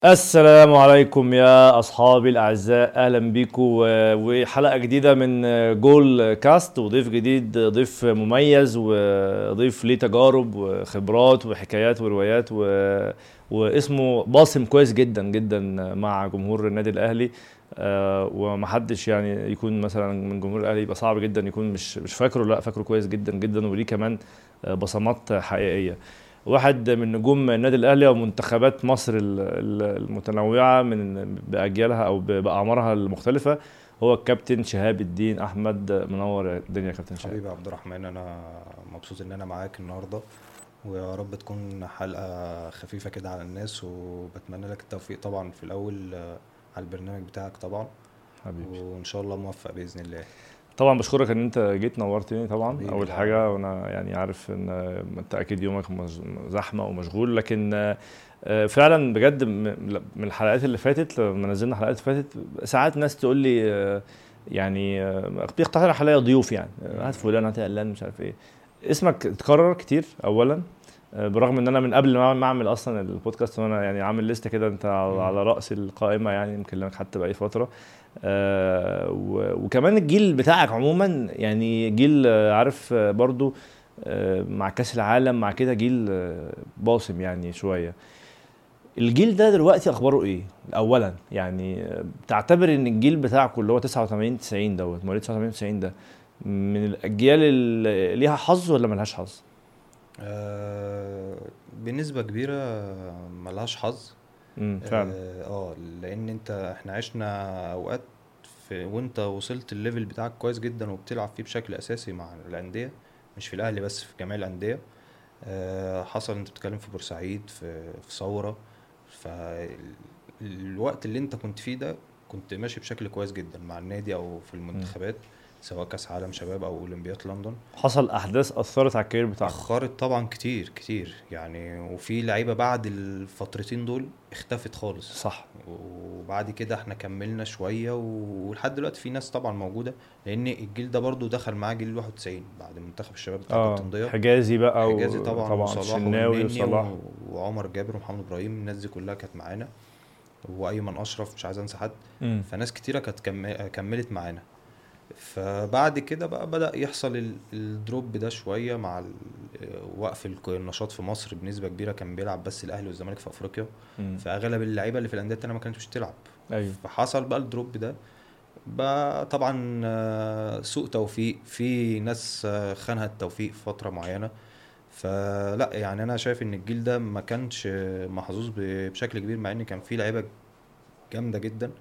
السلام عليكم يا أصحابي الأعزاء، أهلا بيكم وحلقة جديدة من جول كاست، وضيف جديد، ضيف مميز وضيف ليه تجارب وخبرات وحكايات وروايات واسمه باصم كويس جدا جدا مع جمهور النادي الأهلي. ومحدش يعني يكون مثلا من جمهور الأهلي يبقى صعب جدا يكون مش فاكره، لا فاكره كويس جدا جدا، وليه كمان بصمات حقيقية. واحد من نجوم النادي الاهلي ومنتخبات مصر المتنوعه من باجيالها او باعمارها المختلفه، هو الكابتن شهاب الدين احمد. منور الدنيا يا كابتن شهاب. حبيبي عبد الرحمن، انا مبسوط ان انا معاك النهارده، ويا رب تكون حلقه خفيفه كده على الناس، وبتمنى لك التوفيق طبعا في الاول على البرنامج بتاعك طبعا، حبيبي، وان شاء الله موفق باذن الله. طبعا بشكرك ان انت جيت نورتني طبعا حبيبي، اول لا لا. حاجه، وانا يعني عارف ان انت اكيد يومك زحمه ومشغول، لكن فعلا بجد من الحلقات اللي فاتت لما نزلنا حلقات فاتت ساعات ناس تقول لي يعني بيقترح عليا ضيوف، يعني هات م- فلان هات علان مش عارف ايه. اسمك اتكرر كتير اولا، برغم ان انا من قبل ما اعمل اصلا البودكاست وانا يعني عامل لسته كده، انت م- على راس القائمه، يعني مكلمك حتى بقالي فتره. وكمان الجيل بتاعك عموما يعني جيل عارف برضو مع كاس العالم مع كده جيل باصم يعني شويه. الجيل ده دلوقتي اخباره ايه اولا؟ يعني تعتبر ان الجيل بتاعكم اللي هو 89 90 دوت مواليد 89 90 ده من الاجيال اللي ليها حظ ولا ملهاش حظ؟ بنسبه كبيره ملهاش حظ. فعلا. لان احنا عشنا اوقات وانت وصلت الليفل بتاعك كويس جدا وبتلعب فيه بشكل اساسي مع الانديه، مش في الاهلي بس، في جميع الانديه. حصل، انت بتتكلم في بورسعيد، في ثورة. فالوقت اللي انت كنت فيه ده كنت ماشي بشكل كويس جدا مع النادي او في مم. المنتخبات، سواء كاس عالم شباب او اولمبياد لندن. حصل احداث اثرت على الكارير بتاعكم. اخرت طبعا كتير كتير يعني، وفي لعيبة بعد الفترتين دول اختفت خالص. صح. وبعد كده احنا كملنا شوية ولحد دلوقتي في ناس طبعا موجودة، لان الجيل ده برضو دخل معاه جيل 91 بعد منتخب الشباب بتاع اه كابتن ضياء. حجازي بقى حجازي طبعا، وطبعا وصلاح الشناوي والنني وصلاح. وعمر جابر ومحمد ابراهيم، الناس دي كلها كانت معانا، وايمن اشرف، مش عايز انسى حد. امم فناس كتيره كانت كملت معانا. فبعد كده بقى بدأ يحصل الدروب ده شويه مع وقف النشاط في مصر بنسبه كبيره. كان بيلعب بس الاهلي والزمالك في افريقيا، امم فاغلب اللعيبه اللي في الانديه التانيه ما كانتش بتلعب. ايوه. فحصل بقى الدروب ده. بقى طبعا سوء توفيق في ناس، خانها التوفيق في فتره معينه. فلا يعني انا شايف ان الجيل ده ما كانش محظوظ بشكل كبير، مع ان كان فيه لعيبه جامده جدا.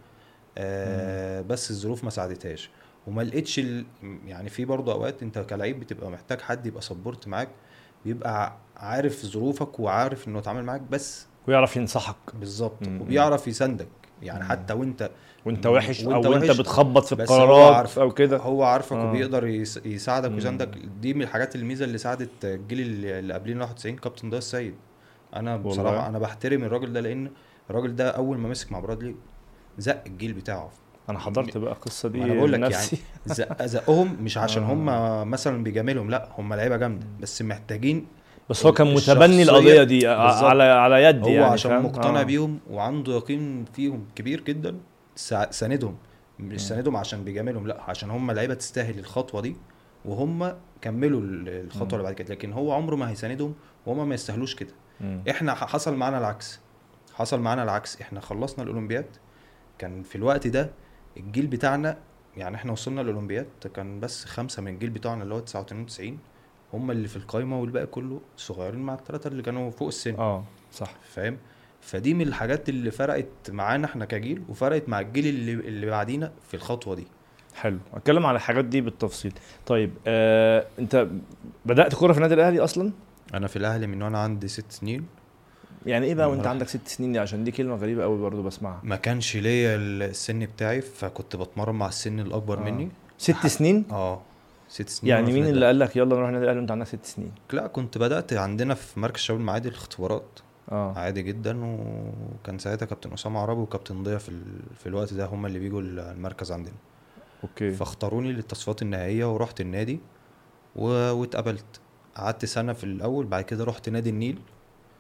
امم بس الظروف ما ساعدتهاش، وما لقيتش يعني في برضه اوقات انت كلاعب بتبقى محتاج حد يبقى سبورت معاك، بيبقى عارف ظروفك وعارف انه يتعامل معاك بس. ويعرف ينصحك. بالظبط، امم وبيعرف يساندك يعني امم حتى وانت وانت وحش وانت او انت وحش. بتخبط في بس هو القرارات عارفك، او كده. هو عارفك اه. وبيقدر يساعدك ويساندك. امم دي من الحاجات الميزه اللي ساعدت الجيل اللي قبلين 91، كابتن ضياء السيد. انا والله بصراحه انا بحترم الراجل ده، لان الراجل ده اول ما مسك مع برادلي زق الجيل بتاعه. انا حضرت بقى القصه ما انا دي بقول لك يعني، بنفسي. زقهم مش عشان هم اه. مثلا بيجاملهم، لا هم لعيبه جامده بس محتاجين بس هو كان متبني القضيه الشخصيه. دي على بالظبط، على يدي هو يعني، عشان فاهم؟ مقتنع اه. بيهم وعنده يقين فيهم كبير جدا، ساندهم. مش امم ساندهم عشان بيجاملهم، لا عشان هم لعيبه تستاهل الخطوه دي، وهم كملوا الخطوه امم اللي بعد كده. لكن هو عمره ما هيساندهم، وهم ما يستاهلوش كده. امم احنا حصل معانا العكس. حصل معانا العكس، احنا خلصنا الاولمبياد، كان في الوقت ده الجيل بتاعنا، يعني احنا وصلنا الاولمبياد كان بس 5 من الجيل بتاعنا اللي هو 89 90 هم اللي في القايمه، والباقي كله صغيرين مع الثلاثه اللي كانوا فوق السن. اه. صح. فاهم؟ فدي من الحاجات اللي فرقت معانا احنا كجيل، وفرقت مع الجيل اللي بعدينا في الخطوه دي. حلو، اتكلم على الحاجات دي بالتفصيل. طيب انت بدأت كوره في النادي الاهلي اصلا؟ انا في الاهلي من وانا عندي 6 سنين. يعني ايه بقى من وانت وانا عندك 6 سنين دي؟ عشان دي كلمه غريبه قوي برضو بسمعها. ما كانش ليا السن بتاعي، فكنت بتمرن مع السن الاكبر اه. مني. ست لحد سنين اه 6 سنين وانا يعني في مين النادي اللي الاهلي. قال لك يلا نروح النادي الاهلي وانت عندك 6 سنين؟ لا، كنت بدأت عندنا في مركز شباب المعادي الاختبارات اه. عادي جدا، وكان ساعتها كابتن اسامه عرابي وكابتن ضياء في الوقت ده هم اللي بيجوا المركز عندنا. اوكي. فاختاروني للتصفيات النهائيه ورحت النادي واتقبلت. قعدت سنه في الاول، بعد كده رحت نادي النيل،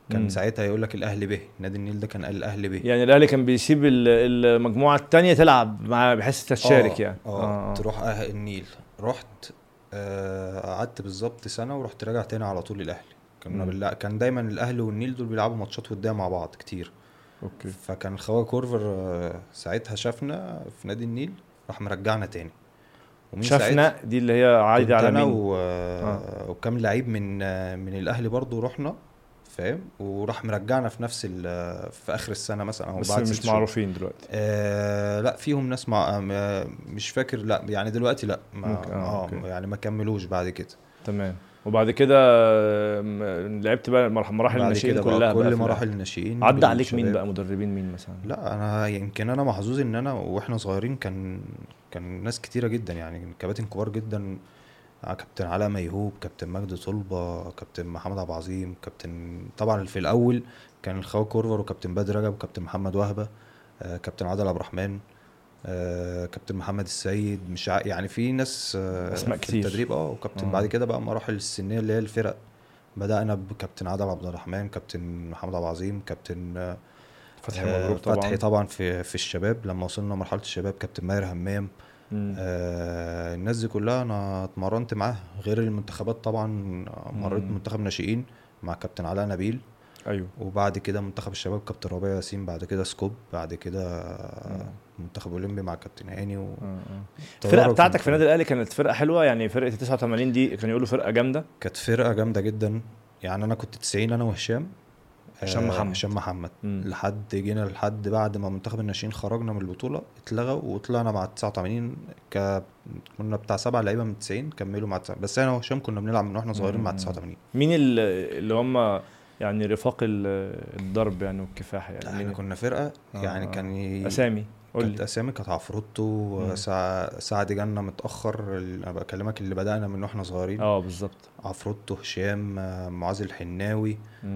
كان ساعتها يقول لك الاهلي به، نادي النيل ده كان الاهلي به. يعني الاهلي كان بيسيب المجموعه الثانيه تلعب مع بحيث تشارك يعني. تروح النيل. رحت قعدت بالظبط سنه ورحت راجع تاني على طول الاهلي. كان دايما الاهلي والنيل دول بيلعبوا ماتشات وديه مع بعض كتير. اوكي. فكان الخواجه كورفر ساعتها شافنا في نادي النيل، راح مرجعنا تاني. شافنا دي اللي هي عايده على مين؟ وكم لعيب من الاهلي برضو رحنا، فاهم، وراح مرجعنا في نفس في اخر السنه مثلا او بس بعد مش معروفين دلوقتي. لا فيهم ناس مش فاكر، لا يعني دلوقتي لا يعني ما كملوش بعد كده. تمام. وبعد كده لعبت بقى مراحل الناشئين كلها، كل مراحل الناشئين. عدى عليك مين بقى مدربين مين مثلا؟ لا انا يمكن انا محظوظ ان انا واحنا صغيرين كان ناس كتيره جدا، يعني كباتن كبار جدا. كابتن علاء ميهوب، كابتن مجدي طلبه، كابتن محمد عبد العظيم، كابتن طبعا في الاول كان الخواجه كورفر وكابتن بدر رجب وكابتن محمد وهبه، كابتن عادل عبد الرحمن، كابتن محمد السيد، مش يعني في ناس اسماء في كتير التدريب. وكابتن بعد كده بقى مراحل السنيه اللي هي الفرق، بدأنا بكابتن عادل عبد الرحمن، كابتن محمد عبد العظيم، كابتن فتحي مبروك طبعا. فتحي طبعا في الشباب لما وصلنا مرحله الشباب، كابتن ماهر همام. الناس دي كلها انا اتمرنت معاها، غير المنتخبات طبعا. مريت منتخب ناشئين مع كابتن علاء نبيل. ايوه. وبعد كده منتخب الشباب كابتن ربيع ياسين، بعد كده سكوب، بعد كده منتخب اولمبي مع كابتن هاني. الفرقه بتاعتك في النادي الاهلي كانت فرقه حلوه يعني؟ فرقه 89 دي كانوا يقولوا فرقه جامده. كانت فرقه جامده جدا يعني. انا كنت 90 انا وهشام محمد لحد بعد ما منتخب الناشئين خرجنا من البطوله اتلغى، وطلعنا مع 89. كنا بتاع 7 لعيبه من 90 كملوا مع 90، بس انا وهشام كنا بنلعب من واحنا صغيرين مع 89. مين اللي هم يعني رفاق الضرب يعني والكفاح يعني؟ احنا كنا فرقه يعني كان اسامي كانت اسامي، كانت عفروتو، سعد جنة متاخر، انا بكلمك اللي بدانا من واحنا صغيرين. بالظبط. عفروتو، هشام، معاذ الحناوي،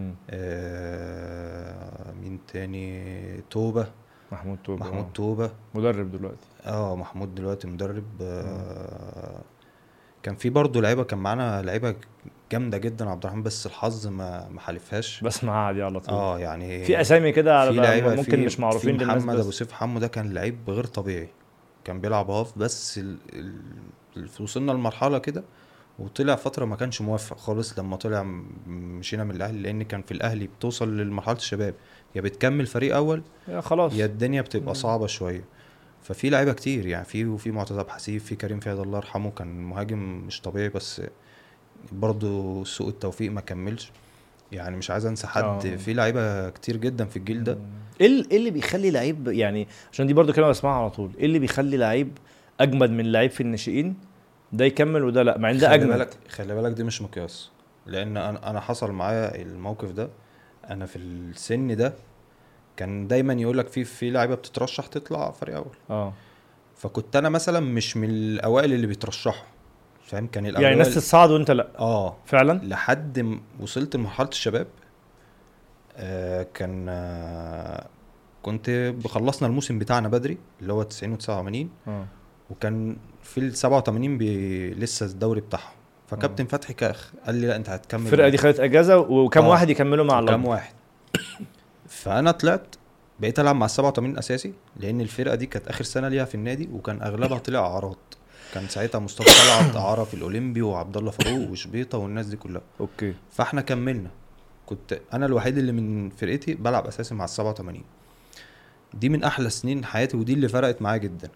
مين تاني، توبه، محمود توبه مدرب دلوقتي. محمود دلوقتي مدرب. كان في برضه لعيبه، كان معانا لعيبه جامده جدا عبد الرحمن، بس الحظ ما حالفهاش. بس معاه دي على طول. يعني في اسامي كده على ممكن مش معروفين للناس. محمد ابو سيف حمو ده كان لعيب غير طبيعي، كان بيلعب هاف، بس وصلنا لمرحله كده وطلع فتره ما كانش موفق خالص. لما طلع مشينا من الاهلي، لان كان في الاهلي بتوصل لمرحله الشباب يا بتكمل فريق اول يا خلاص، يا الدنيا بتبقى صعبه شويه. ففي لعيبه كتير يعني، في معتز عبد الحسيب، في كريم فؤاد الله يرحمه، كان مهاجم مش طبيعي، بس برضو سوء التوفيق ما كملش يعني. مش عايز انسى حد. في لعيبه كتير جدا في الجيل ده. ايه اللي بيخلي لعيب يعني، عشان دي برضو كلمه بسمعها على طول، ايه اللي بيخلي لعيب اجمد من لعيب في الناشئين ده يكمل وده لا، مع ان ده اجمد؟ خلي بالك دي مش مقياس، لان انا حصل معايا الموقف ده. انا في السن ده كان دايما يقولك في لعيبه بتترشح تطلع فريق اول. فكنت انا مثلا مش من الاوائل اللي بيترشحوا، فاهم، كان الاول يعني ناس تصعد وانت لا. فعلا لحد وصلت لمرحله الشباب. كان كنت خلصنا الموسم بتاعنا بدري اللي هو 90 و89. وكان في ال87 لسه الدوري بتاعهم. فكابتن فتحي كاخ قال لي لا انت هتكمل. الفرقه دي خدت اجازه وكم واحد يكملوا مع كم واحد. فانا طلعت بقيت العب مع ال87 اساسي، لان الفرقه دي كانت اخر سنه ليها في النادي، وكان اغلبها طلع اعارات. كان ساعتها مصطفى طلعت اعاره في الاولمبي، وعبد الله فاروق وشبيطه والناس دي كلها. اوكي. فاحنا كملنا. كنت انا الوحيد اللي من فرقتي بلعب اساسي مع ال87. دي من احلى سنين حياتي، ودي اللي فرقت معايا جدا.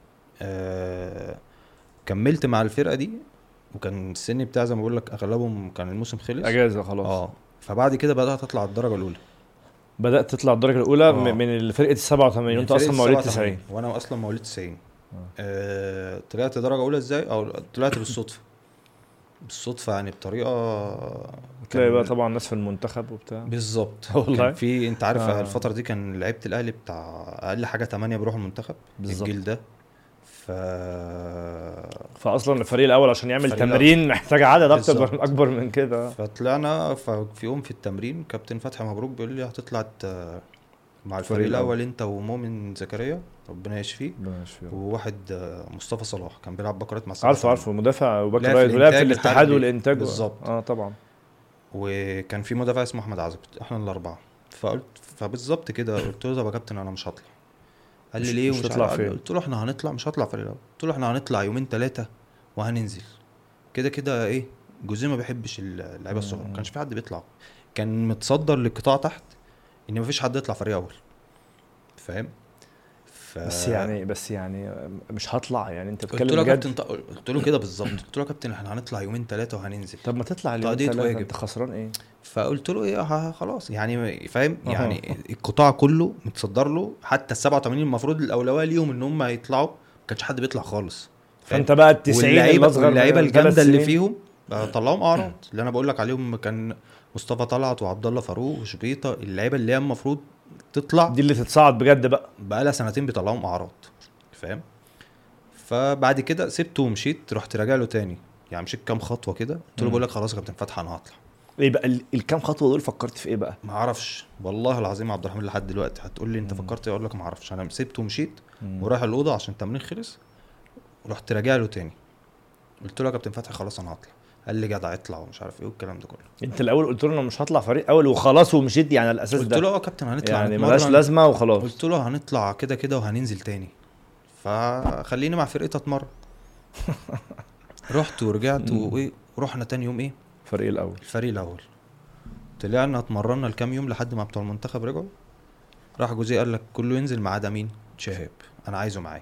كملت مع الفرقه دي، وكان السن بتاع زي ما بقول لك اغلبهم كان الموسم خلص اجازه خلاص. فبعد كده بدات اطلع الدرجه الاولى. بدات تطلع الدرجه الاولى من فرقه ال87. وانت اصلا مواليد 90 وانا اصلا مواليد 90. طلعت درجه اولى ازاي؟ او طلعت بالصدفه يعني، بطريقه تلاقي بقى طبعا ناس في المنتخب وبتاع. بالظبط. كان في انت عارف الفتره دي كان لعيبه الاهلي بتاع اقل حاجه 8 بيروحوا المنتخب الجيل ده. فاصلا الفريق الاول عشان يعمل تمرين محتاج عدد اكبر من كده. فطلعنا. في يوم في التمرين كابتن فتحي مبروك بيقول لي هتطلع مع الفريق الاول انت ومؤمن زكريا ربنا يشفيه، وواحد مصطفى صلاح كان بيلعب باك مع عارفه مدافع وباك رايت ولعب في الاتحاد والانتاج بالظبط. طبعا. وكان في مدافع اسمه احمد عزب. احنا الاربعه فبالظبط كده قلت له طب يا كابتن انا مش هطلع. قال لي مش ليه مش ومش هتطلع عارف. فين؟ قلت له احنا هنطلع، مش هطلع فريق الاول. قلت له احنا هنطلع يومين 3 وهننزل كده كده. ايه جوزيه ما بيحبش اللعيبه الصغيره، ما كانش في حد بيطلع، كان متصدر للقطاع تحت ان مفيش حد يطلع فريق اول، فاهم؟ بس يعني مش هطلع، يعني انت قلت بتتكلم له يا بجد؟ كابتن، قلت له كده بالظبط، قلت له يا كابتن احنا هنطلع يومين 3 وهننزل طب ما تطلع اليومين تقضية 3، واجب. انت خسران ايه؟ فقلت له ايه خلاص يعني، فاهم اه. يعني القطاع كله متصدر له، حتى ال 87 المفروض الاولويه ليهم ان هم يطلعوا، ما كانش حد بيطلع خالص، فاهم؟ فانت بقى ال90 اللي واللعيبه اصغر واللعيبه من 3 الجامده اللي سنين فيهم طلعوهم اعراض، اللي انا بقول لك عليهم كان مصطفى طلعت وعبد الله فاروق وشبيطه، اللعيبه اللي هي المفروض تطلع دي اللي تتصعد بجد بقى. بقى لها سنتين بيطلعوهم اعراض، فاهم؟ فبعد كده سبته ومشيت، رحت راجع له تاني، يعني مشيت كام خطوه كده، قلت له بقول لك خلاص يا كابتن فتحي انا هطلع. ايه بقى الكام خطوه دول فكرت في ايه بقى؟ ما اعرفش والله العظيم يا عبد الرحمن، لحد دلوقتي هتقول لي انت فكرت ايه، اقول لك ما اعرفش. انا سبته ومشيت ورايح الاوضه عشان التمرين خلص، ورحت راجع له تاني قلت له يا كابتن فتحي خلاص انا هطلع. قال لي جدع اطلع ومش عارف ايه والكلام ده كله. انت الاول قلت له انا مش هطلع فريق اول وخلاص ومشيت يعني على الاساس قلت ده؟ له يا كابتن هنطلع يعني ملاش نتمرن. لازمه وخلاص. قلت له هنطلع كده كده وهننزل تاني، فخليني مع فرقتي اتمرن. رحت ورجعت وايه، ورحنا تاني يوم ايه الفريق الاول. الفريق الاول. طلعنا اتمرنا الكام يوم لحد ما بتوع المنتخب رجعوا، راح جوزيه قال لك كله ينزل ما عدا مين، شهاب، انا عايزه معايا.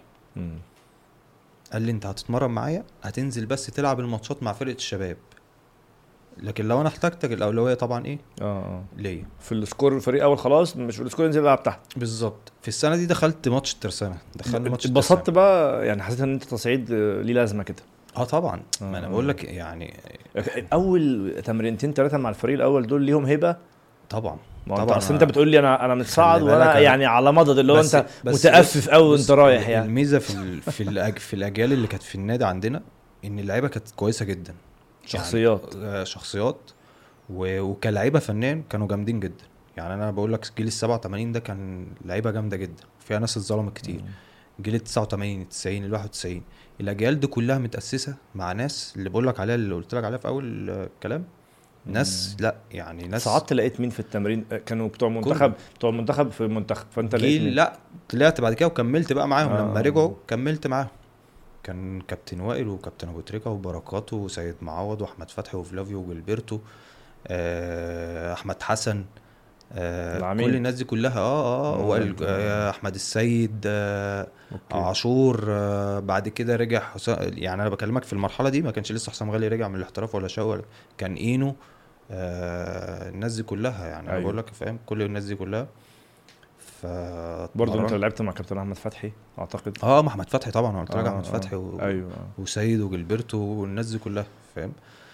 قال لي انت هتتمرن معايا، هتنزل بس تلعب الماتشات مع فرقه الشباب، لكن لو انا احتاجتك الاولويه طبعا ايه ليا في السكور الفريق اول خلاص، مش في السكور ينزل يلعب تحت. بالظبط. في السنه دي دخلت ماتش الترسانه، دخلني ماتش اتبسطت بقى يعني، حسيت ان انت تصعيد ليه لازمه كده؟ طبعا. ما انا بقول لك يعني اول تمرينتين 3 مع الفريق الاول دول ليهم هيبه طبعا. طبعا اصل انت بتقول لي انا متصاعد وانا يعني على مضض اللي هو انت بس متأفف قوي وانت رايح يعني. الميزه في الاجيال اللي كانت في النادي عندنا ان اللعيبه كانت كويسه جدا، شخصيات يعني شخصيات وكلاعيبه فنان كانوا جامدين جدا. يعني انا بقول لك جيل ال87 ده كان لعيبه جامده جدا، فيها ناس اتظلمت كتير. جيل ال89 ال90 ال91 الاجيال دي كلها متاسسه مع ناس اللي بقول لك عليها، اللي قلت لك عليها في اول الكلام، ناس لا يعني ناس. صعدت لقيت مين في التمرين؟ كانوا بتوع المنتخب في المنتخب، فانت لقيت مين؟ لا طلعت بعد كده وكملت بقى معاهم. لما رجعوا كملت معاهم، كان كابتن وائل وكابتن ابو تريكه وبركات وسيد معوض واحمد فتحي وفلافيو وجilberto، احمد حسن، كل الناس دي كلها وائل، احمد السيد، عاشور. بعد كده رجع يعني انا بكلمك في المرحله دي ما كانش لسه حسام غالي رجع من الاحتراف ولا شاور، كان اينو، الناس دي كلها يعني. انا بقول لك فاهم كل الناس دي كلها. برضه انت لعبت مع كابتن احمد فتحي اعتقد؟ مع احمد فتحي طبعا. انا قلت لك احمد فتحي أيوة. وسيد وجilberto والناس دي كلها، فاهم؟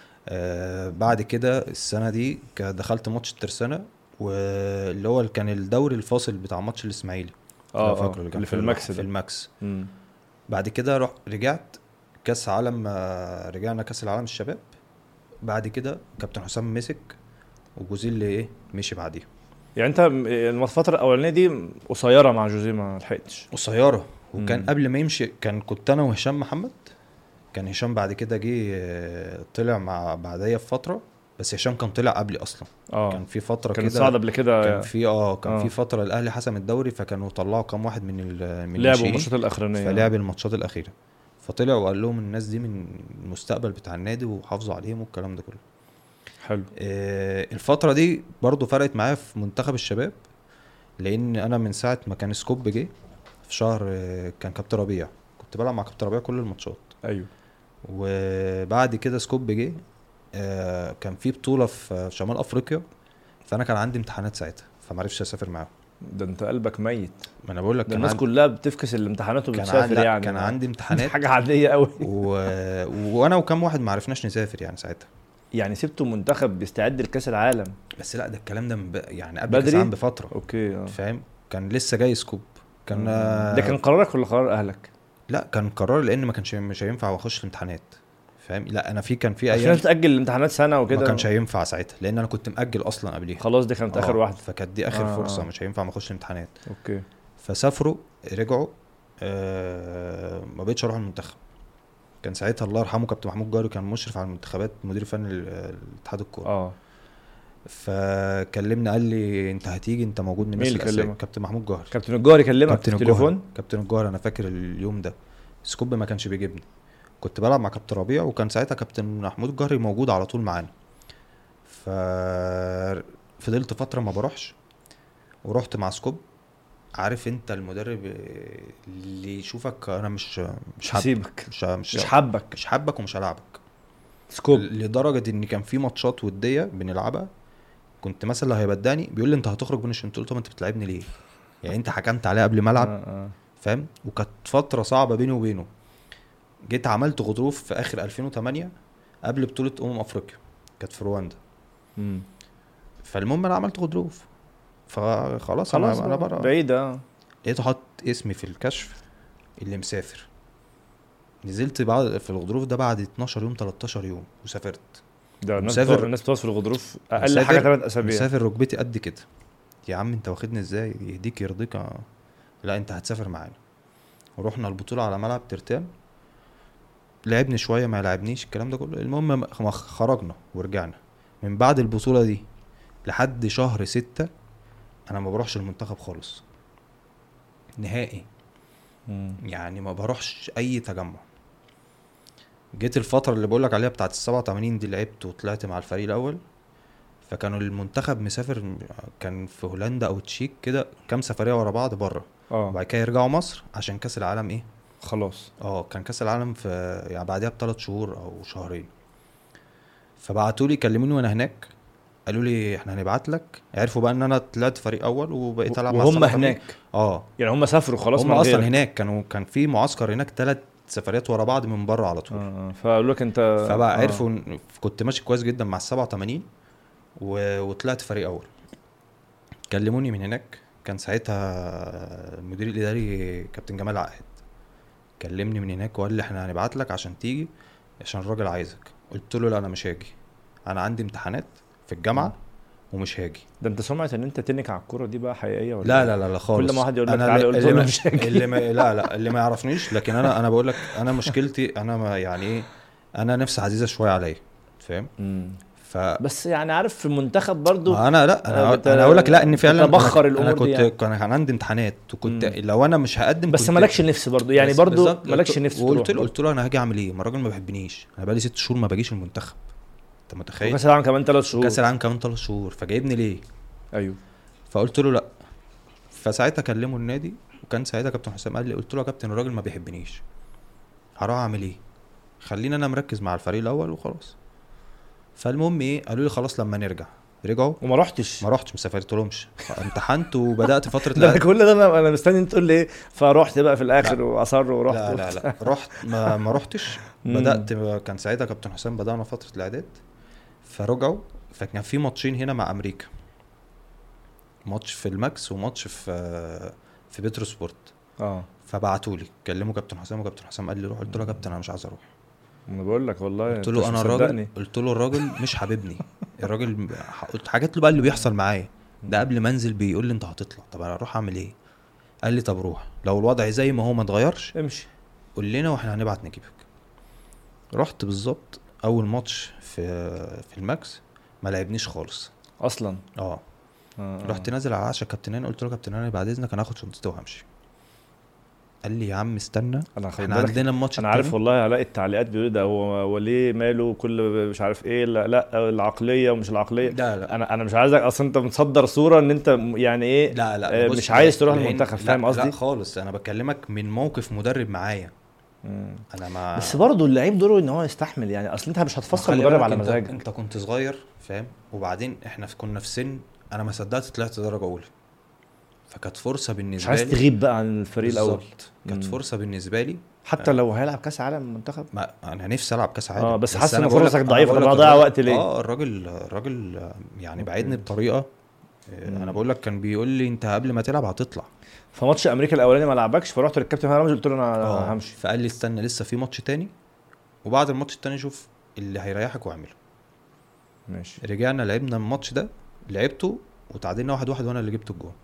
بعد كده السنه دي دخلت ماتش الترسانه، واللي هو كان الدوري الفاصل بتاع ماتش الاسماعيلي، فاكره اللي في الماكس في الماكس. بعد كده رجعت كاس عالم، رجعنا كاس العالم الشباب. بعد كده كابتن حسام مسك وجوزيه اللي مشي بعديها. يعني انت الفتره الاولانيه دي قصيره مع جوزيه، ما لحقتش قصيره. وكان قبل ما يمشي كنت انا وهشام محمد. كان هشام بعد كده جه طلع مع بعديا في فتره، بس هشام كان طلع قبلي اصلا. كان في فتره كده صعد قبل كده، كان في في فتره الاهلي حسم الدوري، فكانوا طلعوا كام واحد من لعبوا الماتشات الاخرانيه، فلعب الماتشات الاخيره، فطلع وقال لهم الناس دي من المستقبل بتاع النادي وحافظوا عليهم والكلام ده كله. حلو. الفتره دي برضو فرقت معايا في منتخب الشباب، لان انا من ساعه ما كان سكوب جه في شهر، كان كابتن ربيع، كنت بلعب مع كابتن ربيع كل الماتشات. ايوه. وبعد كده سكوب جه، كان في بطوله في شمال افريقيا، فانا كان عندي امتحانات ساعتها فما عرفتش اسافر معاهم. ده انت قلبك ميت. ما انا بقول لك الناس كلها بتفكس الامتحانات وبتسافر يعني. كان عندي امتحانات حاجه عاديه قوي. وانا وكم واحد ما عرفناش نسافر يعني ساعتها. يعني سبتوا منتخب بيستعد لكاس العالم؟ بس لا ده الكلام ده يعني قبل كاس العالم بفتره. اوكي. فاهم؟ كان لسه جاي سكوب. كان ده كان قرارك ولا قرار اهلك؟ لا كان قرار، لان ما كانش مش هينفع اخش الامتحانات، فاهم؟ لا انا كان في ايام عشان تاجل الامتحانات سنه وكده، ما كانش هينفع ساعتها لان انا كنت مأجل اصلا قبليها خلاص. دي كانت اخر واحده، فكانت دي اخر فرصه. مش هينفع ما اخش الامتحانات. اوكي. فسافروا رجعوا، ما بقتش اروح المنتخب. كان ساعتها الله يرحمه كابتن محمود جاري كان مشرف على المنتخبات، مدير فني الاتحاد الكوره. فكلمني قال لي انت هتيجي، انت موجود من مين الناس اللي الاساسيه. كلمك؟ كابتن محمود جوهر. كابتن الجوهري كلمك في كابتن التليفون؟ الجوهر، كابتن الجوهر، انا فاكر اليوم ده. سكوب ما كانش بيجيبني، كنت بلعب مع كابتن ربيع، وكان ساعتها كابتن محمود الجوهري موجود على طول معانا. ف فضلت فتره ما بروحش، ورحت مع سكوب. عارف انت المدرب اللي يشوفك انا مش حابك، هسيبك، مش مش حابك. مش حابك ومش هلعبك. سكوب. لدرجه ان كان في ماتشات وديه بنلعبها، كنت مثلا اللي هيبداني بيقول لي انت هتخرج من الشنطه، قلت له انت بتلعبني ليه؟ يعني انت حكمت عليا قبل ما العب، آه. فاهم؟ وكانت فتره صعبه بيني وبينه. جيت عملت غضروف في اخر 2008 قبل بطوله افريقيا، كانت في رواندا. مم. فالمهم انا عملت غضروف، فخلاص خلاص انا بقى، بره. بعيدة. لقيته حط اسمي في الكشف اللي مسافر. نزلت بعد في الغضروف ده بعد 12 يوم 13 يوم وسافرت. ده مسافر، الناس بتوصل الغضروف اقل حاجة 3 اسابيع. مسافر ركبتي قد كده. يا عم انت واخدني ازاي؟ يهديك يرضيك. لا انت هتسافر معانا. ورحنا البطولة على ملعب ترتان، لعبني شوية ما لعبنيش الكلام ده كله. المهم خرجنا ورجعنا. من بعد البطولة دي لحد شهر 6 انا ما بروحش المنتخب خالص نهائي. يعني ما بروحش اي تجمع. جيت الفترة اللي بقولك عليها بتاعت ال87 دي، لعبت وطلعت مع الفريق الاول. فكانوا المنتخب مسافر، كان في هولندا او تشيك كده، كام سفرية ورا بعض بره. وبعد كده يرجعوا مصر عشان كاس العالم ايه. خلاص. كان كاس العالم في يعني بعدها ب3 شهور او شهرين. فبعتوا لي كلموني وانا هناك، قالوا لي احنا هنبعت لك. عرفوا بقى ان انا طلعت فريق اول وبقيت العب مع وهم ال87. هناك اه يعني هم سافروا خلاص هم من اصلا غيرك. هناك كان في معسكر هناك 3 سفريات ورا بعض من بره على طول. فقالوا لك انت. فبقى عرفوا كنت ماشي كويس جدا مع ال87 وطلعت فريق اول. كلموني من هناك، كان ساعتها المدير الاداري كابتن جمال عقد، كلمني من هناك وقال لي احنا هنبعت لك عشان تيجي عشان الراجل عايزك. قلت له لا انا مش هاجي، انا عندي امتحانات في الجامعه ومش هاجي. ده انت سمعة ان انت تنك على الكوره دي بقى حقيقيه ولا لا إيه؟ لا لا لا خالص. كل ما واحد يقول لك انا تعالى قلت له مش هاجي. اللي ما لا لا اللي ما يعرفنيش، لكن انا بقول لك انا مشكلتي انا ما يعني ايه، انا نفسي عزيزه شويه عليا، فاهم؟ بس يعني عارف في المنتخب برضو. انا لا انا اقول لك لا ان فعلا تبخر انا الامور كنت دي يعني. كان عندي امتحانات وكنت لو انا مش هقدم بس كنت مالكش نفس برضو يعني برضو مالكش نفس تروح. تروح. قلت له انا هاجي اعمل ايه؟ ما الراجل ما بيحبنيش، انا بقالي 6 شهور ما باجيش المنتخب، انت متخيل؟ وكاس العالم كمان 3 شهور. كاس العالم كمان 3 شهور، فجايبني ليه؟ ايوه. فقلت له لا. فساعتها كلموا النادي، وكان ساعتها كابتن حسام قال لي، قلت له يا كابتن الراجل ما بيحبنيش، هروح اعمل ايه؟ خليني انا مركز مع الفريق الاول وخلاص. فالمهم ايه، قالوا لي خلاص لما نرجع. رجعوا وما رحتش. ما رحتش، ما سافرتلهمش، امتحنت وبدات فتره ده كل ده انا مستني انت تقول لي ايه. فرحت بقى في الاخر واصر ورحت. لا رحت ما رحتش. بدات، كان ساعتها كابتن حسام بدانا فتره الاعداد. فرجعوا، فكان في ماتشين هنا مع امريكا، ماتش في الماكس وماتش في بيترو سبورت. فبعتوا لي كلموا كابتن حسام، وكابتن حسام قال لي روح. قلت له يا كابتن انا مش عايز اروح. انا بقول لك والله. قلت له انا الراجل، قلت له الراجل مش حاببني. الراجل قلت حاجات له بقى اللي بيحصل معايا ده قبل ما انزل، بيقول لي انت هتطلع، طب انا اروح اعمل ايه؟ قال لي طب روح، لو الوضع زي ما هو ما اتغيرش امشي قول لنا واحنا هنبعت نجيبك. رحت بالظبط اول ماتش في الماكس ما لعبنيش خالص اصلا. رحت نازل على عشا كابتنين، قلت له كابتن انا بعد اذنك انا هاخد شنطتي وهمشي. قال لي يا عم استنى احنا عندنا الماتش انا عارف والله. هلاقي التعليقات بيقولوا ده هو ليه ماله كل مش عارف ايه. لا العقليه ومش العقليه. لا انا مش عايزك اصلا، انت متصدر صوره ان انت يعني ايه. لا مش عايز تروح المنتخب، فاهم قصدي؟ لا خالص، انا بكلمك من موقف مدرب معايا. انا ما بس برضه اللعيب دوره ان هو يستحمل يعني. اصل انت مش هتفصل مدرب على مزاجك. انت كنت صغير فاهم، وبعدين احنا كنا في سن انا ما صدقت طلعت درجه اولى، فكانت فرصه بالنسبه لي. مش عايز تغيب بقى عن الفريق الاول. كانت فرصه بالنسبه لي، حتى لو هيلعب كاس عالم منتخب. ما انا نفسي العب كاس عالم. بس حاسس ان فرصك ضعيفه. طب انا هضيع وقت ليه؟ الراجل يعني بعدني بطريقه. انا بقول لك كان بيقول لي انت قبل ما تلعب هتطلع. فماتش امريكا الاولاني ما لعبكش، فرحت للكابتن رامز قلت له انا همشي. فقال لي استنى لسه في ماتش تاني، وبعد الماتش التاني شوف اللي هيريحك واعمله. ماشي. رجعنا لعبنا الماتش ده، لعبته وتعادلنا 1-1 وانا اللي جبت الجول.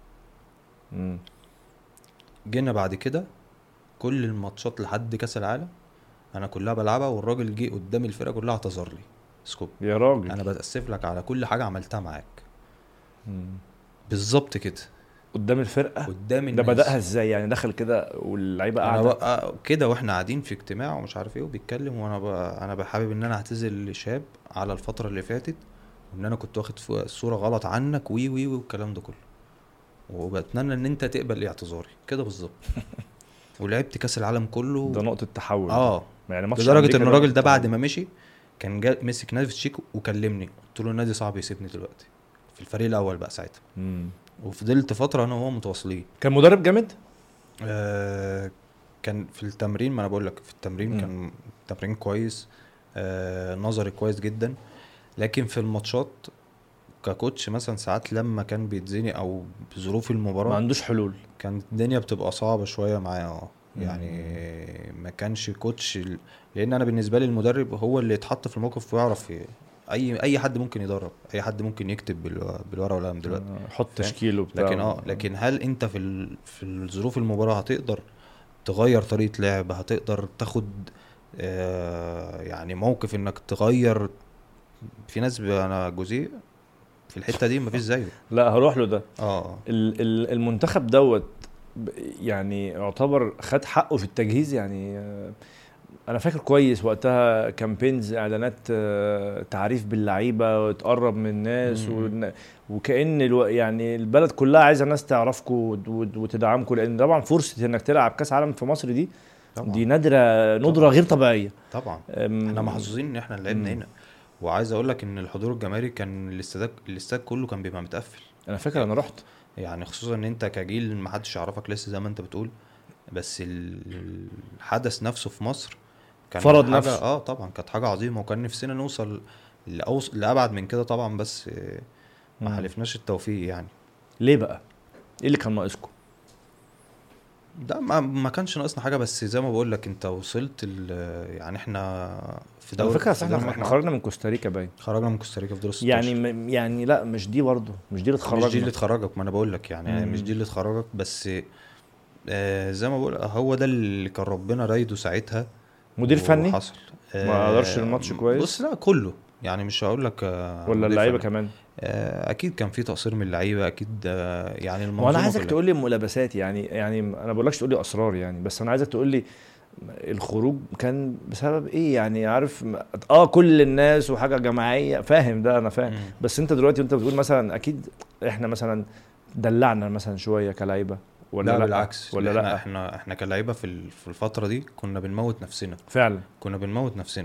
جينا بعد كده كل الماتشات لحد كاس العالم انا كلها بلعبها، والراجل جه قدام الفرقه كلها اعتذر لي. سكوب. يا راجل. انا بتاسف لك على كل حاجه عملتها معاك. مم. بالظبط كده قدام الفرقه. قدام ده الناس. بدأها ازاي يعني؟ دخل كده واللعيبه انا قاعده. بقى كده واحنا قاعدين في اجتماع ومش عارف ايه وبيتكلم، وانا بقى انا بحابب ان انا اعتذر لشاب على الفتره اللي فاتت، وان انا كنت واخد صوره غلط عنك وي وي والكلام ده كله، وبتمنى ان انت تقبل اعتذاري كده بالظبط. ولعبت كاس العالم كله. ده نقطه تحول. اه يعني ماتش لدرجه أمريكا ان الراجل نقطة ده بعد تحول. ما مشي كان مسك نادي تشيك وكلمني، قلت له النادي صعب يسيبني دلوقتي في الفريق الاول بقى ساعتها. مم. وفضلت فتره انا وهو متواصلين. كان مدرب جامد. آه كان في التمرين، ما انا بقول لك في التمرين مم. كان تمرين كويس، نظري كويس جدا. لكن في الماتشات ككوتش مثلا ساعات لما كان بيتزني او بظروف ما المباراه عندوش حلول. كانت الدنيا بتبقى صعبه شويه معايا. مم. يعني ما كانش كوتش لان انا بالنسبه لي المدرب هو اللي يتحط في الموقف ويعرف اي حد ممكن يدرب، اي حد ممكن يكتب بالورقه والقلم دلوقتي. حط فاهم؟ تشكيل وبتاع. لكن هل انت في الظروف المباراه هتقدر تغير طريقه لعب؟ هتقدر تاخد يعني موقف انك تغير؟ في ناس انا جزئي في الحته دي مفيش زيه. لا هروح له ده. اه المنتخب دوت يعني يعتبر خد حقه في التجهيز يعني. انا فاكر كويس وقتها كامبينز، اعلانات، تعريف باللعيبه وتقرب من الناس وكأن يعني البلد كلها عايزه ناس تعرفكم وتدعمكم، لان طبعا فرصه انك تلعب كاس عالم في مصر دي طبعا. دي ندره غير طبيعيه. طبعا احنا محظوظين ان احنا لعبنا هنا. وعايز اقول لك ان الحضور الجماهيري كان الاستاد كله كان بيبقى متقفل. انا فاكر انا رحت يعني خصوصا ان انت كجيل ما حدش يعرفك لسه زي ما انت بتقول، بس الحدث نفسه في مصر كان فرض حاجة نفسه. طبعا كانت حاجة عظيمة، وكان نفسنا نوصل لأبعد من كده طبعا، بس ما حلفناش التوفيق يعني. ليه بقى؟ ايه اللي كان ناقصكم؟ ده ما كانش ناقصنا حاجة، بس زي ما بقول لك انت وصلت يعني احنا في على دوري فكره في احنا خرجنا من كوستاريكا باين. خرجنا من كوستاريكا في دور 16. يعني يعني لا مش دي برضه، مش دي اللي تخرجنا. مش دي اللي تخرجك، ما انا بقول لك يعني مش دي اللي تخرجك، بس زي ما بقول هو ده اللي كان ربنا رايده ساعتها. مدير فني وحصل ما قدرش الماتش كويس. بص لا كله يعني مش هقول لك ولا اللعيبه كمان. اكيد كان في تقصير من اللعيبه اكيد، يعني المنظومه. وانا عايزك تقول لي ملابسات يعني انا بقولكش تقول لي اسرار يعني، بس انا عايزك تقول لي الخروج كان بسبب ايه يعني؟ عارف كل الناس وحاجه جماعيه، فاهم ده انا فاهم. بس انت دلوقتي انت بتقول مثلا اكيد احنا مثلا دلعنا مثلا شويه كلاعيبه ولا لا لا؟ بالعكس، ولا لا احنا كلاعيبه في الفتره دي كنا بنموت نفسنا فعلا. كنا بنموت نفسنا.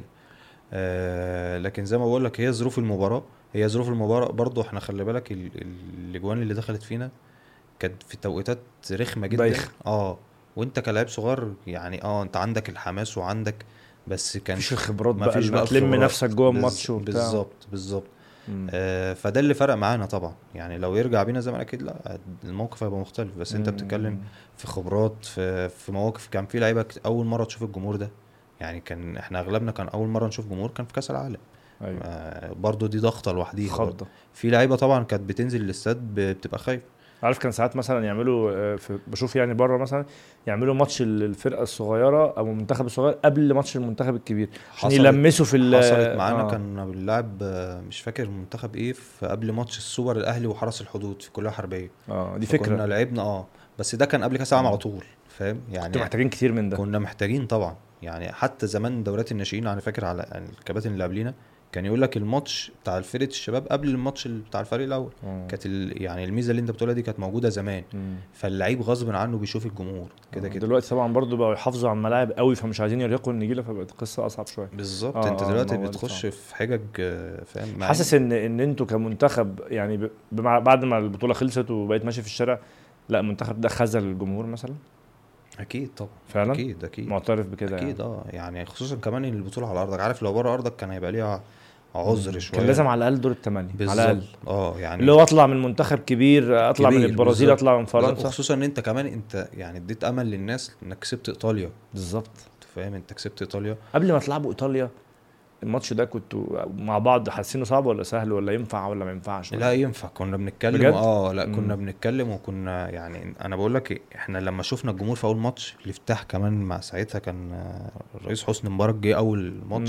لكن زي ما بقول لك هي ظروف المباراه برضو. احنا خلي بالك الاجوان اللي دخلت فينا كانت في توقيتات رخمه جدا. بايخ. وانت كلاعب صغير يعني انت عندك الحماس وعندك، بس كان مفيش الخبرات بقى، مفيش بقى تلم نفسك جوه الماتش وبتاع. بالظبط. فده اللي فرق معانا طبعا. يعني لو يرجع بينا زمان اكيد لا الموقف هيبقى مختلف، بس انت بتتكلم في خبرات في مواقف. كان في لعيبه اول مره تشوف الجمهور ده، يعني كان احنا اغلبنا كان اول مره نشوف جمهور كان في كاس العالم. أيوة. برضو دي ضغطه لوحديها. خضه. في لعيبه طبعا كانت بتنزل الاستاد بتبقى خايفه. عارف كان ساعات مثلا يعملوا بشوف يعني بره مثلا يعملوا ماتش الفرقه الصغيره او المنتخب الصغير قبل ماتش المنتخب الكبير عشان يلمسوا في حصلت معانا. كنا بنلعب مش فاكر المنتخب ايه، في قبل ماتش السوبر الاهلي وحرس الحدود في كليه حربيه. دي فكره. كنا لعبنا بس ده كان قبل كاس العالم على طول، فاهم يعني. كنتوا محتاجين كتير من ده. كنا محتاجين طبعا. يعني حتى زمان دورات الناشئين انا فاكر على الكباتن اللي قبلينا كان يقول لك الماتش بتاع فرقه الشباب قبل الماتش بتاع الفريق الاول. كانت يعني الميزه اللي انت بتقولها دي كانت موجوده زمان. فاللعيب غصب عنه بيشوف الجمهور كده. دلوقتي طبعا برضو بقوا يحافظوا على الملاعب قوي، فمش عايزين يرهقوا النجيله، فبقت القصه اصعب شويه. بالظبط. انت دلوقتي بتخش في حجج، فاهم. حاسس ان انتوا كمنتخب يعني بعد ما البطوله خلصت وبقيت ماشي في الشارع، لا المنتخب ده خذل الجمهور مثلا؟ اكيد طبعا. فعلا اكيد معترف بكده اكيد يعني خصوصا كمان البطوله على ارضك. عارف لو بره ارضك كان هيبقى ليها عذر شويه. كان لازم على الاقل دور الثمانيه على الاقل. يعني لو اطلع من منتخب كبير، اطلع من البرازيل، اطلع من فرنسا. خصوصا ان انت كمان انت يعني اديت امل للناس انك كسبت ايطاليا. بالظبط. فاهم، انت كسبت ايطاليا قبل ما تلعبوا ايطاليا. الماتش ده كنتوا مع بعض حاسينه صعب ولا سهل ولا ينفع ولا ما ينفعش؟ لا ينفع. كنا بنتكلم لا كنا بنتكلم وكنا يعني انا بقول لك احنا لما شفنا الجمهور في اول ماتش الافتتاح كمان مع ساعتها كان الرئيس حسني مبارك جه اول ماتش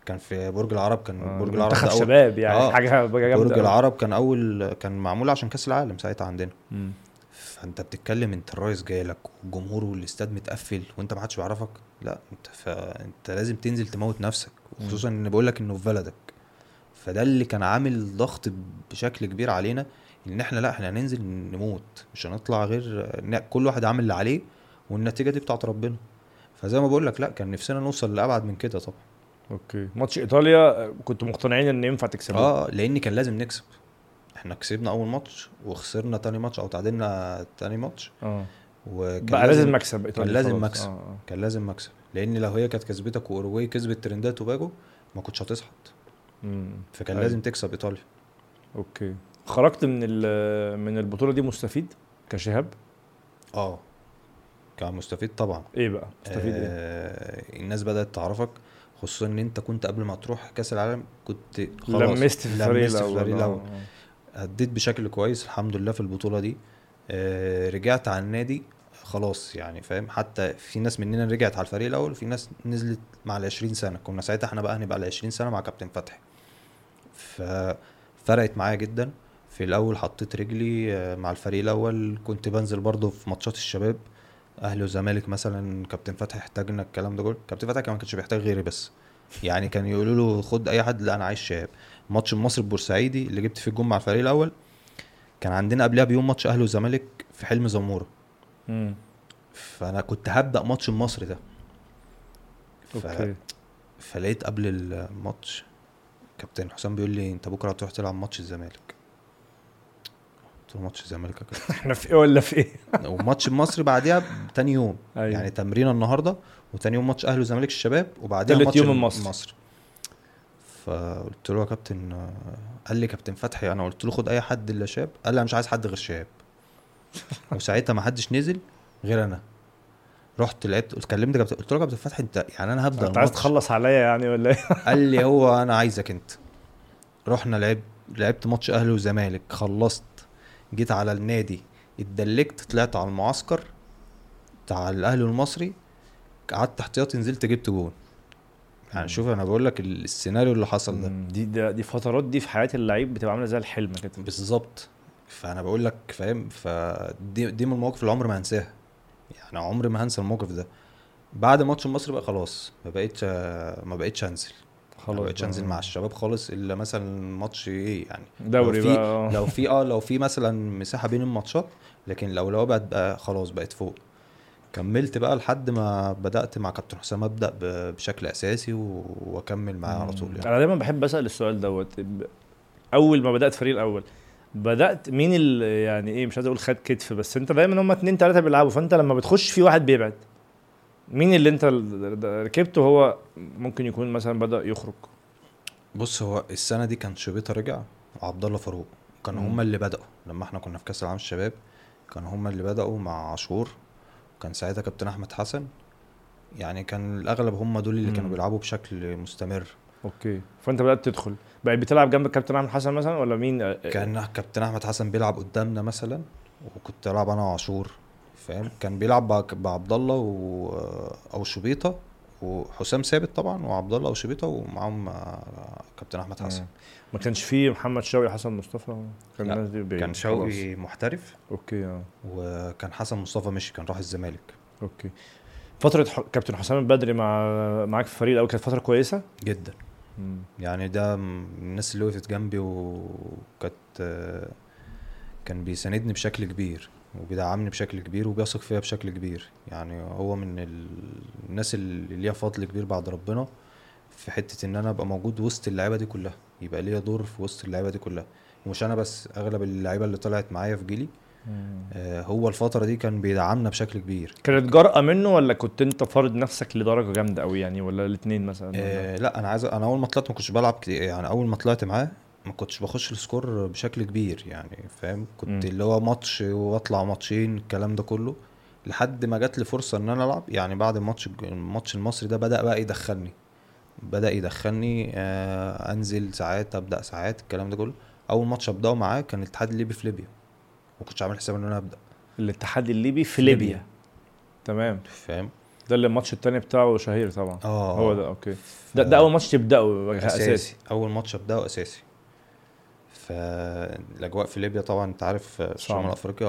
كان في برج العرب. كان برج العرب منتخب ده اول شباب يعني، اه حاجه جامده برج قوي. العرب كان كان معمول عشان كاس العالم ساعتها عندنا. فانت بتتكلم، انت الرئيس جاي لك والجمهور والاستاد متقفل وانت ما حدش بيعرفك. لا فانت لازم تنزل تموت نفسك، وخصوصا ان بقول لك انه في بلدك. فده اللي كان عامل ضغط بشكل كبير علينا، ان احنا لا احنا هننزل نموت، مش هنطلع غير كل واحد عامل اللي عليه، والنتيجة دي بتاعت ربنا. فزي ما بقول لك، لا كان نفسنا نوصل لأبعد من كده طبعا. اوكي، ماتش ايطاليا كنتوا مقتنعين ان ينفع تكسبوه؟ لان كان لازم نكسب. احنا كسبنا اول ماتش وخسرنا تاني ماتش او تعادلنا تاني ماتش، اه وكان بقى لازم لازم مكسب كان ايطاليا لازم خلاص. مكسب. اه كان لازم مكسب، لان لو هي كانت كسبتك واوروجواي كسبت ترندات وباجو ما كنتش هتصعد. فكان ايوه. لازم تكسب ايطاليا. اوكي، خرجت من البطوله دي مستفيد كشهاب؟ اه كان مستفيد طبعا. ايه بقى مستفيد ايه؟ الناس بدأت تعرفك، خصوصا ان انت كنت قبل ما تروح كاس العالم كنت خلاص لمست في الفريق لمست في الاول. الفريق الاول. اه أديت بشكل كويس الحمد لله في البطولة دي. رجعت على النادي خلاص يعني فاهم. حتى في ناس مننا رجعت على الفريق الأول، وفي ناس نزلت مع ال20 سنة. كنا ساعتها احنا بقى هنبقى ال20 سنة مع كابتن فتحي. ففرقت معايا جدا. في الأول حطيت رجلي مع الفريق الأول. كنت بنزل برضو في ماتشات الشباب، أهلي وزمالك مثلا. كابتن فتحي احتاجنا الكلام ده كله. كابتن فتحي كمان ما كانش بيحتاج غيري بس، يعني كان يقولوا له خد أي حد، لا أنا عايز شاب. ماتش مصر البورسعيدي اللي جبت فيه الجون مع الفريق الأول، كان عندنا قبلها بيوم ماتش اهلي وزمالك في حلم زموره. امم فانا كنت هبدا ماتش المصري ده. ف... اوكي. فلقيت قبل الماتش كابتن حسام بيقول لي انت بكره هتروح تلعب ماتش الزمالك. قلت له ماتش الزمالك يا كابتن؟ احنا في ايه ولا في ايه؟ وماتش المصري بعديها تاني يوم. ايوه. يعني تمرين النهارده، وتاني يوم ماتش اهلي وزمالك الشباب، وبعديها تالت ماتش يوم المصري. المصري. فقلت له يا كابتن قال لي كابتن فتحي، انا قلت له خد اي حد الا شاب. قال لي انا مش عايز حد غير شاب. وساعتها ما حدش نزل غير انا. رحت لعبت، كلمت كابتن، قلت له كابتن فتحي انت يعني انا هبدا انت عايز الماتش. تخلص عليا يعني ولا ايه؟ قال لي هو انا عايزك انت. رحنا لعبت ماتش اهلي وزمالك، خلصت جيت على النادي، اتدلكت، طلعت على المعسكر بتاع الاهلي والمصري، قعدت احتياطي، نزلت جبت جون. يعني شوف انا بقول لك السيناريو اللي حصل ده دي فترات دي في حياة اللعيب بتبقى عاملة زي الحلم كده. بالظبط. فانا بقول لك فاهم. دي من المواقف اللي عمري ما هنساها. يعني عمري ما هنسى الموقف ده. بعد ماتش مصر بقى خلاص ما بقيتش انزل. ما خلاص بقيتش انزل مع بقى الشباب خالص، الا مثلا ماتش ايه يعني. لو دوري في بقى. لو في مثلا مساحه بين الماتشات، لكن لو بقى خلاص بقت فوق. كملت بقى لحد ما بدات مع كابتن حسام ابدا بشكل اساسي واكمل معاه على طول يعني. انا دايما بحب اسال السؤال دوت. اول ما بدات فريق الاول، بدات مين اللي يعني ايه، مش عايز اقول خد كتف، بس انت دايما هم اتنين تلاته بيلعبوا، فانت لما بتخش في واحد بيبعد، مين اللي انت ركبته هو ممكن يكون مثلا بدا يخرج؟ بص هو السنه دي كان شبيطه رجع وعبد الله فاروق، كانوا مم. هما اللي بداوا لما احنا كنا في كاس العالم الشباب. كانوا هما اللي بداوا مع عاشور. كان ساعتها كابتن احمد حسن. يعني كان الاغلب هم دول اللي كانوا مم. بيلعبوا بشكل مستمر. اوكي، فانت بدات تدخل بقى بتلعب جنب الكابتن احمد حسن مثلا ولا مين؟ كان كابتن احمد حسن بيلعب قدامنا مثلا، وكنت العب انا وعاشور فاهم. كان بيلعب بعبد الله او شبيطه، وحسام ثابت طبعا، وعبد الله او شبيطه، ومعاهم كابتن احمد حسن. ما كانش فيه محمد شوقي، حسن مصطفى، كان لا الناس دي كان بعيد خلاص. شوقي محترف، اوكي وكان حسن مصطفى مشي كان راح الزمالك. اوكي. فترة كابتن حسام البدري معاك في الفريق الاول كانت فترة كويسة؟ جدا. مم. يعني ده من الناس اللي وقفت جنبي، وكانت كان بيساندني بشكل كبير، وبيدعمني بشكل كبير، وبيثق فيا بشكل كبير. يعني هو من الناس اللي ليها فضل كبير بعد ربنا، في حتة ان انا ابقى موجود وسط اللعيبة دي كلها، يبقى ليا دور في وسط اللعيبة دي كلها. ومش انا بس، اغلب اللعيبة اللي طلعت معايا في جيلي. هو الفترة دي كان بيدعمنا بشكل كبير. كانت جرأة منه ولا كنت انت فارض نفسك لدرجة جامدة قوي يعني، ولا الاثنين مثلا ولا؟ لا انا اول ما طلعت ما كنتش بلعب كتير. يعني اول ما طلعت معاه ما كنتش بخش السكور بشكل كبير يعني فاهم. كنت مم. اللي هو ماتش واطلع ماتشين الكلام ده كله، لحد ما جات لي فرصه ان انا العب. يعني بعد الماتش المصري ده بدا يدخلني انزل ساعات، ابدا ساعات الكلام ده كله. اول ماتش ابداه معاه كان الاتحاد الليبي في ليبيا، ما كنتش عامل حساب ان انا ابدا الاتحاد الليبي في في ليبيا ليبيا. تمام. فاهم. ده اللي الماتش التاني بتاعه شهير طبعا. اه هو ده اوكي. ده اول ماتش تبداه اساسي. اول ماتش ابداه اساسي. فالاجواء في ليبيا طبعا انت عارف في شمال افريقيا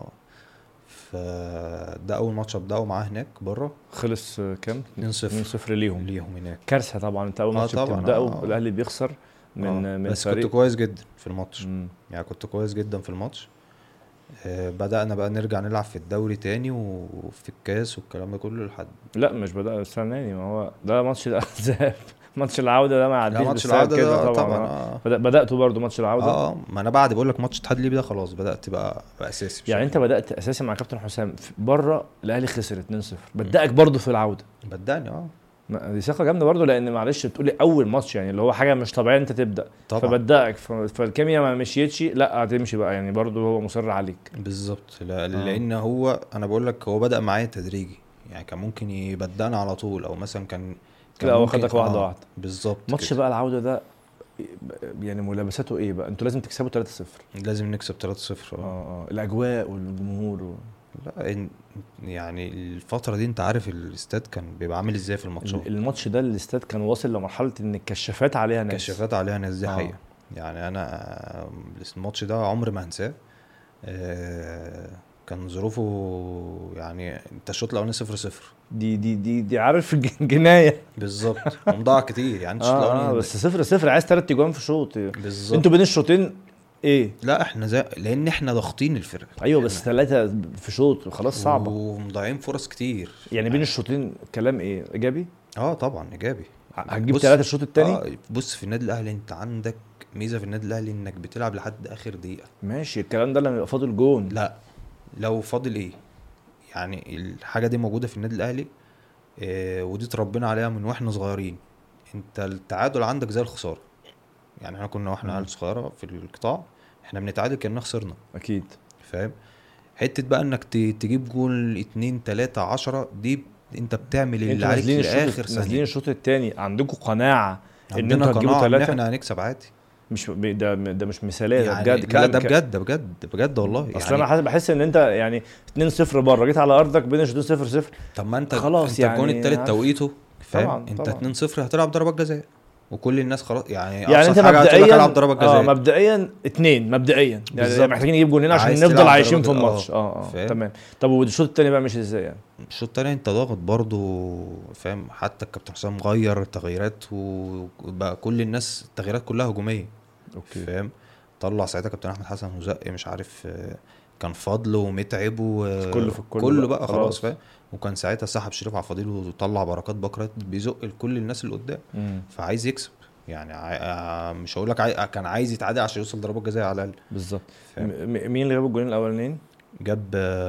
فده اول ماتش ابداه معاه هناك بره. خلص كام؟ 2-0 ليهم هناك. كارثه طبعا. انت اول ماتش بتبداه الاهلي بيخسر من بس فريق. كنت كويس جدا في الماتش. يعني كنت كويس جدا في الماتش. بدأنا بقى نرجع نلعب في الدوري تاني وفي الكاس والكلام ده كله لحد. لا مش بدأ السنة، ما هو ده ماتش الأحزاب. ماتش العودة ده ما عديش ماتش العودة كده طبعا. بدأته برضو ماتش العودة. ما انا بعد بقول لك ماتش اتحاد ليبيا ده خلاص بدأت بقى اساسي. يعني انت بدأت اساسي مع كابتن حسام بره الاهلي خسر 2-0 بدأك برضو في العودة. بدأني دي ثقة جامدة برضو، لان معلش بتقولي اول ماتش يعني اللي هو حاجة مش طبيعية انت تبدأ طبعا. فبدأك فالكيمياء ما مشيتش، لا هتمشي بقى يعني برضو هو مصر عليك بالظبط. لان هو انا بقول لك هو بدأ معايا تدريجي، يعني كان ممكن يبدأنا على طول او مثلا كان لا هو خدك واحدة واحدة بالظبط. ماتش بقى العودة ده يعني ملابساته ايه بقى؟ انتوا لازم تكسبوا 3-0. لازم نكسب 3-0. الاجواء والجمهور لا يعني الفترة دي انت عارف الاستاد كان بيبقى عامل ازاي في الماتشات. الماتش ده الاستاد كان واصل لمرحلة ان الكشافات عليها ناس دي حقيقة. يعني انا الماتش ده عمري ما هنساه. كان ظروفه يعني انت الشوط الاولاني 0-0 دي عارف الجنايه بالظبط. ومضاع كتير يعني الشوط الاولاني بس 0-0 عايز 3 اجوان في شوط بالظبط. انتوا بين الشوطين ايه؟ لا احنا لان احنا ضاغطين الفرقه. ايوه بس 3 في شوط خلاص صعبه ومضيعين فرص كتير. يعني بين الشوطين كلام ايه ايجابي؟ طبعا ايجابي. هتجيب 3 الشوط الثاني. بص في النادي الاهلي انت عندك ميزه في النادي الاهلي انك بتلعب لحد اخر دقيقه. ماشي الكلام ده لما يبقى فاضل جون. لا لو فاضل ايه يعني الحاجه دي موجوده في النادي الاهلي. ودي تربينا عليها من واحنا صغيرين. انت التعادل عندك زي الخساره. يعني احنا كنا واحنا عيال صغيره في القطاع احنا بنتعادل كأننا خسرنا اكيد فاهم. حته بقى انك تجيب جول 2 3 10 دي انت بتعمل اللي عليك لاخر ثانيه. نازلين الشوط الثاني عندكم قناعه ان انتوا هتجيبوا 3 احنا هنكسب عادي. مش ده مش مثاليه يعني ده بجد. لا ده بجد والله. اصل يعني انا بحس ان انت يعني 2-0 بره جيت على ارضك بين الشوطين 0-0. طب ما انت خلاص انت يعني الجون الثالث توقيته فاهم. انت 2-0 هتلعب ضربات جزاء وكل الناس خلاص يعني انت مبدئيا هتلعب ضربات جزاء. مبدئيا 2 مبدئيا يعني محتاجين نجيب جونين عشان نفضل عايشين في الماتش. تمام. طب والشوط الثاني بقى مش ازاي يعني؟ الشوط الثاني انت ضاغط برضو فاهم. حتى الكابتن حسام غير التغييرات وبقى كل الناس التغييرات كلها هجوميه اوكي فاهم. طلع ساعتها كابتن احمد حسن وزقي مش عارف كان فضل ومتعب كله بقى خلاص فاهم. وكان ساعتها سحب شريف على فضيل وطلع بركات بكرات بيزق لكل الناس اللي قدام. فعايز يكسب يعني مش هقول لك كان عايز يتعادل عشان يوصل ضربات جزاء على الاقل بالظبط. مين اللي جاب الجولين الاولانيين؟ جاب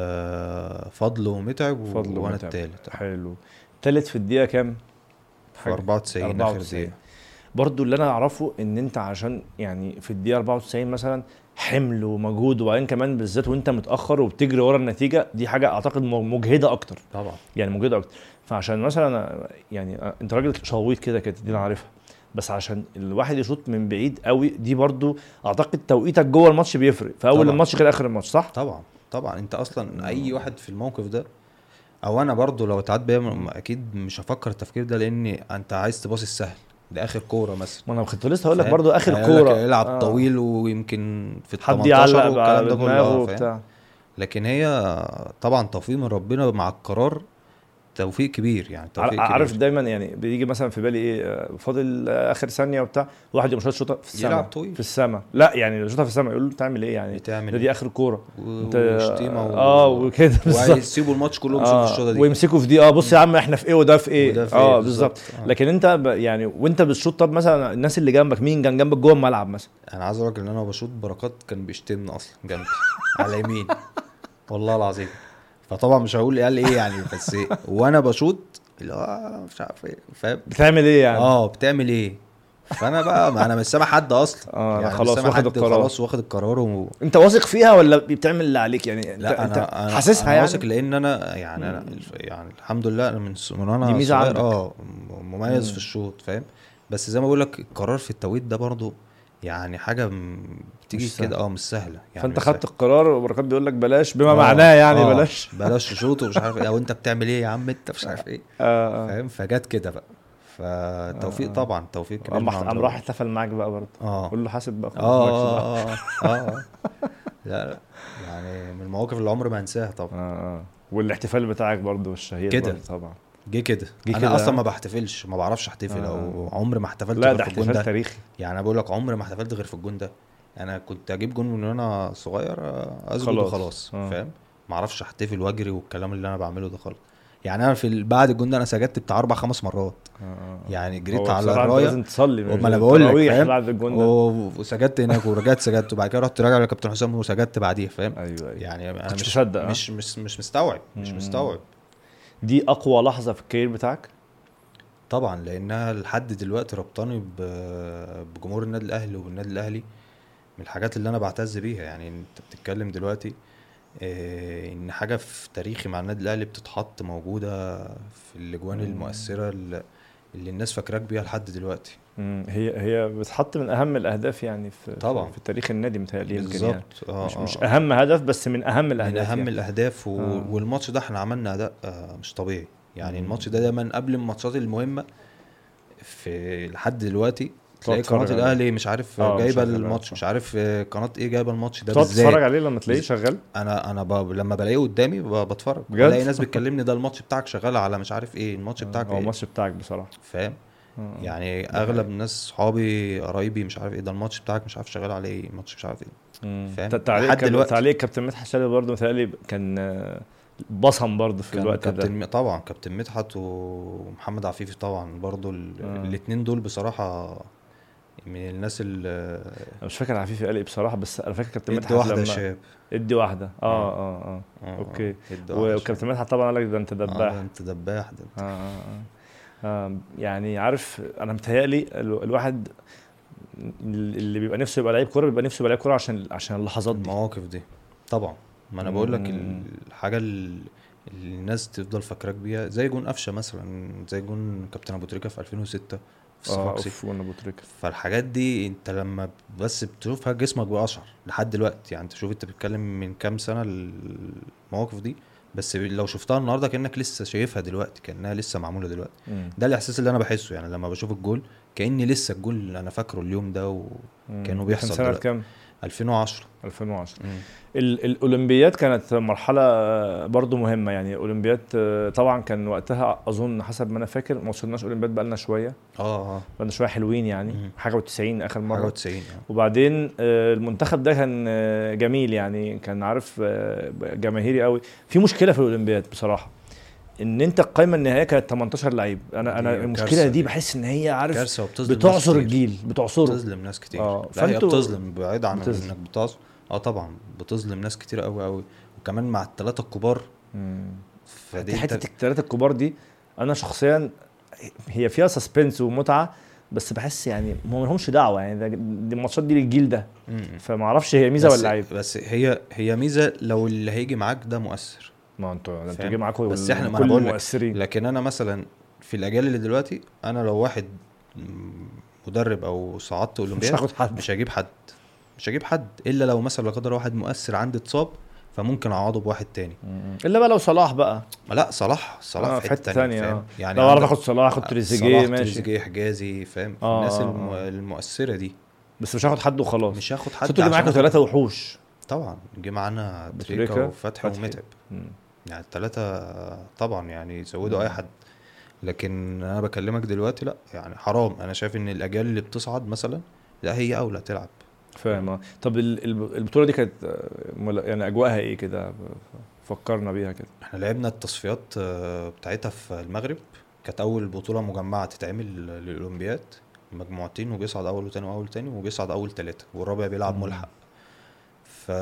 فضل ومتعب وانا الثالث. حلو. الثالث في الدقيقه كام؟ في 94 اخر دقيقه. برضو اللي انا اعرفه ان انت عشان يعني في الدقيقه 94 مثلا حمل ومجهود وبعدين كمان بالذات وانت متاخر وبتجري ورا النتيجه دي حاجه اعتقد مجهده اكتر طبعا. يعني مجهده اكتر. فعشان مثلا يعني انت راجل شويط كده دي انا عارفها بس عشان الواحد يشوط من بعيد قوي دي برضو اعتقد توقيتك جوه الماتش بيفرق في اول الماتش غير اخر الماتش صح. طبعا انت اصلا اي واحد في الموقف ده او انا برضو لو اتعاد بيا اكيد مش هفكر التفكير ده لان انت عايز تباصي السهل ده اخر كوره مثلا. ما انا كنت لسه هقول لك برضو اخر كوره يلعب طويل ويمكن في ال 18 والكلام ده كله لكن هي طبعا توفيق من ربنا مع القرار. توفيق كبير يعني عارف كبير. دايما يعني بيجي مثلا في بالي ايه فاضل اخر ثانيه وبتاع واحد يقوم شوطه في السماء يلعب طويل في السماء لا يعني شوطه في السماء يقول له تعمل ايه يعني دي اخر كوره وشتيمه وكده ويسيبوا الماتش كلهم يشوفوا الشوطه دي ويمسكوا في دي بص يا عم احنا في ايه وده في ايه بالظبط. لكن انت يعني وانت بتشوط طب مثلا الناس اللي جنبك مين كان جنبك جوه الملعب مثلا؟ انا عايز اقول لك ان انا بشوط بركات كان بيشتمني اصلا جنبي على يمين والله العظيم. فطبعا مش هقول قال ايه يعني بس وانا بشوط لا مش عارف ايه فاهم بتعمل ايه يعني بتعمل ايه. فانا بقى ما انا مش سامع حد اصلا يعني خلاص واخد القرار انت واثق فيها ولا بتعمل اللي عليك يعني لا انت حاسسها أنا يعني واثق لان انا يعني انا يعني الحمد لله انا من وانا صغير مميز في الشوط فاهم. بس زي ما بقول لك القرار في التوقيت ده برضو يعني حاجه بتيجي مش سهل. كده مش سهله يعني، فانت مش سهلة. خدت القرار وبركات بيقول لك بلاش بما معناه يعني بلاش. بلاش تشوط ومش عارف ايه، او انت بتعمل ايه يا عم انت مش عارف ايه. اه فاهم؟ فجت كده بقى. فتوفيق اه طبعا، توفيق كبير قام من عند قام راح ربنا. احتفل معاك بقى برضه. اه قول له حاسب بقى اه خلاص مالكش دعوه. لا لا، يعني من المواقف اللي عمري ما انساها طبعا. والاحتفال بتاعك برضه الشهير كده برضه طبعا. جه كده. جه انا كده اصلا ما ها؟ بحتفلش، ما بعرفش احتفل، او آه. عمري ما احتفلت لا غير ده في الجون احتفال ده. تاريخي. يعني انا بقول لك عمري ما احتفلت غير في الجون ده. انا كنت اجيب جون من وانا صغير، اسجد خلاص وخلاص. فاهم؟ ما اعرفش احتفل واجري والكلام اللي انا بعمله ده خالص. يعني انا بعد الجون ده انا سجدت بتاع 4 5 مرات. يعني جريت هو على بصراحه انت الرايه. لازم تصلي وما من انا بقول لك التراويح فاهم. بعد الجون ده. وسجدت هناك ورجعت سجدت، وبعد كده رحت راجع لكابتن حسام وسجدت بعديها. فاهم؟ ايوه ايوه. يعني انا كنتش مش مصدق ها؟ مش مستوعب، مش مم. مستوعب. دي اقوى لحظه في الكارير بتاعك. طبعا، لانها لحد دلوقتي ربطاني بجمهور النادي الاهلي وبالنادي الاهلي. من الحاجات اللي انا بعتز بيها. يعني انت بتتكلم دلوقتي ان حاجه في تاريخي مع النادي الاهلي بتتحط موجوده في الاجوان المؤثره اللي الناس فاكراك بيها لحد دلوقتي. هي بتحط من اهم الاهداف يعني طبعا في تاريخ النادي متهيألي يمكن يعني. بالظبط. مش اهم هدف بس من اهم من الاهداف اهم يعني. الاهداف آه. والماتش ده احنا عملنا اداء مش طبيعي. يعني مم. الماتش ده دايما قبل الماتشات المهمه في لحد دلوقتي تقعد تلاقي قناه تتفرج عليه. الاهلي مش عارف اه جايبه مشغل الماتش، صح. مش عارف قناه ايه جايبه الماتش ده تقعد تتفرج بالذات. عليه لما تلاقيه شغال. لما بلاقيه قدامي بتفرج، بجد. والاقي ناس بتكلمني ده الماتش بتاعك شغال على مش عارف ايه، الماتش بتاعك هو ايه. الماتش بتاعك بصراحه. فاهم؟ يعني ده اغلب حقيقي. الناس صحابي قرايبي مش عارف ايه ده الماتش بتاعك، مش عارف شغال عليه ايه الماتش مش عارف ايه. فاهم؟ لحد دلوقتي. تعليق كابتن مدحت شلبي برضه متهيألي كان بصم برضه في كان الوقت ده. طبعا كابتن مدحت ومحمد عفيفي طبعا برضو الاتنين دول بصراحة من الناس اللي انا مش فاكر عفيفي قال ايه بصراحه، بس انا فاكر كابتن ادي مدحت واحدة يا لما شاب. ادي واحده اوكي. ادي واحدة يا شاب. وكابتن مدحت طبعا قال لك ده انت ده دباح. انت دباح ده انت. يعني عارف انا متهيألي الواحد اللي بيبقى نفسه يبقى لعيب كوره بيبقى نفسه يبقى لعيب كوره عشان اللحظات دي. المواقف دي طبعا. ما انا بقول لك الحاجة اللي الناس تفضل فاكراك بيها زي جون قفشة مثلا، زي جون كابتن ابو تريكة في 2006 في صفاقسي. ابو تريكة. فالحاجات دي انت لما بس بتشوفها جسمك بيقشعر لحد دلوقتي. يعني انت شوف انت بتتكلم من كام سنة المواقف دي، بس لو شفتها النهارده كأنك لسه شايفها دلوقتي، كأنها لسه معمولة دلوقتي. ده الاحساس اللي انا بحسه. يعني لما بشوف الجول كأني لسه الجول اللي انا فاكره اليوم ده وكانه بيحصل كان سنة دلوقتي. كام؟ 2010. الأولمبياد كانت مرحلة برضو مهمة يعني. الأولمبياد طبعا كان وقتها أظن حسب ما أنا فاكر ما وصلناش أولمبياد بقالنا شوية. بقالنا شوية حلوين يعني. حاجة و90 آخر مرة. حاجة و90 وبعدين المنتخب ده كان جميل يعني. كان عارف جماهيري قوي. في مشكلة في الأولمبياد بصراحة ان انت القائمه النهائيه كانت 18 لعيب. انا المشكله دي بحس ان هي عارف بتعصر الجيل، بتظلم ناس كتير. لا هي بتظلم بعيد عن انك بتعصر. طبعا بتظلم ناس كتير قوي قوي، وكمان مع الثلاثه الكبار. فدي حته الثلاثه الكبار دي انا شخصيا هي فيها سسبنس ومتعه، بس بحس يعني ما لهمش دعوه يعني. دي الماتشات دي للجيل ده. فما اعرفش هي ميزه ولا عيب. بس هي ميزه لو اللي هيجي معاك ده مؤثر. ما انتوا جاي معاكم بس احنا ما كل بقول مؤثرين. لكن انا مثلا في الاجيال اللي دلوقتي انا لو واحد مدرب او صعدت اولمبياد مش هجيب حد الا لو مثلا لا قدر واحد مؤثر عندي اتصاب، فممكن اعوضه بواحد تاني. الا بقى لو صلاح بقى. لا صلاح في حته ثانيه. يعني لو اعرف اخد صلاح اخد تريزيجيه ماشي، تريزيجيه حجازي. فاهم؟ الناس المؤثره دي. بس مش هاخد حد وخلاص. مش هاخد حد. انتوا اللي معاكم ثلاثه وحوش طبعا. جه معانا تريكا وفتحي ومتعب. يعني الثلاثه طبعا يعني يزودوا اي حد. لكن انا بكلمك دلوقتي لا يعني حرام. انا شايف ان الاجيال اللي بتصعد مثلا لا هي اولى تلعب. فاهم. طب البطوله دي كانت يعني اجواءها ايه كده؟ فكرنا بيها كده. احنا لعبنا التصفيات بتاعتها في المغرب. كانت اول بطوله مجمعه تتعمل للاولمبياد، مجموعتين، وبيصعد اول وتاني واول تاني، وبيصعد اول 3 والرابع بيلعب ملحق. ف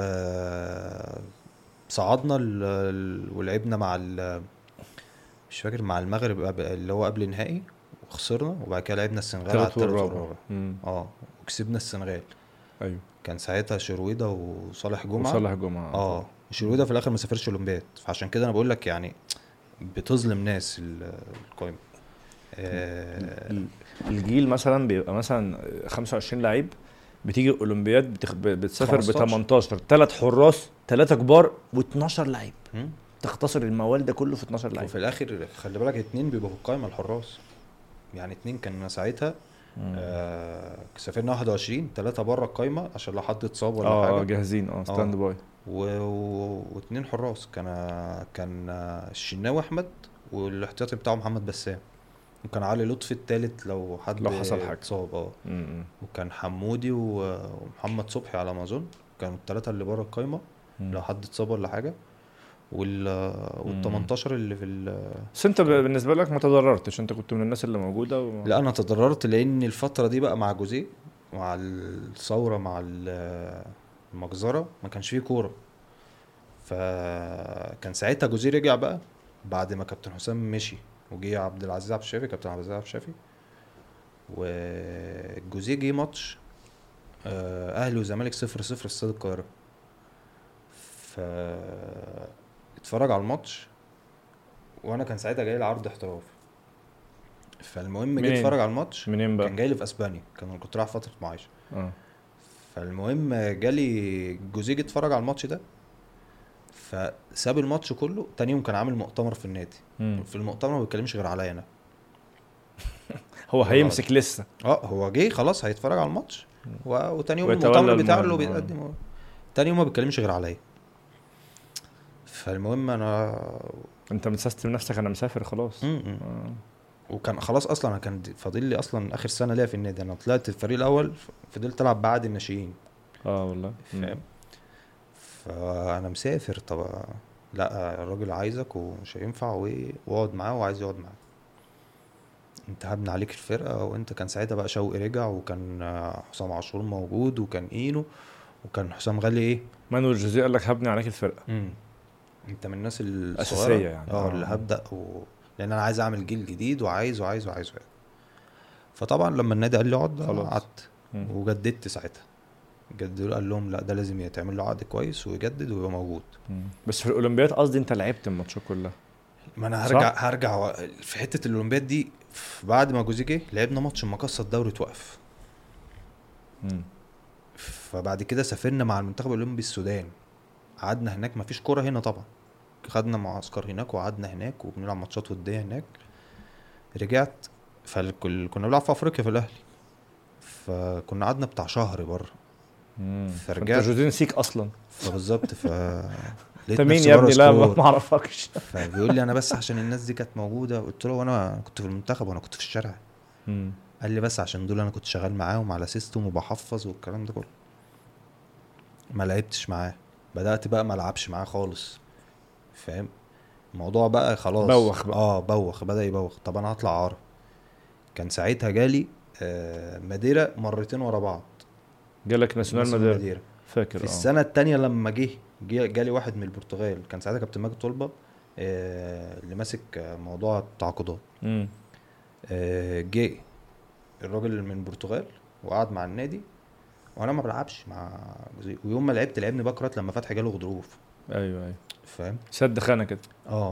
صعدنا ولعبنا مع مش فاكر مع المغرب اللي هو قبل النهائي وخسرنا، وبعد كده لعبنا السنغال على الثالث والرابع. وكسبنا السنغال. ايوه كان ساعتها شرويدة وصالح جمعة. شرويدة في الاخر ما سافرش اولمبياد. فعشان كده انا بقول لك يعني بتظلم ناس القائمه. الجيل مثلا بيبقى مثلا 25 لعيب، بتيجي الاولمبياد بتسافر ب 15. 18 3 حراس 3 كبار و12 لعيب، مم. تختصر الموال ده كله في 12 لعيب. وفي الاخر خلي بالك 2 بيبقوا في القائمه الحراس، يعني 2 كان ساعتها سافرنا 21 3 بره القايمه عشان لو حد اتصاب ولا حاجه. جاهزين ستاند باي. و2 حراس كان الشناوي احمد، والاحتياطي بتاعه محمد بسام، وكان علي لطفي الثالث لو حد لو حصل حاجه اتصاب. وكان حمودي ومحمد صبحي على ما اظن، كانوا الثلاثه اللي بره القايمه لو حد اتصاب ولا حاجه. وال 18 اللي في بس انت بالنسبه لك ما تضررتش، انت كنت من الناس اللي موجوده لا انا تضررت لان الفتره دي بقى مع جوزيه، مع الثوره، مع المجزره، ما كانش فيه كوره. فكان ساعتها جوزيه رجع بقى بعد ما كابتن حسام مشي، وجي عبد العزيز عبد الشافي، كابتن عبد العزيز عبد الشافي. وجوزيه جه ماتش اهلي وزمالك 0-0 في استاد القاهره، ف اتفرج على الماتش، وانا كان ساعتها جاي لي عرض احتراف. فالمهم جيت اتفرج على الماتش. منين بقى؟ كان جاي لي في اسبانيا، كنت رايح فتره معاشه. فالمهم جالي جوزيه جه اتفرج على الماتش ده، فساب الماتش كله. تاني يوم كان عامل مؤتمر في النادي. في المؤتمر ما بيتكلمش غير عليا انا. هو هيمسك لسه. هو جه خلاص هيتفرج على الماتش، وتاني يوم المؤتمر بتاعه اللي بيتقدم. تاني يوم ما بيتكلمش غير عليا. فالمهم انت مسستم نفسك انا مسافر خلاص. وكان خلاص اصلا انا كان فاضل لي اصلا اخر سنه ليا في النادي. انا طلعت الفريق الاول، فضلت العب بعد الناشئين. والله فاهم. فانا مسافر. طب لا الراجل عايزك ومش هينفع، واقعد معاه وعايز يقعد معاه. انت هبني عليك الفرقه. وانت كان ساعتها بقى شوقي رجع، وكان حسام عاشور موجود، وكان اينو، وكان حسام غالي. ايه مانويل جوزيه قال لك هبني عليك الفرقه. انت من الناس الاساسيه يعني. اللي هبدا لان انا عايز اعمل جيل جديد، وعايز. فطبعا لما النادي قال لي اقعد، قعدت وجددت ساعتها. جددوا، قال لهم لا ده لازم يتعمل له عقد كويس ويجدد ويبقى موجود. بس في الاولمبياد قصدي انت لعبت الماتشات كلها. ما انا هرجع في حته الاولمبياد دي. بعد ما جوزيه جه لعبنا ماتش المقصه، الدوري اتوقف. فبعد كده سافرنا مع المنتخب الاولمبي السودان. قعدنا هناك، ما فيش كوره هنا طبعا. خدنا معسكر هناك وقعدنا هناك وبنلعب ماتشات وديه هناك. رجعت، كنا بنلعب في افريقيا في الاهلي. فكنا قعدنا بتاع شهر بره. فرجعت. انت جوزيه نسيك اصلا. فبالظبط. انت مين يا ابني؟ لا ما اعرفكش. فبيقول لي انا بس عشان الناس دي كانت موجوده. قلت له وانا كنت في المنتخب وانا كنت في الشارع. قال لي بس عشان دول انا كنت شغال معاهم على سيستم وبحفظ والكلام ده كله. ما لعبتش معاه. بدات بقى ما العبش معاه خالص. فاهم الموضوع بقى خلاص. بوخ بقى. بوخ، بدا يبوخ. طب انا هطلع عاره. كان ساعتها جالي ماديرا مرتين ورا بعض. جالك ناسيونال ماديرا فاكر. في السنه الثانيه لما جالي واحد من البرتغال. كان ساعتها كابتن ماجد طلبه اللي ماسك موضوع التعاقدات. جه الراجل من البرتغال وقعد مع النادي، وانا ما بلعبش مع جوزيه. ويوم ما لعبني باكرات لما فتحي جاله غضروف. ايوه فاهم. سد خانه كده.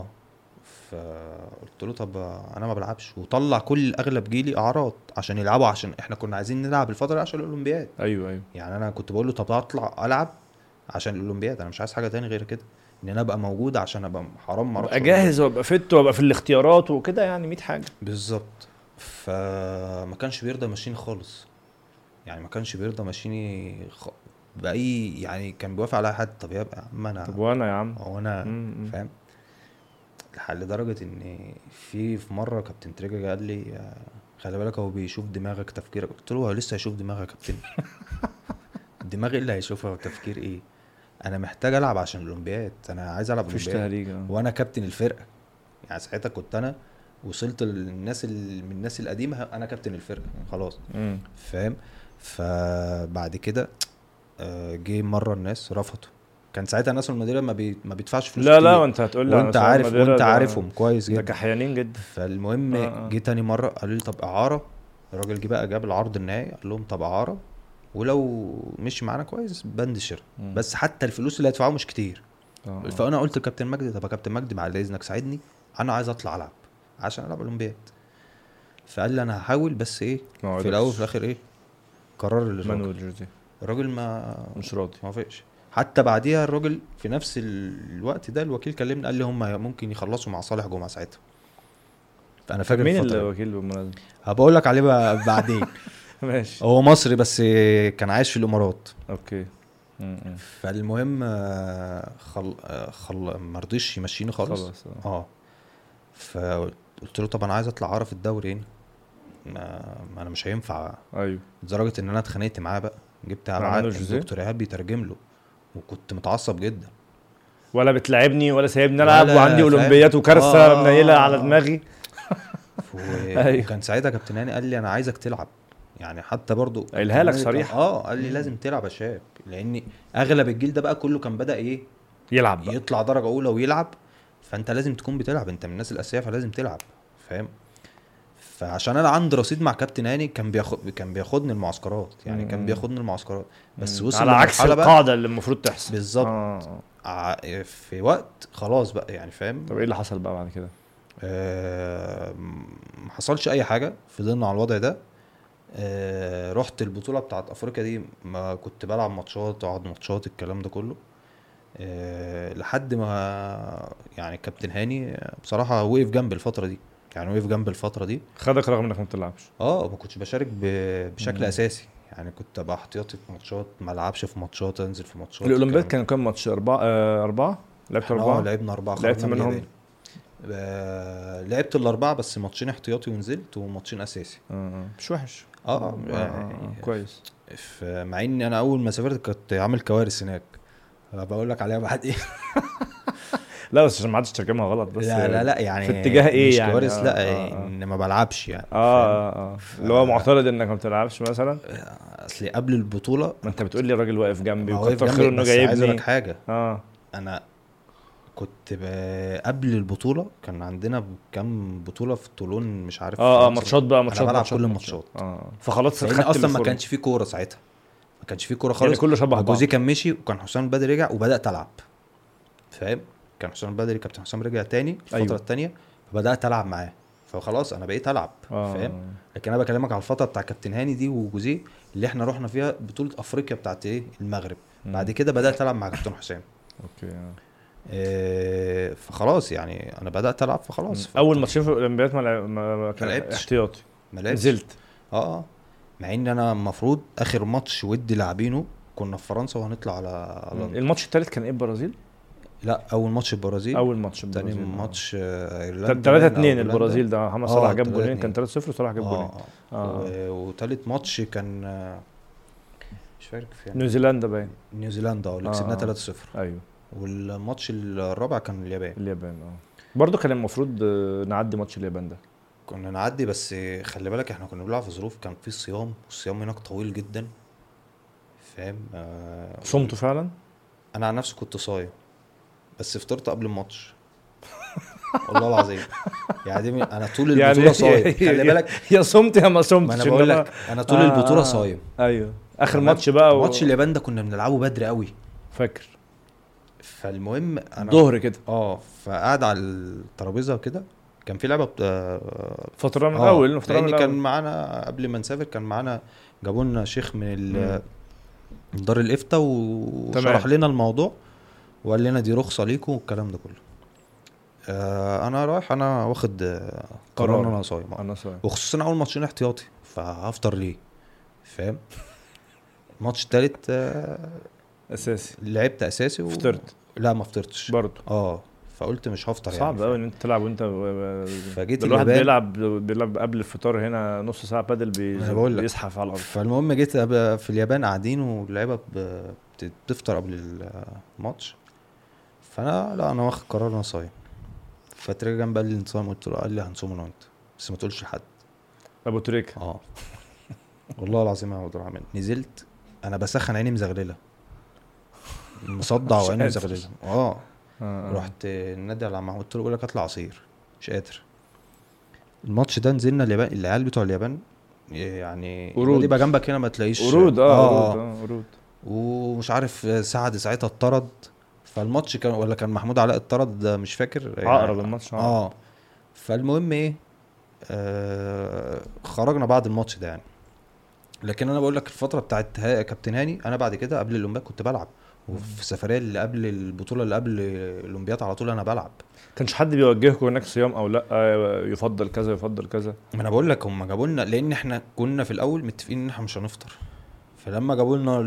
فقلت له طب انا ما بلعبش. وطلع كل اغلب جيلي اعراض عشان يلعبوا، عشان احنا كنا عايزين نلعب الفتره عشان الاولمبياد. ايوه يعني انا كنت بقول له طب اطلع العب عشان الاولمبياد، انا مش عايز حاجه تاني غير كده، ان انا ابقى موجود عشان ابقى حرام ما اروحش ابقى جاهز وابقى فت وابقى في الاختيارات وكده، يعني 100 حاجه بالظبط. فما كانش بيرضى ماشيني خالص. يعني ما كانش بيرضى ماشيني باي، يعني كان بيوافق على حد. طب يبقى عم انا، طب وانا يا عم وانا فاهم. لدرجه ان في مره كابتن تريجا قال لي خلي بالك هو بيشوف دماغك تفكيرك. قلت له هو لسه هيشوف دماغك يا كابتن؟ دماغي اللي هيشوفها وتفكير ايه؟ انا محتاج العب عشان الاولمبياد. انا عايز العب اولمبياد وانا كابتن الفرقه. يعني ساعتها كنت انا وصلت للناس من الناس القديمه، انا كابتن الفرقه خلاص. فاهم. فبعد كده جه مره الناس رفضوا. كان ساعتها الناس المديره ما بيدفعش فلوس لا وانت هتقول لي وانت عارفهم كويس جدا، ده كحيانين جدا. فالمهم جه تاني مره قالوا لي طب اعاره. الراجل جه بقى جاب العرض النهائي، قال لهم طب اعاره، ولو مشي معانا كويس بند شراء، بس حتى الفلوس اللي هيدفعوها مش كتير. فانا قلت لكابتن مجدي طب يا كابتن مجدي بعد اذنك ساعدني، انا عايز اطلع العب عشان العب اولمبياد. فقال لي انا هحاول، بس ايه في الاول وفي الاخر ايه قرار مانويل جوزيه. الراجل ما مش راضي. ما وافقش. حتى بعديها الراجل في نفس الوقت ده الوكيل كلمني قال لي هم ممكن يخلصوا مع صالح جمعة ساعتها. فانا فاكر مين الفتره دي. الوكيل بالمناسبة؟ هبقول لك عليه بقى بعدين. ماشي. هو مصري بس كان عايش في الامارات. اوكي. فالمهم ما رضيش يمشيني خالص. خلاص. فقلت له طب انا عايز اطلع عارف الدوري هنا، ما انا مش هينفع. ايوه. لدرجه ان انا اتخانقت معاه بقى، جبت ابعاد الدكتور ايهاب بيترجم له، وكنت متعصب جدا. ولا بتلعبني ولا سايبني العب، وعندي اولمبيات وكارثه منيله على دماغي. وكان ساعتها كابتن هاني قال لي انا عايزك تلعب، يعني حتى برضو قالها لك صريح. قال لي لازم تلعب يا شاب، لان اغلب الجيل ده بقى كله كان بدأ ايه يلعب بقى. يطلع درجه اولى ويلعب، فانت لازم تكون بتلعب، انت من الناس الاساسيه فلازم تلعب، فاهم. فعشان انا عندي رصيد مع كابتن هاني كان بياخدني المعسكرات، يعني كان بياخدني المعسكرات، بس وصل على عكس القاعده اللي المفروض تحصل بالظبط. في وقت خلاص بقى يعني فاهم. طب ايه اللي حصل بقى بعد كده؟ ما حصلش اي حاجه، فضلنا على الوضع ده. رحت البطوله بتاعت افريقيا دي، ما كنت بلعب ماتشات اقعد ماتشات الكلام ده كله، لحد ما يعني كابتن هاني بصراحه وقف جنب الفتره دي، يعني وقف جنب الفتره دي، خدك رغم انك ما بتلعبش. ما كنتش بشارك بشكل اساسي، يعني كنت ابقى احتياطي في ماتشات، ما العبش في ماتشات، انزل في ماتشات. الاولمبياد كان كام ماتش؟ 4 لعبت 4. لعبنا 4. لعبت منهم لعبت الاربعه بس ماتشين احتياطي ونزلت، وماتشين اساسي. مش وحش. كويس. مع اني انا اول ما سافرت كنت عامل كوارث هناك، بقول لك عليها بعد ايه. لا بس عشان ما حدش ترجمها غلط، بس لا يعني في اتجاه ايه مش يعني كوارث، لا ان ما بلعبش يعني. اللي هو معترض انك ما بتلعبش مثلا. اصل قبل البطوله ما انت بتقول لي الراجل واقف جنبي وكتر خيره انه جايبني. عايز لك حاجه، انا كنت قبل البطوله كان عندنا كام بطوله في طولون مش عارف. ماتشات بقى، ماتشات انا بلعب كل الماتشات. فخلاص خدت اصلا ما كانش فيه كوره ساعتها، ما كانش فيه كوره خالص، يعني كله شبه بعض. جوزي كان مشي وكان حسام البدري رجع وبدات العب، فاهم. كان حسام البدري كابتن حسام رجع تاني الفتره الثانيه، فبدات العب معاه، فخلاص انا بقيت العب، فاهم. لكن انا بكلمك على الفتره بتاع كابتن هاني دي وجوزي اللي احنا رحنا فيها بطوله افريقيا بتاعت ايه المغرب. بعد كده بدات العب مع كابتن حسام. اوكي. فخلاص يعني انا بدات العب، فخلاص. اول ماتشين في الاولمبياد ما كان احتياطي، نزلت. مع ان انا المفروض اخر ماتش ودي لاعبينه كنا في فرنسا وهنطلع على الماتش الثالث كان ايه؟ البرازيل؟ لا اول ماتش البرازيل، تاني ماتش ايرلندا 3-2 البرازيل ده محمد صلاح جاب جولين، كان 3-0 وصلاح جاب جولين. وثالث ماتش كان مش فاكر فين، نيوزيلندا باين، نيوزيلندا اللي كسبناها 3-0. ايوه. والماتش الرابع كان اليابان. برضو كان المفروض نعدي ماتش اليابان ده، كنا نعدي، بس خلي بالك احنا كنا بنلعب في ظروف كان في صيام، والصيام هناك طويل جدا، فاهم. صمتوا فعلا. انا عن نفسي كنت صايم بس فطرت قبل الماتش. والله العظيم يعني انا طول البطوله صايم، خلي بالك يا صمت يا ما صمتش. ما انا بقول لك انا طول البطوله صايم. ايوه. اخر ماتش بقى ماتش اليابان ده كنا بنلعبه بدري قوي، فاكر. فالمهم انا ظهر كده فقعد على الترابيزه كده، كان في لعبه فتره من الاول، لان كان معانا قبل ما نسافر كان معانا جابوا لنا شيخ من دار الافتاء وشرح لنا الموضوع وقال لنا دي رخصه ليكم والكلام ده كله. انا رايح انا واخد قرار ان انا صايم، وخصوصا اول ماتشين احتياطي فهفطر ليه، فاهم. الماتش الثالث اساسي، لعبت اساسي فطرت. لا ما فطرتش برضه. فقلت مش هفطر، صعب يعني قوي ان انت تلعب وانت فجيت الواحد بيلعب قبل الفطار هنا نص ساعه بادل بيزحف على الارض. فالمهم جيت في اليابان قاعدين واللعيبه بتفطر قبل الماتش، فانا لا انا واخد قرار انا صايم. فترجع جنب قال لي انت صايم؟ قلت له قال لي هنصوم انا وانت بس ما تقولش لحد. ابو تريكه. والله العظيم يا عبد الرحمن نزلت انا بسخن، عيني مزغلله مصدع وعيني مزغلله. رحت النادي على محمود قلت له بقول لك اطلع عصير، مش قادر. الماتش ده نزلنا اليابان، العيال بتوع اليابان يعني يبقى جنبك هنا ما تلاقيش ورود. ورود ومش عارف ساعتها اتطرد، فالماتش كان ولا كان محمود علاء اتطرد ده مش فاكر يعني عقرب الماتش. فالمهم ايه خرجنا بعد الماتش ده يعني لكن انا بقول لك الفتره بتاعت كابتن هاني، انا بعد كده قبل الاولمبياد كنت بلعب، وفي السفريه اللي قبل البطوله اللي قبل الاولمبياد على طول انا بلعب. كانش حد بيوجهكم انك صيام او لا، يفضل كذا يفضل كذا؟ ما انا بقول لك هم جابوا لنا، لان احنا كنا في الاول متفقين ان احنا مش هنفطر، فلما جابوا لنا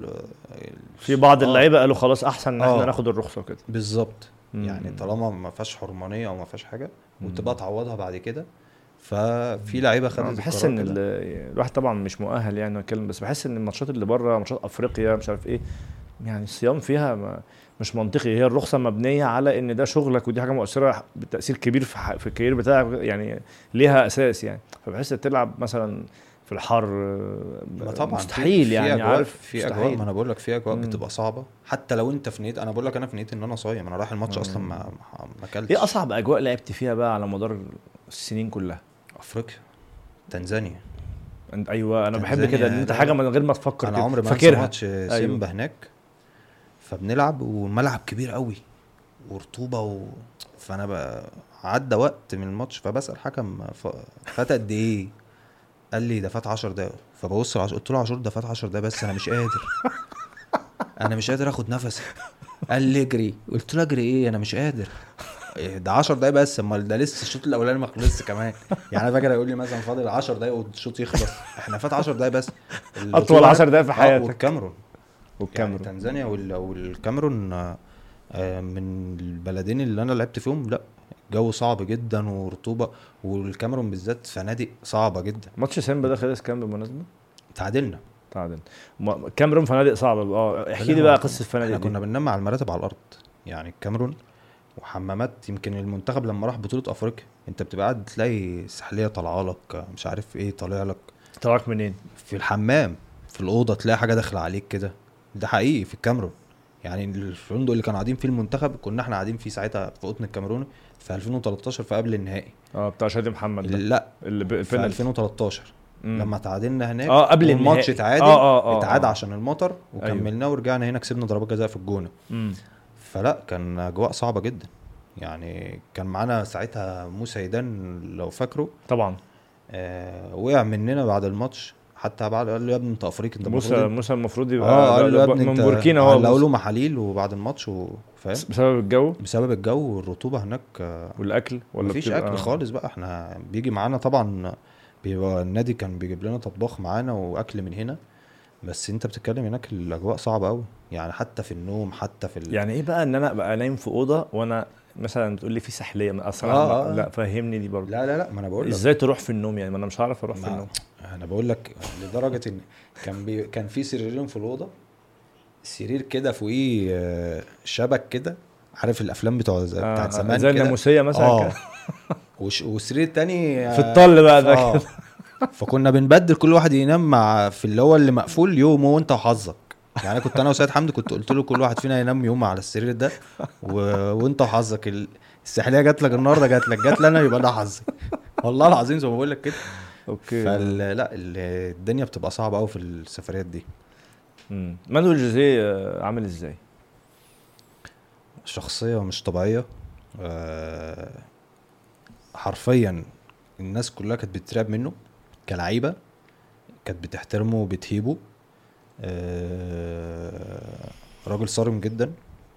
في بعض اه اللعيبه قالوا خلاص احسن ان احنا اه ناخد الرخصه وكده. بالظبط. يعني مم. طالما ما فيهاش حرمانيه او ما فيهاش حاجه وتبقى مم. تعوضها بعد كده، ففي لعيبه انا خدت بحس القرار ان كده. الواحد طبعا مش مؤهل يعني اتكلم، بس بحس ان الماتشات اللي بره ماتشات افريقيا مش عارف ايه، يعني الصيام فيها مش منطقي. هي الرخصه مبنيه على ان ده شغلك ودي حاجه مؤثره بتاثير كبير في الكارير بتاعك يعني، ليها اساس يعني. فبحس تلعب مثلا في الحر ما طبعا مستحيل في يعني، اجواء، عارف في اجواء، ما مستحيل. انا بقول لك في اجواء مم. بتبقى صعبه، حتى لو انت في نيت. انا بقول لك انا في نيتي ان انا صايم، انا رايح الماتش اصلا مم. ما ايه اكلتش. اصعب اجواء لعبت فيها بقى على مدار السنين كلها؟ افريقيا، تنزانيا. ايوه انا بحب كده ان تنزانيا انت لا حاجه لا، من غير ما تفكر انا كده عمري ما انسى فاكرها. ماتش ايوه. سيمبا هناك، فبنلعب والملعب كبير قوي ورطوبه فانا عدى وقت من الماتش، فبسال حكم فات قد ايه؟ قال لي ده فات 10 دقايق. فببص قلت له عاشور ده فات 10 دقايق بس، انا مش قادر، انا مش قادر اخد نفسي. قال لي اجري. قلت له اجري ايه؟ انا مش قادر. إيه ده 10 دقايق بس؟ امال ده لسه الشوط الاولاني ما خلصش كمان. يعني انا فاكر يقول لي مثلا فاضل 10 دقايق والشوط يخلص، احنا فات 10 دقايق بس. اطول البطوله 10 هناك دقايق في حياتك. والكاميرون. يعني والكاميرون. تنزانيا والكاميرون من البلدين اللي انا لعبت فيهم، لا جو صعب جدا ورطوبه، والكاميرون بالذات فنادق صعبه جدا. ماتش سيمبا ده خلص كام بالمناسبه؟ تعادلنا. تعادل. كاميرون فنادق صعبه لا احكي لا، لي هو بقى قصه الفنادق احنا دي. كنا بننام على المراتب على الارض. يعني الكاميرون وحمامات، يمكن المنتخب لما راح بطولة افريقيا انت بتبقى قاعد تلاقي سحلية طالعه لك، مش عارف ايه طالع لك طلعك منين؟ في الحمام، في الأوضة تلاقي حاجة داخلة عليك كده. ده حقيقي في الكاميرون. يعني الفندق اللي كانوا قاعدين فيه المنتخب كنا احنا قاعدين فيه ساعتها في قطن الكاميروني في 2013 في قبل النهائي. بتاع شادي محمد ده لا، اللي في البنالتي. 2013 امم. لما تعادلنا هناك قبل والماتش النهائي. اتعادل. اتعاد اه. عشان المطر ايوه. وكملناه ورجعنا هنا كسبنا ضربات جزاء في الجونة. امم. فلا كان اجواء صعبة جدا. يعني كان معانا ساعتها موسى ايدان لو فاكره. طبعا. وقع مننا بعد الماتش، حتى بعد قال له يا ابني انت افريقي، انت المفروض موسى انت. موسى المفروض يبقى قال له يا ابني من انت، بوركينا هو علقوا موسى. له محاليل وبعد الماتش فاهم. بسبب الجو بسبب الجو والرطوبه هناك. والاكل ولا مفيش اكل بتبقى؟ خالص بقى. احنا بيجي معانا طبعا، بيبقى النادي كان بيجيب لنا طباخ معانا واكل من هنا، بس انت بتتكلم هناك الاجواء صعبه قوي. يعني حتى في النوم، حتى في يعني ايه بقى ان انا ابقى نايم في اوضه وانا مثلا بتقول لي في سحليه اصلا اه لا فهمني دي برضه. لا لا لا، ما انا بقول لك. ازاي تروح في النوم يعني؟ ما انا مش هعرف اروح في ما النوم. انا بقول لك لدرجه ان كان في سريرين في الاوضه، سرير كده فوقيه شبك كده، عارف الافلام بتاعت زمان زي كده. الناموسيه مثلا كده. اه والسرير التاني في الطل بقى ده كده. فكنا بنبدل كل واحد ينام مع في اللي هو اللي مقفول يوم وانت وحظك. يعني كنت انا وسيد حمدي كنت قلت له كل واحد فينا ينام يوم على السرير ده وانت وحظك السحليه جات لك النهارده، جات لنا يبقى ده حظي. والله العظيم زي ما بقول لك كده. اوكي. فلا الدنيا بتبقى صعبه قوي في السفريات دي. مانويل جوزيه عامل ازاي؟ شخصيه مش طبيعيه. حرفيا الناس كلها كانت بتترعب منه كلعيبه، كانت بتحترمه وبتهيبه. راجل صارم جدا.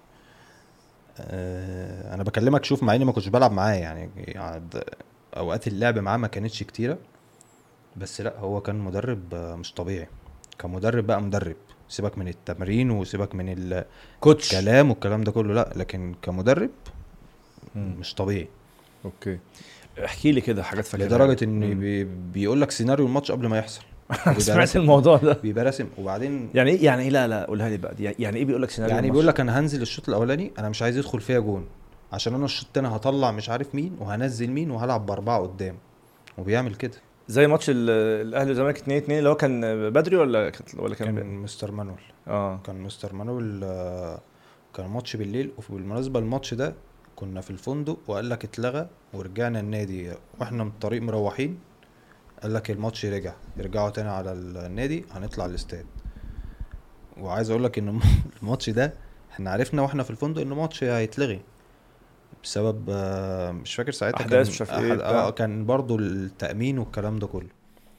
انا بكلمك شوف، مع اني ما كنتش بلعب معاه يعني اوقات اللعب معاه ما كانتش كتيره، بس لا هو كان مدرب مش طبيعي. كان مدرب بقى مدرب، سيبك من التمرين وسيبك من كوتش. الكلام والكلام ده كله، لا لكن كمدرب مش طبيعي. اوكي. احكي لي كده حاجات فاكرها لدرجه ان بيقول لك سيناريو الماتش قبل ما يحصل. سمعت الموضوع ده؟ بيبقى راسم. وبعدين يعني ايه؟ يعني ايه؟ لا قولها لي بقى دي. يعني ايه بيقول لك سيناريو يعني الماتش؟ بيقول لك انا هنزل الشوط الاولاني، انا مش عايز يدخل فيا جون، عشان انا الشوط التاني هطلع مش عارف مين وهنزل مين وهلعب باربعه قدام. وبيعمل كده. زي ماتش الاهلي والزمالك 2-2 اللي هو كان بدري ولا كان مستر مانويل. كان مستر مانويل. كان ماتش بالليل. وبالمناسبه الماتش ده كنا في الفندق وقال لك اتلغى، ورجعنا النادي واحنا من الطريق مروحين قال لك الماتش يرجعوا تاني على النادي، هنطلع الاستاد. وعايز اقول لك ان الماتش ده احنا عرفنا واحنا في الفندق ان الماتش هيتلغي بسبب مش فاكر ساعتها احداث مش عارف ايه كان برضو التأمين والكلام ده كله.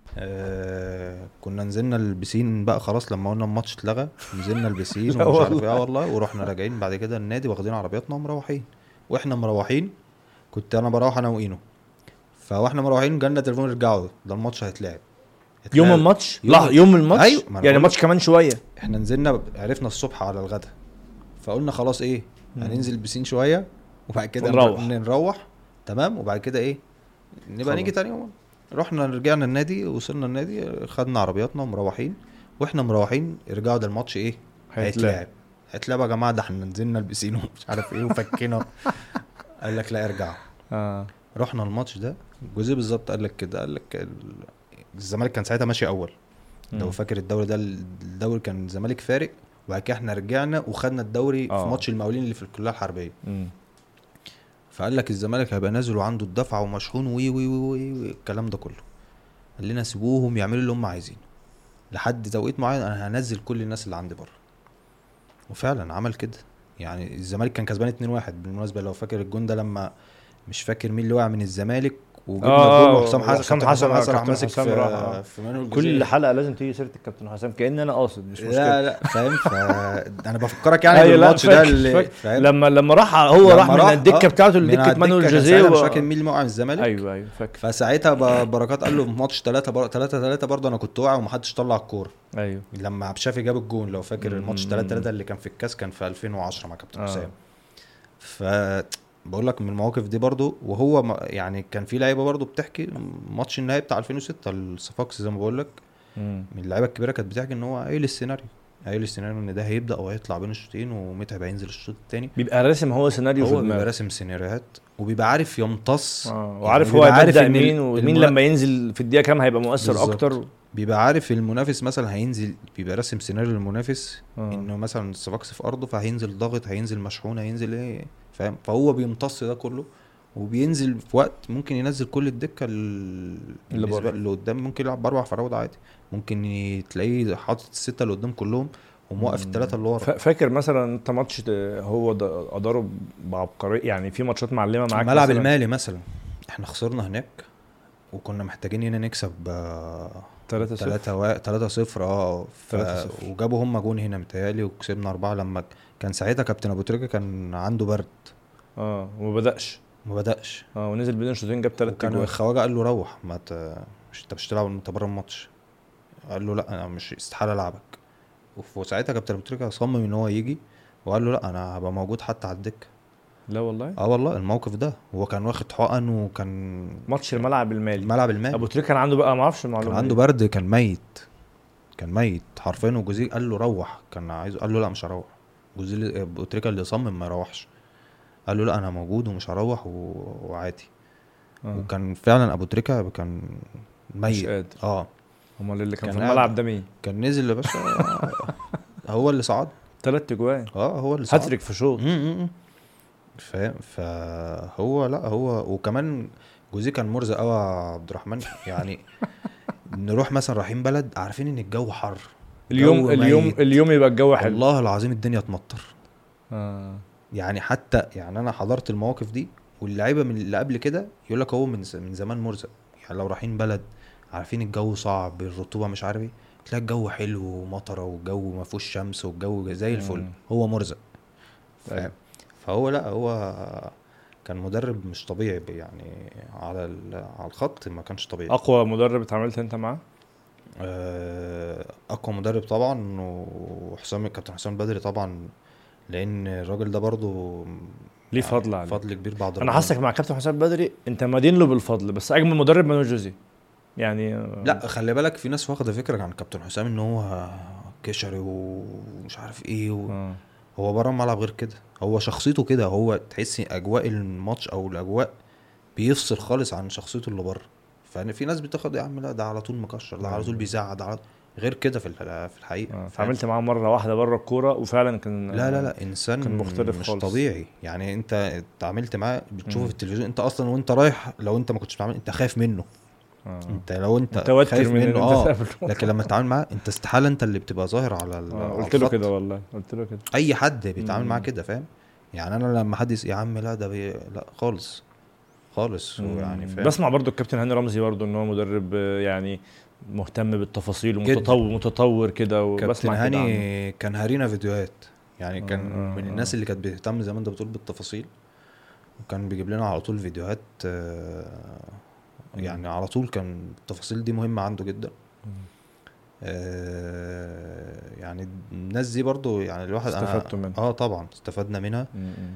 كنا نزلنا البسين بقى خلاص لما قلنا الماتش اتلغى، نزلنا البسين لا ومش عارف والله. ايه والله، ورحنا راجعين بعد كده النادي واخدين عربياتنا ومروحين. واحنا مروحين كنت انا بروح انا واينو، فواحنا مروحين جالنا تليفون رجعوا ده الماتش هيتلعب. يوم اتلعب. الماتش؟ يوم لا يوم الماتش. ايوه، ما أنا يعني بقول الماتش كمان شويه. احنا نزلنا عرفنا الصبح على الغدا، فقلنا خلاص ايه هننزل البسين شويه وبعد كده ونروح. نروح تمام، وبعد كده ايه نبقى خلاص. نيجي تاني يوم. رحنا رجعنا النادي، وصلنا النادي خدنا عربياتنا ومروحين. واحنا مروحين رجعوا ده الماتش ايه هيتلعب يا جماعه، ده احنا نزلنا البسين ومش عارف ايه وفكينا. قال لك لا ارجعوا. رحنا الماتش ده جوزيه بالظبط قال لك كده، قال لك الزمالك كان ساعتها ماشي اول، لو فاكر الدوري ده، الدوري كان الزمالك فارق، وبعد كده احنا رجعنا وخدنا الدوري في ماتش المقاولين اللي في الكليه الحربيه. فقال لك الزمالك هيبقى نازل وعنده الدفعه ومشحون وي وي وي الكلام ده كله. قال لنا سيبوهم يعملوا اللي هم عايزينه لحد توقيت معين، انا هنزل كل الناس اللي عندي بره. وفعلا عمل كده. يعني الزمالك كان كسبان 2-1 بالمناسبه، لو فاكر الجون ده لما مش فاكر مين اللي وقع من الزمالك وجبنا جول، وحسام حسن راح ماسك في منو الجزائر. كل حلقه لازم تيجي سيره الكابتن حسام كأن انا قاصد، مش مشكله. لا فاهم. انا بفكرك يعني بالماتش ده اللي فاهم لما راح هو راح من الدكه بتاعته لدكه مانويل جوزيه مش فاكر مين اللي موقع من الزمالك. ايوه فاكر. فساعتها بركات قال له في ماتش 3-3 برضه انا كنت واقع ومحدش طلع الكوره. ايوه لما عبد الشافي جاب الجون، لو فاكر الماتش 3-3 اللي كان في الكاس، كان في 2010 مع كابتن حسام. بقول لك من المواقف دي برضو. وهو يعني كان في لعيبه برضو بتحكي ماتش النهائي بتاع 2006 الصفاقسي زي ما بقول لك، من اللعيبه الكبيره كانت بتحكي ان هو قايل السيناريو ان ده هيبدا وهيطلع بين الشوطين ومتعب هينزل الشوط الثاني. بيبقى راسم هو سيناريو في دماغه، بيبقى راسم سيناريوهات وبيبقى عارف يمتص وعارف يعني هو هيبدا مين ومين لما ينزل في الدقيقه كام هيبقى مؤثر بالزبط. اكتر بيبقى عارف المنافس مثلا هينزل، بيبقى راسم سيناريو للمنافس انه مثلا الصفاقسي في ارضه فهينزل ضاغط، هينزل مشحون، هينزل ايه فاهم. فهو بيمتص ده كله وبينزل في وقت ممكن ينزل كل الدكه اللي قدام، ممكن يلعب باربع فراوده عادي، ممكن تلاقيه حاطط السته اللي قدام كلهم وموقف الثلاثه اللي ورا. فاكر مثلا انت ماتش هو اداره بعبقريه، يعني في ماتشات معلمه معاك ملعب المالي مثلا احنا خسرنا هناك وكنا محتاجين هنا نكسب 3-0 وجابوا هم جون هنا متهيألي وكسبنا 4. لما كان ساعتها كابتن ابو تريكه كان عنده برد وما بدأش ونزل بدون شوطين جاب 3 جوان. كان الخواجه قال له روح مش انت مش تلعب انت بره الماتش. قال له لا انا مش استحاله العبك. وساعتها كابتن ابو تريكه صمم ان هو يجي وقال له لا انا هبقى موجود حتى على الدكه. لا والله والله الموقف ده هو كان واخد حقن وكان ماتش الملعب المالي ابو تريكه كان عنده بقى ما اعرفش المعلومه، كان عنده برد، كان ميت حرفيا. وجوزيه قال له روح، كان عايز قال له لا مش هروح. جوزيه ابو تريكه اللي صمم ما يروحش، قال له لا انا موجود ومش هروح وعادي. وكان فعلا ابو تريكه كان ميت مش قادر. امال اللي كان في الملعب ده مين؟ كان نزل يا باشا. هو اللي صعد 3 جوان. هو اللي صعد هاتريك في شوط فاهم. فهو لا هو وكمان جوزيه كان مرزق قوي عبد الرحمن. يعني نروح مثلا رايحين بلد عارفين ان الجو حر، اليوم يبقى الجو حلو، والله العظيم الدنيا تمطر. يعني حتى يعني انا حضرت المواقف دي، واللعيبه من اللي قبل كده يقول لك هو من زمان مرزق. يعني لو رايحين بلد عارفين الجو صعب، الرطوبه مش عارف ايه، تلاقي الجو حلو ومطره والجو ما فيهوش شمس والجو زي الفل. هو مرزق فاهم. فهو لا هو كان مدرب مش طبيعي يعني على الخط ما كانش طبيعي. اقوى مدرب اتعاملت انت معاه؟ اقوى مدرب طبعا وحسام، كابتن حسام البدري طبعا، لان الراجل ده برضو ليه فضل عليه، فضل كبير بعد. انا حاسك مع كابتن حسام البدري انت مدين له بالفضل، بس اجمل مدرب مانويل جوزيه يعني. لا خلي بالك في ناس واخده فكره عن كابتن حسام ان هو كشري ومش عارف ايه هو بره الملعب غير كده. هو شخصيته كده، هو تحسي اجواء الماتش او الاجواء بيفصل خالص عن شخصيته اللي بره. ففي ناس بتاخد يا عم لا ده على طول مكشر، ده على طول بيزعق، ده على غير كده في الحقيقه. عملت معاه مره واحده بره الكوره وفعلا كان لا انسان كان مختلف مش خالص. طبيعي يعني. انت اتعاملت معاه بتشوفه في التلفزيون، انت اصلا وانت رايح لو انت ما كنتش بتعمل انت خايف منه. انت لو انت خايف منه لكن لما تتعامل معاه انت استحاله انت اللي بتبقى ظاهر على قلت له كده والله، قلت له كده. اي حد بيتعامل معاه كده فاهم. يعني انا لما حد يا عم لا ده لا خالص ويعني فاهم. بسمع برضو الكابتن هاني رمزي برضو ان هو مدرب يعني مهتم بالتفاصيل جدا. ومتطور كده، كابتن وبسمع كده عنه. هاني كان هارينا فيديوهات، يعني كان من الناس آه. اللي كانت بتهتم زي ما انت بتقول بالتفاصيل، وكان بيجيب لنا على طول فيديوهات يعني على طول كان التفاصيل دي مهمة عنده جدا. يعني الناس دي برضو يعني الواحد استفدتوا منها؟ طبعا استفدنا منها.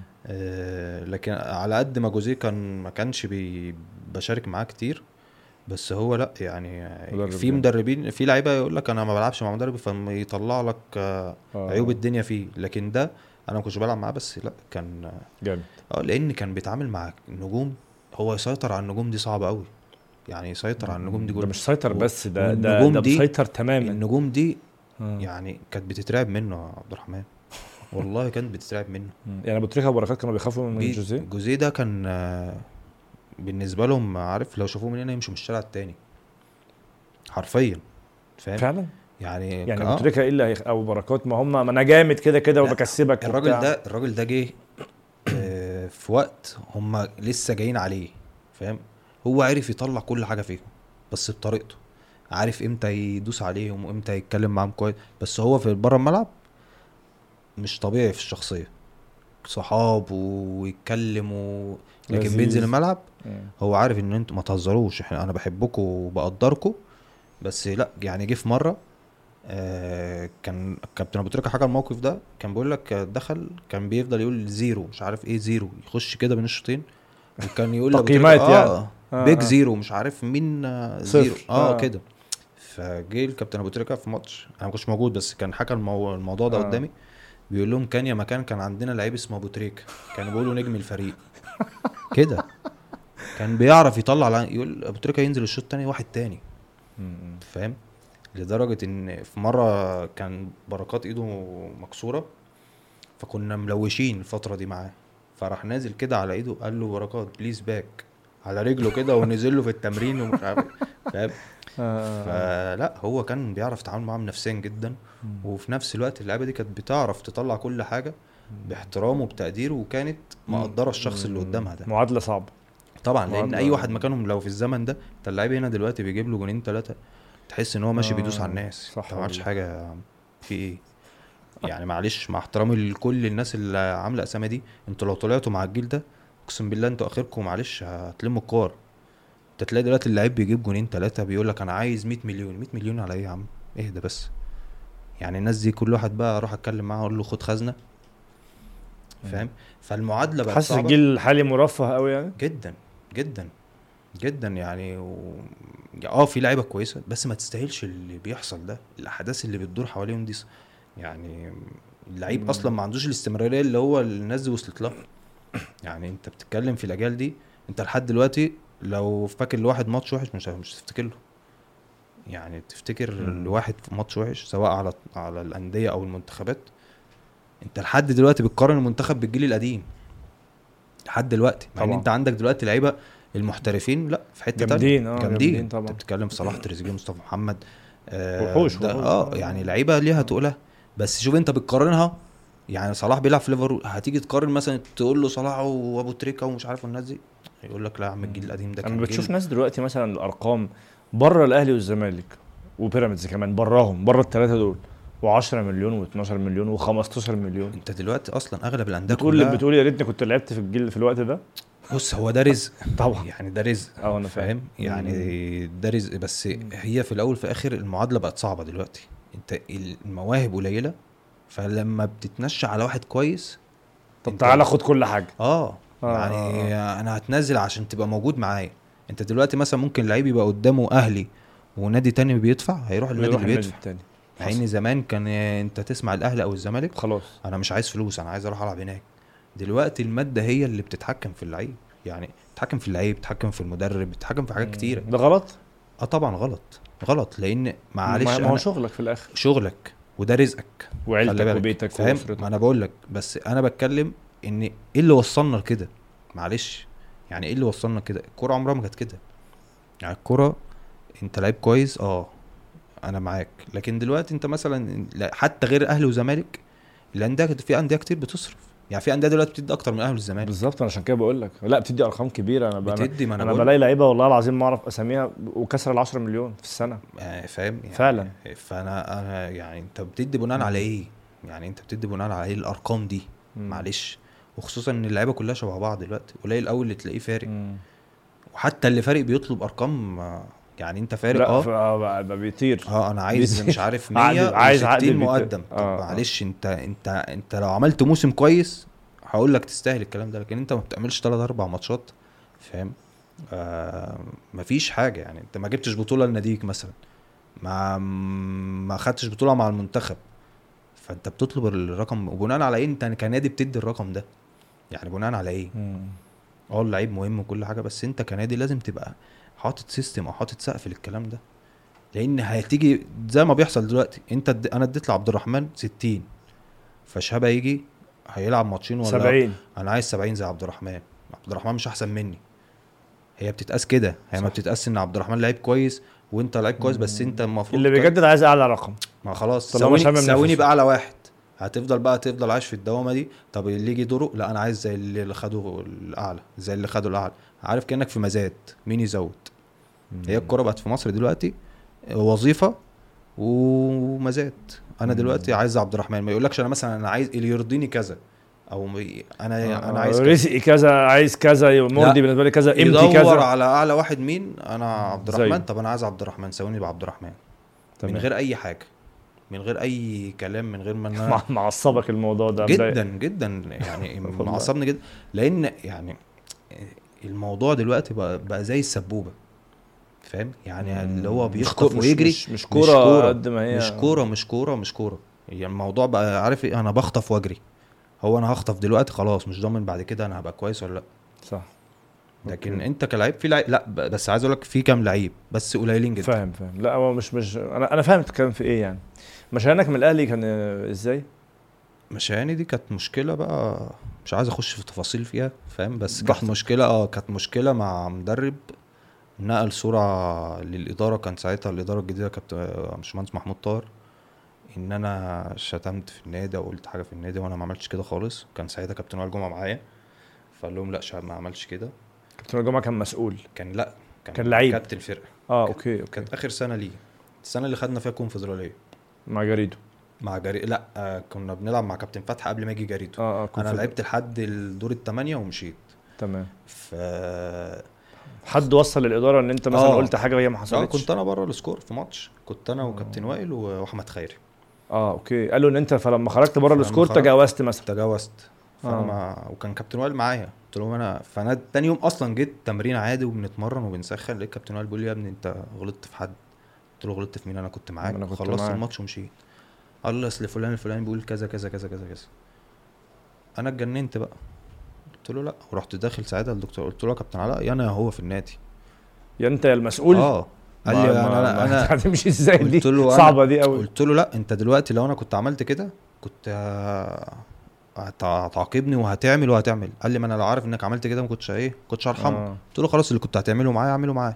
لكن على قد ما جوزيه ما كانش بشارك معاه كتير، بس هو لا يعني في مدربين في لعيبه يقول لك انا ما بلعبش مع مدرب فيطلع لك عيوب الدنيا فيه، لكن ده انا ما كنتش بلعب معاه بس لا كان جامد. لان كان بيتعامل مع النجوم، هو يسيطر على النجوم دي صعبه قوي، يعني يسيطر على النجوم دي ده مش سيطر بس، ده دي مسيطر تماما. النجوم دي يعني كانت بتترعب منه يا عبد الرحمن، والله كانت بتترعب منه. يعني ابو تريكه وبركات كانوا بيخافوا من جوزيه. جوزيه ده كان بالنسبه لهم عارف لو شافوه من هنا يمشوا من الشارع التاني حرفيا، فاهم فعلا. يعني ابو تريكه ايه اللي او بركات، ما هم ما انا جامد كده كده وبكسبك. الراجل ده جه في وقت هم لسه جايين عليه، فاهم. هو عارف يطلع كل حاجه فيهم بس بطريقته، عارف امتى يدوس عليهم وامتى يتكلم معاهم كويس، بس هو في بره الملعب مش طبيعي في الشخصيه، صحاب ويتكلم لكن بينزل الملعب هو عارف ان انتوا ما تهزروش، انا بحبكم وبقدركم، بس لا يعني جه في مره كان كابتن ابو تريكه حكى الموقف ده، كان بيقول لك دخل كان بيفضل يقول زيرو مش عارف ايه زيرو، يخش كده بين الشوطين وكان يقول ابو تريكه يعني بيج زيرو مش عارف مين زيرو صفر. كده. فجه الكابتن ابو تريكه في ماتش انا ما كنتش موجود بس كان حكى الموضوع ده قدامي، بيقول لهم كان يا مكان كان عندنا لعيب اسمه ابو تريكه كانوا بيقولوا نجم الفريق كده، كان بيعرف يطلع يقول ابو تريكه ينزل الشوط الثاني واحد تاني، فاهم. لدرجه ان في مره كان بركات ايده مكسوره فكنا ملوشين الفتره دي معاه، فراح نازل كده على ايده قال له بركات بليز باك على رجله كده ونزل له في التمرين ومش عارف فاهم. فلا هو كان بيعرف يتعامل معاهم نفسيا جدا، وفي نفس الوقت اللعيبه دي كانت بتعرف تطلع كل حاجه باحترام وبتقدير، وكانت مقدره الشخص اللي قدامها ده. معادله صعبه طبعا لان اي واحد مكانهم لو في الزمن ده انت اللعيب هنا دلوقتي بيجيب له جونين 3 تحس ان هو ماشي بيدوس على الناس، انت ما عملتش حاجه في ايه يعني معلش مع احترامي لكل الناس اللي عامله اسامي دي، انتوا لو طلعتوا مع الجيل ده اقسم بالله انتوا اخركم معلش هتلموا الكور. انت تلاقي دلوقتي اللعيب بيجيب جونين 3 بيقول لك انا عايز 100 مليون 100 مليون على ايه يا عم اهدى بس. يعني الناس دي كل واحد بقى اروح اتكلم معاه اقول له خد خزنه، فاهم. فالمعادله بقت حاسس صعبه. الجيل الحالي مرفه قوي يعني جدا جدا جدا يعني في لعيبه كويسه بس ما تستاهلش اللي بيحصل ده، الاحداث اللي بتدور حواليهم دي يعني اللعيب اصلا ما عندوش الاستمراريه اللي هو الناس دي وصلت لها. يعني انت بتتكلم في الاجيال دي انت لحد دلوقتي لو فاكر لواحد ماتش وحش مش تفتكر له، يعني تفتكر لواحد في ماتش وحش سواء على الانديه او المنتخبات. انت لحد دلوقتي بتقارن المنتخب بالجيل القديم لحد دلوقتي، مع ان انت عندك دلوقتي لعيبه المحترفين لا في حته جامدين جامدين طبعا. انت بتتكلم في صلاح تريزيجيه مصطفى محمد وحوش يعني لعيبه ليها تقولها، بس شوف انت بتقارنها يعني صلاح بيلعب في ليفربول هتيجي تقارن مثلا تقول له صلاح وابو تريكه ومش عارف الناس دي يقول لك لا يا عم الجيل القديم ده كان انا بتشوف ناس دلوقتي مثلا الارقام بره الاهلي والزمالك وبيراميدز كمان براهم بره الثلاثه دول و10 مليون و12 مليون و15 مليون. انت دلوقتي اصلا اغلب الانديه كلها بتقول يا ريتني كنت لعبت في الجيل في الوقت ده. بص هو ده رزق طبعا يعني ده رزق انا فاهم يعني ده رزق، بس هي في الاول في الاخر المعادله بقت صعبه دلوقتي، انت المواهب قليله فلما بتتنشى على واحد كويس طب تعالى خد كل حاجه يعني انا هتنزل عشان تبقى موجود معايا. انت دلوقتي مثلا ممكن لعيب يبقى قدامه اهلي ونادي تاني بيدفع هيروح النادي اللي بيدفع التاني. حين زمان كان انت تسمع الاهلي او الزمالك خلاص انا مش عايز فلوس انا عايز اروح العب هناك. دلوقتي الماده هي اللي بتتحكم في اللعيب، يعني بتتحكم في اللعيب بتتحكم في المدرب بتتحكم في حاجات كتيره. ده غلط طبعا غلط لان معلش ما هو شغلك في الاخر شغلك وده رزقك وعيلتك وبيتك واسرتك. ما انا بقول لك بس انا بتكلم ان ايه اللي وصلنا لكده معلش يعني ايه اللي وصلنا كده. الكوره عمرها ما كانت كده يعني الكوره انت لعيب كويس انا معاك، لكن دلوقتي انت مثلا حتى غير اهلي وزمالك الانديه في انديه كتير بتصرف يعني في انديه دلوقتي بتدي اكتر من الاهلي والزمالك. بالظبط، انا عشان كده بقول لك لا بتدي ارقام كبيره. بتدي، ما انا انا بقول بلاقي لعيبه والله العظيم ما اعرف اساميها وكسر ال 10 مليون في السنه. فاهم يعني. فعلا. فانا يعني انت بتدي بناء على ايه؟ يعني انت بتدي بناء على ايه الارقام دي؟ معلش. وخصوصا ان اللعيبه كلها شبه بعض دلوقتي، قليل قوي اللي تلاقيه فارق. وحتى اللي فارق بيطلب ارقام، يعني انت فارق لا بقى بيطير. انا عايز مش عارف عايز 160 عقد مقدم. طب معلش، انت لو عملت موسم كويس هقول لك تستاهل الكلام ده، لكن انت ما بتعملش 3 4 ماتشات، فاهم؟ مفيش حاجه. يعني انت ما جبتش بطوله لناديك مثلا، ما خدتش بطوله مع المنتخب، فانت بتطلب الرقم وبناء على ايه؟ انت كنادي بتدي الرقم ده يعني بناء على ايه؟ اللعيب مهم وكل حاجه، بس انت كنادي لازم تبقى حاطط سيستم او حاطط سقف للكلام ده، لان هتيجي زي ما بيحصل دلوقتي. انا اديت لعبد الرحمن 60، فشهبه يجي هيلعب ماتشين ولا 70. انا عايز 70 زي عبد الرحمن. عبد الرحمن مش احسن مني، هي بتتقاس كده. هي صح. ما بتتقاس ان عبد الرحمن لعيب كويس وانت لعيب كويس، بس انت المفروض اللي بيجدد عايز اعلى رقم. ما خلاص ساويني بقى على واحد. هتفضل عايش في الدوامه دي. طب اللي يجي دوره، لا انا عايز زي اللي خدوا الاعلى، زي اللي خدوا الاعلى. عارف كانك في مزاد، مين يزود. هي الكوره بقت في مصر دلوقتي وظيفه ومزاد. انا دلوقتي عايز عبد الرحمن، ما يقولكش انا مثلا انا عايز اللي يرضيني كذا، او انا عايز رزقي كذا، عايز كذا، مرضي بالنسبه لي كذا، قيمتي كذا. يدور على اعلى واحد. مين؟ انا عبد الرحمن. طب انا عايز عبد الرحمن، ساويني بعبد الرحمن من غير اي حاجه، من غير اي كلام، من غير ما انا معصبك الموضوع ده جدا جدا يعني معصبني جدا، لان يعني الموضوع دلوقتي بقى زي السبوبه، فاهم يعني؟ اللي هو بيخطف ويجري. مش كوره قد ما هي مش كوره. يعني الموضوع بقى عارف ايه؟ انا بخطف واجري. هو انا هخطف دلوقتي خلاص، مش ضامن بعد كده انا هبقى كويس ولا لا. صح. لكن أوكي. انت كلاعب في لعيب، لا بس عايز اقول لك في كام لعيب بس قليلين جدا. فاهم. لا هو مش انا فاهم بتتكلم في ايه يعني. مشانك من الاهلي كان ازاي؟ مشاني دي كانت مشكله بقى، مش عايز اخش في تفاصيل فيها، فاهم؟ بس كانت مشكله كانت مشكله مع مدرب نقل صوره للاداره. كان ساعتها الاداره الجديده كانت باشمهندس محمود طاهر، ان انا شتمت في النادي او قلت حاجه في النادي، وانا ما عملتش كده خالص. كان ساعتها كابتن وائل جمعه معايا، فقال لهم لا شهاب ما عملش كده. كابتن وائل جمعه كان مسؤول؟ كان لعيب، كابتن الفرقه. اوكي. كانت اخر سنه ليه، السنه اللي خدنا فيها كونفدراليه مع جريدو. لا كنا بنلعب مع كابتن فتحي قبل ما يجي جريدو. انا لعبت لحد الدور الثمانية ومشيت. تمام. حد وصل للاداره ان انت مثلا قلت حاجه وهي ما حصلتش؟ كنت انا بره السكور في ماتش، كنت انا وكابتن وائل واحمد خيري. اوكي. قالوا ان انت فلما خرجت بره السكور تجاوزت مثلا. وكان كابتن وائل معايا. قلت له فانا تاني يوم اصلا جيت تمرين عادي وبنتمرن وبنسخن، لقيت كابتن وائل بيقول لي يا ابني انت غلطت في حد. قلت له غلطت في مين؟ انا كنت معاك. خلصت الماتش ومشيت. قال لي اصل فلان الفلاني بيقول كذا كذا كذا كذا كذا. انا اتجننت بقى، قلت له لا. ورحت داخل ساعتها الدكتور، قلت له يا كابتن علاء يا انا هو في النادي، يا انت يا المسؤول. قال لي انا هتمشي ازاي دي؟ صعبه دي قوي. قلت له لا، انت دلوقتي لو انا كنت عملت كده كنت هتعاقبني وهتعمل. قال لي ما انا لو عارف انك عملت كده ما كنتش هرحمك. قلت له خلاص اللي كنت هتعمله معايا اعمله معايا.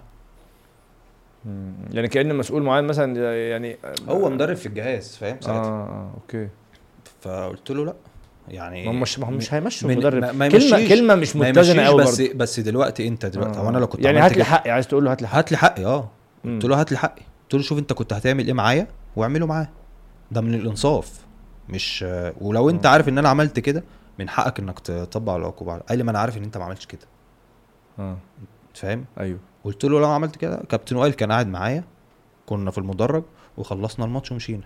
يعني كأن مسؤول معين مثلا، يعني هو مدرب في الجهاز، فاهم ساعتها. اوكي. فقلت له لا، يعني مش هيمشوا المدرب. كلمه مش متزنه قوي. بس دلوقتي انت وانا لو كنت يعني هات لي حقي، عايز تقول له هات لي حقي. قلت له هات لي حقي. قلت له شوف انت كنت هتعمل ايه معايا واعمله معاه، ده من الانصاف. مش ولو انت عارف ان انا عملت كده من حقك انك تطبق على العقوبه. قال لي ما انا عارف ان انت ما عملتش كده. فاهم؟ ايوه. قلت له لو عملت كده. كابتن وائل كان قاعد معايا، كنا في المدرج وخلصنا الماتش ومشينا.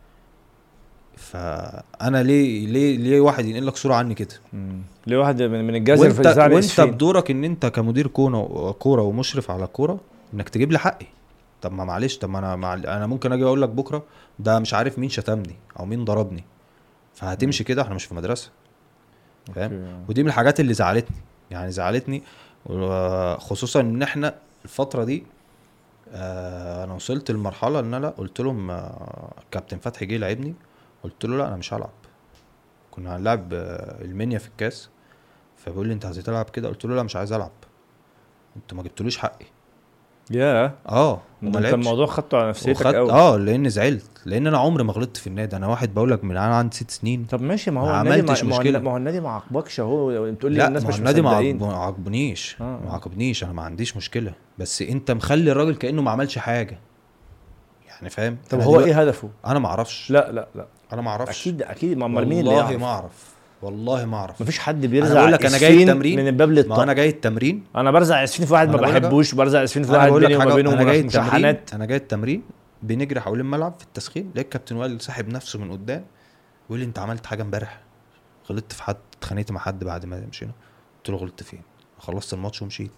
فانا ليه واحد ينقل لك صوره عني كده؟ ليه واحد من الجزر في الزعل؟ وانت بدورك ان انت كمدير كوره ومشرف على الكوره انك تجيب لي حقي. طب ما معلش، طب ما انا ممكن اجي اقول لك بكره ده مش عارف مين شتمني او مين ضربني، فهتمشي كده؟ احنا مش في مدرسه، فاهم؟ ودي من الحاجات اللي زعلتني خصوصا ان احنا الفتره دي انا وصلت للمرحله ان انا قلت لهم كابتن فتحي جه لعبني، قلت له لا انا مش هلعب. كنا هنلعب المنيا في الكاس، فبيقول لي انت هتلعب كده؟ قلت له لا مش عايز العب، انتوا ما جبتوليش حقي. يا وما انت لعبش. الموضوع خدته على نفسيتك وخدت قوي. لان زعلت، لان انا عمري ما غلطت في النادي. انا واحد بقول لك من انا عندي 6 سنين طب ماشي، ما ما هو النادي عملتش مشكله. ما هو النادي ما عاقبكش اهو، بتقول لي لا الناس ما هو مش النادي مصدقين. ما عاقبنيش، آه. ما عاقبنيش، انا ما عنديش مشكله، بس انت مخلي الراجل كانه ما عملش حاجه يعني، فاهم؟ طب أنا هو دلوقتي ايه هدفه؟ انا ما اعرفش، لا انا ما اعرفش اكيد ما امال مين اللي والله يعرف؟ ما اعرف، والله ما اعرف. مفيش حد انا بيرزع بقول لك انا جاي اسفين التمرين، من الباب ما للطاق. انا جاي التمرين، انا برزع اسفين في واحد ما ما أنا بقول لك بحبوش، برزع اسفين في انا واحد بقول لك بيني وما حاجه، بينه انا جاي التمرين، مشاحنات. انا جاي التمرين بنجري حوالين الملعب في التسخين، لقيت كابتن وائل ساحب نفسه من قدام بيقول لي انت عملت حاجه امبارح؟ غلطت في حد؟ اتخانقت مع حد بعد ما مشينا؟ قلت له غلطت فين؟ خلصت الماتش ومشيت.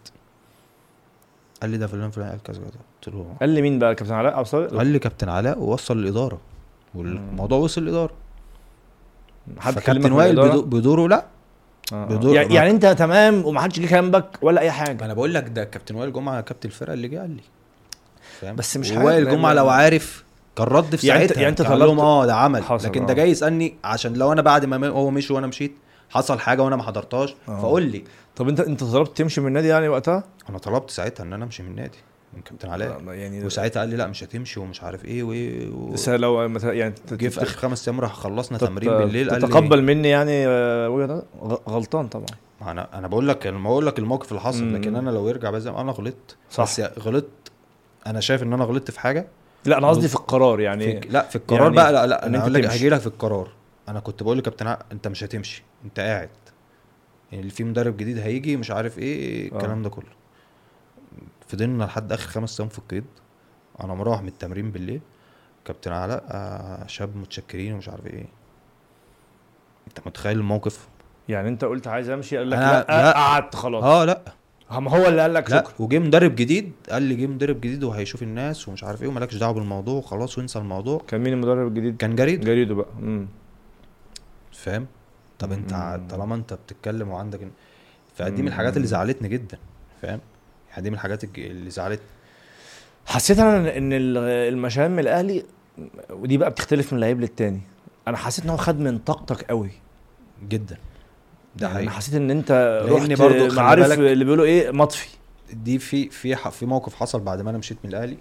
قال لي ده فلان فلان قال كذا كذا. قلت له قال لي مين بقى؟ كابتن علاء او صادق؟ قال لي كابتن علاء، ووصل للاداره والموضوع وصل للاداره. حد فكابتن كلمك من وائل الإدارة؟ بدوره لا بدور يعني انت تمام ومحدش جه جنبك ولا اي حاجه؟ ما انا بقول لك ده كابتن وائل جمعه كابتن الفرقه اللي جه قال لي، فاهم؟ بس مش وائل جمعه لو عارف كان رد في يعني ساعتها، انت قال لهم طلبت ده عمل، حصل لكن ده جاي يسالني عشان لو انا بعد ما هو مشي وانا مشيت حصل حاجه وانا ما حضرتهاش فقول لي. طب انت طلبت تمشي من النادي يعني وقتها؟ انا طلبت ساعتها ان انا امشي من النادي من كابتن علاء يعني وساعتها قال لي لا مش هتمشي ومش عارف ايه بس لو يعني جه في اخر 5 ايام راح خلصنا تمرين بالليل قال لي تتقبل مني يعني وجهة غلطان طبعا. انا بقول لك الموقف اللي حصل، لكن انا لو يرجع بس انا غلطت صح. بس غلطت، انا شايف ان انا غلطت في حاجه. لا انا قصدي في القرار يعني لا في القرار يعني بقى لا انا هقول لك تمشي. هجي لك في القرار. انا كنت بقول لكابتن انت مش هتمشي، انت قاعد، يعني اللي فيه مدرب جديد هيجي مش عارف ايه الكلام ده كله. فضلنا لحد اخر 5 ايام في القيد، انا مروح من التمرين بالليل كابتن علاء شاب متشكرين ومش عارف ايه. انت متخيل الموقف؟ يعني انت قلت عايز امشي قال لك لا قعدت خلاص. لا ما هو اللي قال لك لا شكرا. وجه مدرب جديد قال لي جه مدرب جديد وهيشوف الناس ومش عارف ايه ومالكش دعوه بالموضوع وخلاص وانسى الموضوع. كان مين المدرب الجديد؟ كان جريده بقى. فاهم؟ طب انت طالما انت بتتكلم وعندك فدي من الحاجات اللي زعلتني جدا، فاهم؟ يعني دي من الحاجات اللي زعلتني. حسيت انا ان المشاهد من الاهلي ودي بقى بتختلف من لعيب للتاني. انا حسيت ان هو خد من طاقتك قوي جدا، ده يعني انا حقيقي. حسيت ان انت رحت برضو معارف اللي بيقولوا ايه مطفي. دي في موقف حصل بعد ما انا مشيت من الاهلي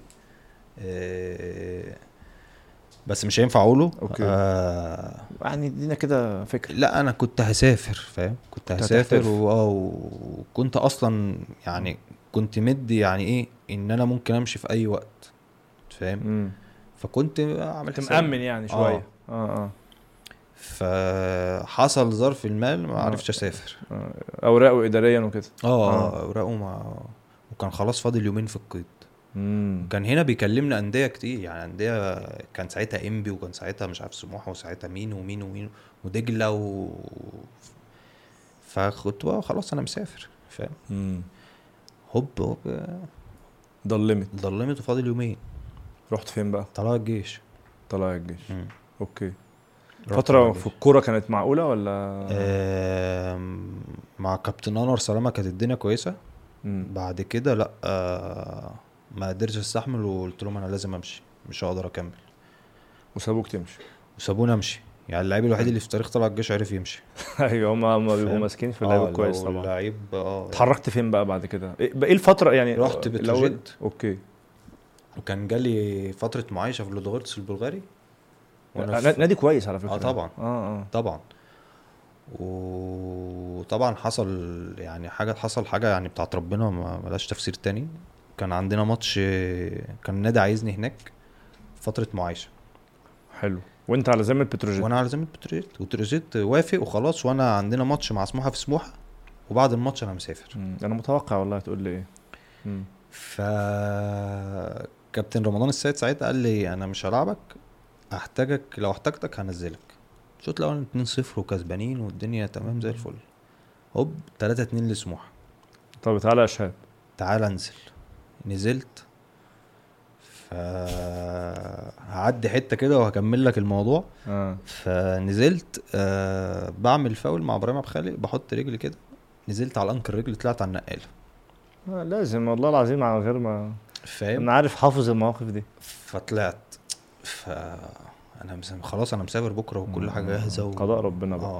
بس مش هينفع اقوله. اوكي. يعني ادينا كده فكره. لا انا كنت هسافر، فاهم؟ كنت هسافر وكنت اصلا يعني كنت مدي يعني ايه ان انا ممكن امشي في اي وقت، فاهم؟ فكنت اعمل حساب مأمن يعني شويه. فحصل ظرف المال ما عرفتش اسافر. اوراقه اداريا وكده. اوراقه وكان خلاص فاضل يومين في القيد. كان هنا بيكلمنا انديه كتير، يعني انديه كان ساعتها انبي وكان ساعتها مش عارف سموحه وساعتها مين ودجله فكنت خلاص انا مسافر، فاهم؟ هوب ضلمت وفاضل يومين. رحت فين بقى؟ طلع الجيش. اوكي. فتره في الكوره كانت معقوله ولا مع كابتن انور سلامه كانت الدنيا كويسه. بعد كده لا ما قدرتش استحمل وقلت لهم انا لازم امشي، مش هقدر اكمل. وسابوك تمشي؟ وسابوني امشي. يعني اللاعب الوحيد اللي في تاريخ طلع الجيش عرف يمشي. ايوه هم بيبقوا ماسكين في اللعيب كويس طبعا. اللعيب اتحركت فين بقى بعد كده؟ ايه الفتره يعني؟ رحت بتروجيت. اوكي. وكان جالي فتره معايشه في لودوغورتس البلغاري. نادي كويس على فكره. طبعا. طبعا. وطبعا حصل حاجه يعني بتاعت ربنا ما لهاش تفسير تاني. كان عندنا ماتش، كان النادي عايزني هناك فتره معايشه. حلو. وانت على ذمه بتروجيت؟ وانا على ذمه بتروجيت وبتروجيت وافق وخلاص. وانا عندنا ماتش مع سموحه في سموحه وبعد الماتش انا مسافر. انا متوقع والله تقول لي ايه. كابتن رمضان السيد ساعتها قال لي انا مش هلعبك، احتاجك لو احتاجتك هنزلك. شوط الاول 2-0 وكسبانين والدنيا تمام زي الفل. هوب 3-2 لسموحه. طب تعالى يا شهاب تعالى انزل. نزلت. هعدي حته كده وهكمل لك الموضوع. فنزلت بعمل فاول مع ابراهيم عبد الخالق، بحط رجلي كده، نزلت على الانكر رجلي، طلعت على النقاله. لازم والله العظيم على غير ما فاهم. انا عارف حافظ المواقف دي. فطلعت انا خلاص انا مسافر بكره وكل حاجه جاهزه قضاء ربنا بقى.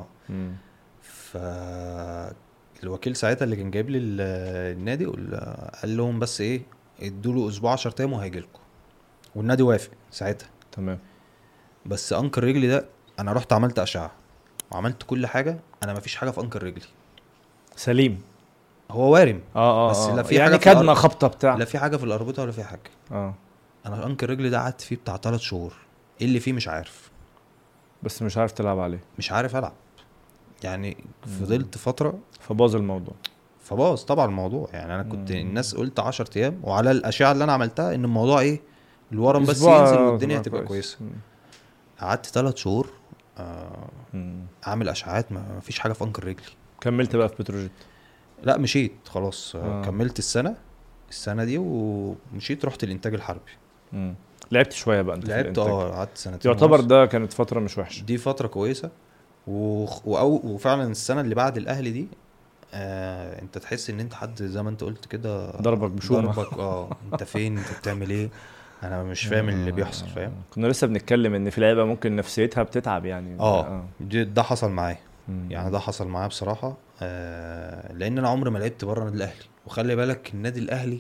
الوكيل ساعتها اللي كان جايب لي النادي قال لهم بس ايه ادوله اسبوع 10 ايام وهيجي لكم. والنادي وافق ساعتها. تمام. بس انكر رجلي ده انا رحت عملت اشعه وعملت كل حاجه، انا مفيش حاجه في انكر رجلي. سليم. هو وارم بس لا في حاجه كدمه خبطه بتاع، لا في حاجه في الاربطه ولا في حاجه. انا انكر رجلي ده قعدت فيه بتاع 3 شهور. ايه اللي فيه مش عارف، بس مش عارف تلعب عليه، مش عارف العب يعني. فضلت فتره فباظ الموضوع. فباظ طبعا الموضوع يعني. انا كنت الناس قلت 10 ايام وعلى الاشعه اللي انا عملتها ان الموضوع ايه، الورم بس ينزل والدنيا تبقى كويسه. قعدت 3 شهور اعمل اشعاعات، ما فيش حاجه في انكر رجلي. كملت بقى في بتروجيت؟ لا مشيت خلاص. كملت السنه دي ومشيت، رحت الانتاج الحربي. لعبت شويه بقى انت؟ لعبت قعدت سنتين يعتبر ده كانت فتره مش وحشه، دي فتره كويسه. وفعلا السنه اللي بعد الاهلي دي انت تحس ان انت حد زي ما انت قلت كده ضربك بشومه. ضربك انت فين، انت بتعمل ايه، انا مش فاهم اللي بيحصل، فاهم. كنا لسه بنتكلم ان في لعيبه ممكن نفسيتها بتتعب يعني. ده حصل معايا يعني، ده حصل معايا بصراحه. لان انا عمري ما لعبت بره النادي الاهلي. وخلي بالك النادي الاهلي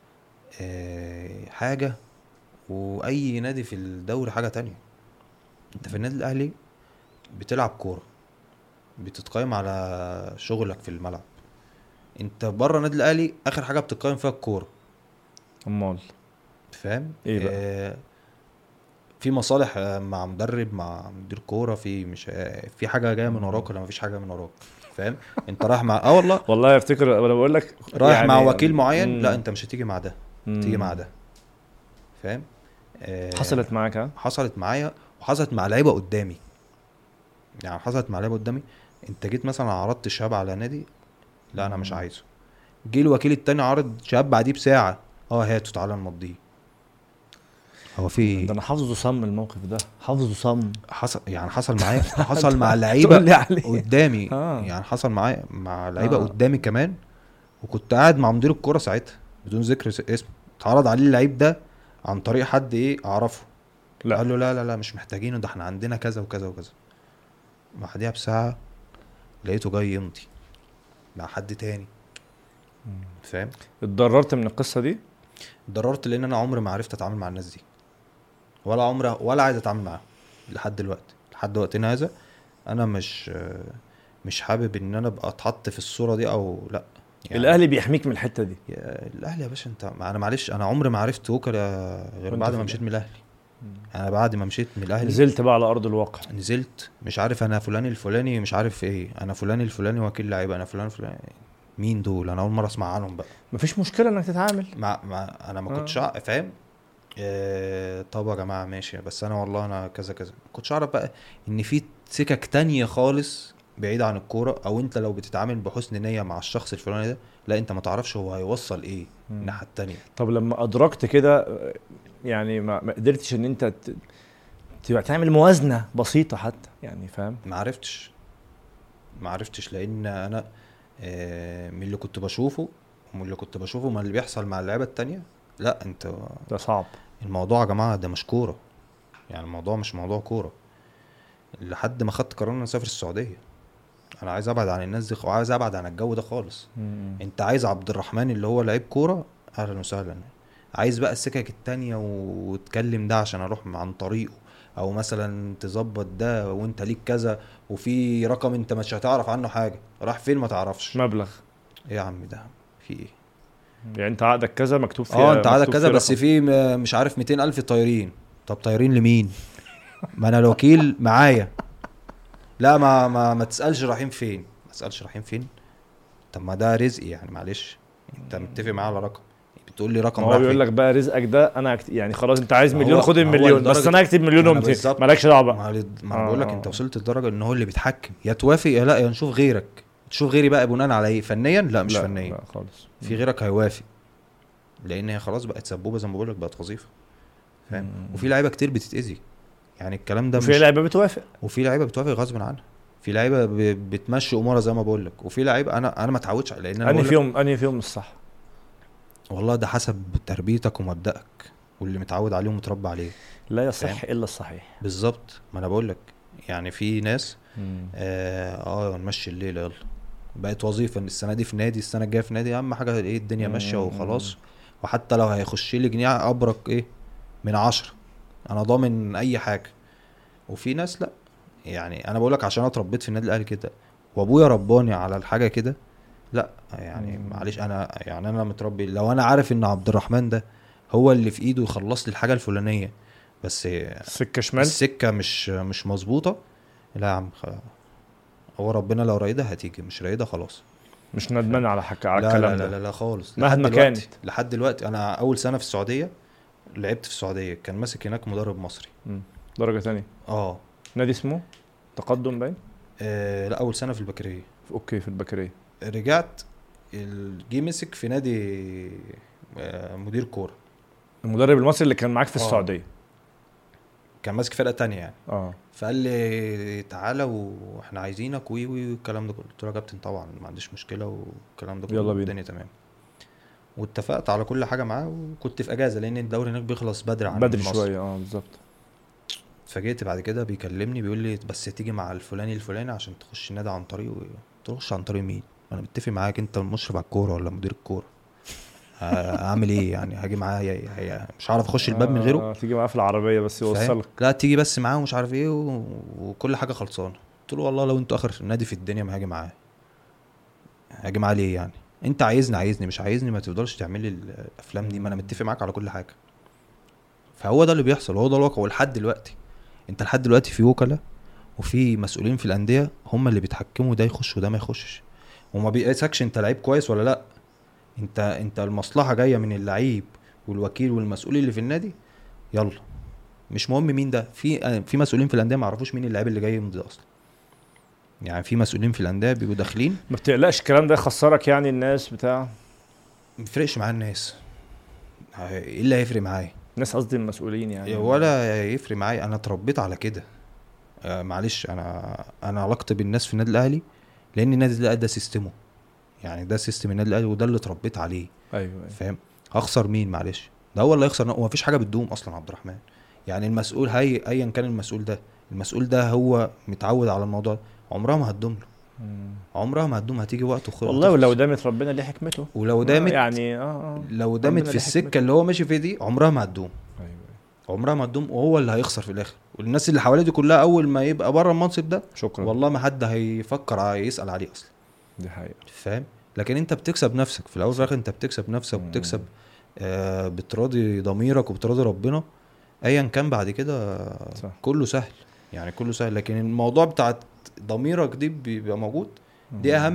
حاجه واي نادي في الدوري حاجه تانية. انت في النادي الاهلي بتلعب كوره، بتتقيم على شغلك في الملعب. انت بره النادي الاهلي اخر حاجه بتتقيم فيها الكوره. امال فاهم ايه بقى؟ في مصالح مع مدرب، مع مدير كوره، في مش في حاجه جايه من وراك ولا مفيش حاجه من وراك، فاهم. انت رايح مع والله افتكر انا بقول لك رايح يعني مع وكيل معين. لا انت مش هتيجي مع ده، تيجي مع ده، فاهم. حصلت معاك؟ حصلت معايا وحصلت مع لعيبه قدامي يعني. حصلت مع لعيبه قدامي. انت جيت مثلا عرضت شاب على نادي، لا انا مش عايزه. جه الوكيل التاني عرض شاب بعديه بساعه، هاتوا تعالى نمضيه. هو في ده انا حافظه صم الموقف ده، حافظه صم. حصل معايا حصل مع لعيبه قدامي يعني. حصل معايا مع لعيبه قدامي كمان. وكنت قاعد مع مدير الكوره ساعتها بدون ذكر اسمه. اتعرض عليه اللعيب ده عن طريق حد اعرفه. لا. قال له لا مش محتاجينه، ده احنا عندنا كذا وكذا وكذا. بعديها بساعه لقيته جاي يمضي مع حد تاني، فاهم. اتضررت من القصه دي؟ اتضررت لان انا عمري ما عرفت اتعامل مع الناس دي، ولا عايز اتعامل معاهم لحد دلوقتي. لحد وقتنا هذا انا مش حابب ان انا ابقى اتحط في الصوره دي او لا يعني. الاهلي بيحميك من الحته دي؟ الاهلي يا باشا. انا معلش، انا عمري ما عرفت وكلاء غير بعد ما مشيت من الاهلي. انا بعد ما مشيت من الاهلي نزلت بقى على ارض الواقع. نزلت مش عارف انا فلان الفلاني مش عارف ايه، انا فلان الفلاني وكيل لعيبه، انا فلان الفلاني. مين دول؟ انا اول مره اسمع عنهم بقى. مفيش مشكله انك تتعامل انا ما كنتش فاهم. طب يا جماعه ماشي، بس انا والله انا كذا كذا. ما كنتش اعرف بقى ان في سكك تانية خالص بعيد عن الكوره. او انت لو بتتعامل بحسن نيه مع الشخص الفلاني ده، لا انت ما تعرفش هو هيوصل ايه الناحيه التانية. طب لما ادركت كده يعني ما قدرتش ان انت تعمل موازنه بسيطه حتى يعني، فاهم؟ ما عرفتش لان انا من اللي كنت بشوفه ما اللي بيحصل مع اللعيبه التانية. لا انت ده صعب الموضوع يا جماعه، ده مش كوره يعني. الموضوع مش موضوع كوره. لحد ما خدت قرار ان اسافر السعوديه. انا عايز ابعد عن الناس دي وعايز ابعد عن الجو ده خالص. انت عايز عبد الرحمن اللي هو لعيب كوره، اهلا وسهلا. عايز بقى السكك التانية وتكلم ده عشان اروح عن طريقه، او مثلا تظبط ده وانت ليك كذا وفي رقم انت مش هتعرف عنه حاجه، راح فين ما تعرفش. مبلغ ايه يا عم ده في ايه يعني؟ انت عقدك كذا مكتوب فيه انت عقدك كذا بس في مش عارف 200,000 طايرين. طب طايرين لمين؟ ما انا الوكيل معايا. لا ما تسالش رايحين فين، ما تسالش رايحين فين. طب ما ده رزقي يعني، معلش. انت متفق معايا على رقم، بتقول لي رقم. هو بيقول لك بقى رزقك ده انا يعني خلاص انت عايز مليون خد المليون، بس انا هكتب مليون و200 مالكش دعوه بقى. ما انا بقول لك انت وصلت لدرجه ان هو اللي بيتحكم. يا توافق يا لا، يا نشوف غيرك. تشوف غيري بقى بناء على ايه؟ فنيا؟ لا مش فنيا. لا خالص. في غيرك هيوافق لان هي خلاص بقت سبوبه زي ما بقول لك، بقت وظيفه، فاهم. وفي لعيبه كتير بتتاذي يعني. الكلام ده وفي لعيبه بتوافق، وفي لعيبه بتوافق غصب عنها. في لعيبه بتمشي امورها زي ما بقول لك، وفي لعيبه انا ما اتعودش لان انا انهي فيهم الصح. والله ده حسب تربيتك ومبدأك واللي متعود عليه ومتربى عليه. لا يصح الا الصحيح. بالظبط. ما انا بقول لك يعني في ناس نمشي الليل يلا، بقت وظيفه. السنه دي في نادي، السنه الجايه في نادي، اهم حاجه ايه؟ الدنيا ماشيه وخلاص. وحتى لو هيخش لي جنيه ابرك ايه من 10، انا ضامن اي حاجه. وفي ناس لا، يعني انا بقولك عشان انا اتربيت في النادي الاهلي كده وابويا رباني على الحاجه كده، لا يعني معلش انا يعني انا متربي لو انا عارف ان عبد الرحمن ده هو اللي في ايده يخلص لي الحاجه الفلانيه، بس سكه شمال. السكه مش مظبوطه، لا يا عم هو ربنا لو رايدها هتيجي، مش رايدها خلاص. مش ندمان على على لا الكلام لا لا ده لا, لا خالص. مهما كانت. لحد دلوقتي انا اول سنه في السعوديه لعبت في السعوديه، كان ماسك هناك مدرب مصري. درجه ثانيه. اه نادي اسمه تقدم باين. لا اول سنه في البكريه. اوكي في البكريه. رجعت جه مسك في نادي مدير كوره. المدرب المصري اللي كان معاك في آه. السعوديه كان ماسك فرقه تانية يعني. اه. فقال لي تعالى واحنا عايزينك وي والكلام ده كله. قلت له يا كابتن طبعا ما عنديش مشكله والكلام ده كله، يلا بينا. الدنيا تمام. واتفقت على كل حاجه معاه، وكنت في اجازه لان الدوري هناك بيخلص بدري عن بدري مصر. شويه بالظبط. فجيت بعد كده بيكلمني بيقول لي بس تيجي مع الفلاني الفلاني عشان تخش النادي عن طريقه. تخش عن طريق مين؟ انا متفق معاك، انت المشرف على الكوره ولا مدير الكوره؟ اعمل ايه يعني؟ هاجي معاه مش عارف اخش الباب من غيره. تيجي معاه في العربيه بس يوصلك. لا تيجي بس معاه ومش عارف ايه وكل حاجه خلصانه. قلت له والله لو انتوا اخر نادي في الدنيا ما هاجي معاه. هاجي معاه ليه يعني؟ انت عايزني مش عايزني ما تفضلش تعمل لي الافلام دي، ما انا متفق معاك على كل حاجه. فهو ده اللي بيحصل، هو ده الواقع. ولحد دلوقتي انت لحد دلوقتي في وكلاء وفي مسؤولين في الانديه هم اللي بيتحكموا ده يخش وده ما يخشش، وما بيقيسكش انت لعيب كويس ولا لا. انت المصلحه جايه من اللعيب والوكيل والمسؤول اللي في النادي، يلا مش مهم مين ده. في مسؤولين في الانديه ما يعرفوش مين اللاعب اللي جاي يمضي اصلا. يعني في مسؤولين في الانديه بيبقوا داخلين. ما بتقلقش الكلام ده يخسرك يعني الناس بتاع؟ ما بيفرقش معاه الناس، ايه اللي هيفرق معايا؟ الناس قصدي المسؤولين يعني. ولا يفرق معايا، انا اتربيت على كده. معلش انا علاقتي بالناس في النادي الاهلي لان النادي الاهلي ده سيستمه، يعني ده سيستم النادي الاهلي وده اللي اتربيت عليه. ايوه فاهم؟ هخسر مين؟ معلش ده هو اللي هيخسر، ومفيش حاجه بتدوم اصلا عبد الرحمن. يعني المسؤول ايا كان المسؤول ده هو متعود على الموضوع ده، عمرها ما هتدوم له. عمرها ما هتدوم، هتيجي وقت وخلاص. والله ولو دامت ربنا ليه حكمته. ولو دامت يعني لو دامت في السكه اللي هو ماشي فيها دي عمرها ما هتدوم. ايوه عمرها ما تدوم، وهو اللي هيخسر في الاخر. والناس اللي حواليه دي كلها اول ما يبقى بره المنصب ده شكرا والله ما حد هيفكر يسأل عليه اصلا. دي حقيقة. فاهم؟ لكن انت بتكسب نفسك في الاول وفي الاخر، انت بتكسب نفسك وبتكسب بتراضي ضميرك وبتراضي ربنا. ايا كان بعد كده كله سهل، يعني كله سهل. لكن الموضوع بتاعت ضميرك دي بيبقى موجود، دي اهم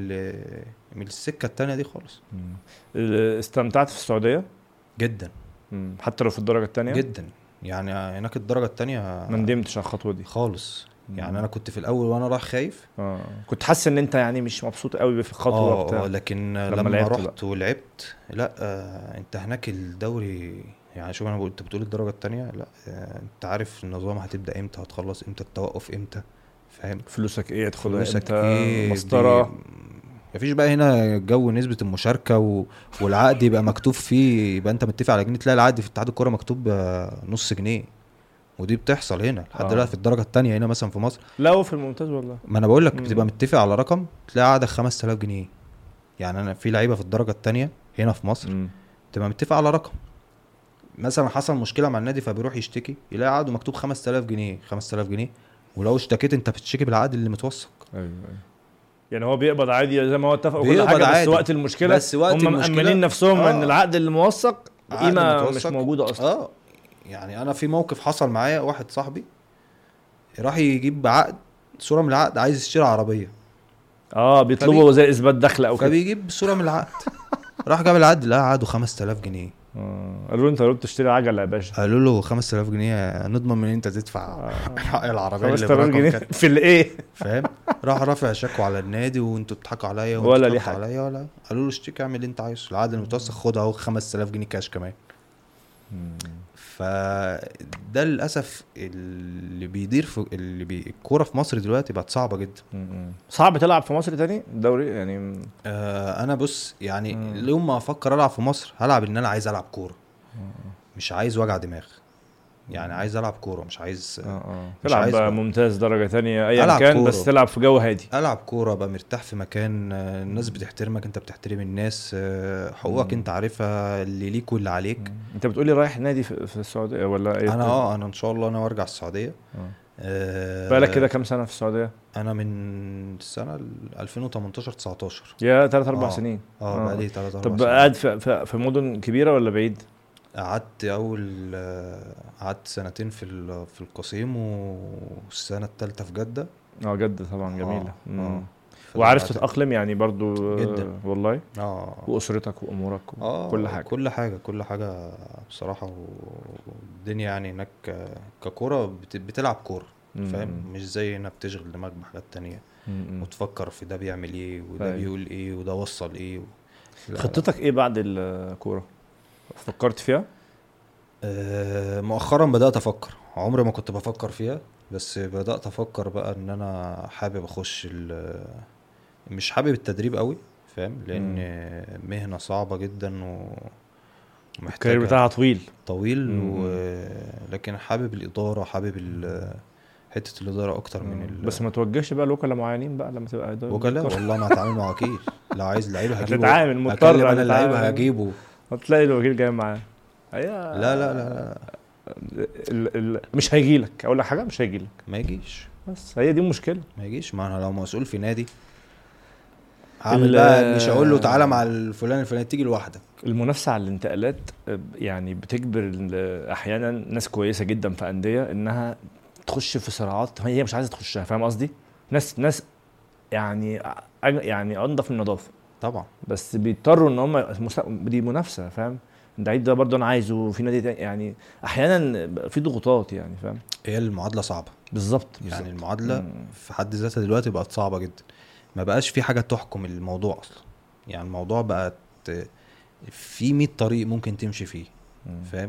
من السكة التانية دي خالص. استمتعت في السعودية جدا، حتى لو في الدرجة التانية جدا. يعني هناك الدرجة التانية ما ندمتش على الخطوة دي خالص. يعني انا كنت في الاول وانا رايح خايف. كنت حاسس ان انت يعني مش مبسوط قوي في الخطوة بتاع. لكن لما رحت ولعبت لا انت هناك الدوري يعني شوف انا انت بتقول الدرجة التانية، لا انت عارف النظام هتبدأ امتى، هتخلص امتى، التوقف امتى. فاهم؟ فلوسك ايه تدخلها امتى إيه مسطرة. مفيش بقى هنا جو نسبة المشاركة والعقد يبقى مكتوب فيه، يبقى انت متفق على جنيه، تلاقي العقد في اتحاد الكرة مكتوب نص جنيه. ودي بتحصل هنا لحد دلوقتي في الدرجة التانية هنا مثلا في مصر. لا وفي الممتاز والله. ما انا بقول لك بتبقى متفق على رقم تلاقي عقدك 5000 جنيه. يعني انا في لعيبة في الدرجة التانية هنا في مصر تبقى متفق على رقم، مثلا حصل مشكلة مع النادي فبيروح يشتكي يلاقي عقده مكتوب 5000 جنيه 5000 جنيه. ولو اشتكيت انت بتشتكي بالعقد اللي متوثق. ايوه يعني هو بيقبض عادي زي ما هو اتفق وكل حاجه، بس وقت المشكله هم مأمنين نفسهم ان العقد اللي موثق قيمه مش موجوده اصلا. يعني انا في موقف حصل معايا، واحد صاحبي راح يجيب عقد، صوره من العقد، عايز يشتري عربيه. بيطلبوا زي اثبات دخل او كده، فبيجيب صوره من العقد. راح جاب العقد لقى عقده 5000 جنيه. قالوا له انت لو بتشتري عجله يا باشا، قالوا له 5000 جنيه نضمن من انت تدفع حق العربيه 5000 جنيه في الايه. فاهم؟ راح رافع شكوى على النادي وانتوا بتضحكوا عليا ولا ليه حاجه عليا ولا. قالوا له اشتكي اعمل اللي انت عايزه، العقد المتوثق خد اهو 5000 جنيه كاش كمان. فده للاسف اللي بيدير في الكوره في مصر دلوقتي بقت صعبه جدا. صعب تلعب في مصر تاني الدوري يعني. انا بص يعني يوم ما افكر العب في مصر هلعب ان انا عايز العب كوره، مش عايز وجع دماغ. يعني عايز العب كوره، مش عايز مش تلعب عايز بقى بقى ممتاز درجة تانية ايا العب كان، بس كوره، تلعب في جو هادي. العب كوره بقى مرتاح في مكان الناس بتحترمك، انت بتحترم الناس، حقوقك مم. انت عارفها، اللي ليك واللي عليك. انت بتقولي رايح نادي في السعودية ولا ايه؟ انا ان شاء الله انا وارجع السعوديه. اه. بقالك كده آه، كام سنة في السعودية؟ انا من السنه 2018 19. يا 3 4 اه سنين. بقى اه. لي 3 4 طب سنين. قاعد في مدن كبيرة ولا بعيد؟ قعدت قعدت سنتين في القصيم، والسنه الثالثه في جده. اه جدة طبعا اه جميلة. اه وعارف فدلوقتي تتأقلم يعني برضو جدا. والله. اه وأسرتك وأمورك وكل حاجة. كل حاجه كل حاجه بصراحه. والدنيا يعني هناك ككوره بتلعب كوره، فاهم؟ مم. مش زي هنا بتشغل دماغك بحاجات تانية، مم. وتفكر في ده بيعمل ايه وده طيب بيقول ايه وده وصل ايه لا لا. خطتك ايه بعد الكورة؟ فكرت فيها؟ مؤخرا بدأت افكر، عمري ما كنت بفكر فيها، بس بدأت افكر بقى ان انا حابب اخش مش حابب التدريب قوي، فاهم؟ لان مم. مهنة صعبة جدا الكارير ومحتاجة بتاعها طويل. طويل مم. لكن حابب الإدارة، حابب حتة الإدارة أكتر من بس ما توجهش بقى الوكلاء معينين بقى لما تبقى الوكلاء. دكتور. والله أنا هتعامل مع وكيل، لو عايز لعيبة هجيبه، هتتعامل هكلم مضطر أنا اللعيبة هتتعامل. هجيبه. هتلاقي الوكيل جاي معاه. هي لا لا لا لا مش هيجي لك، اقول لك حاجه، مش هيجي لك. ما يجيش، بس هي دي المشكله. ما يجيش. ما أنا لو مسؤول في نادي هعمل بقى، مش هقول له تعالى مع الفلان الفلاني، تيجي لوحدك. المنافسه على الانتقالات يعني بتجبر احيانا ناس كويسه جدا في انديه انها تخش في صراعات هي مش عايزه تخشها، فاهم قصدي؟ ناس يعني يعني انضف من النظافه، طبعا بس بيضطروا ان هم دي منافسه، فاهم؟ اللعيب ده برضه انا عايزه في نادي تاني، يعني احيانا في ضغوطات يعني، فاهم؟ هي المعادلة صعبة، بالظبط يعني بالظبط. المعادلة في حد ذاتها دلوقتي بقت صعبة جدا، ما بقاش في حاجة تحكم الموضوع أصلا. يعني الموضوع بقت في 100 طريق ممكن تمشي فيه، فاهم؟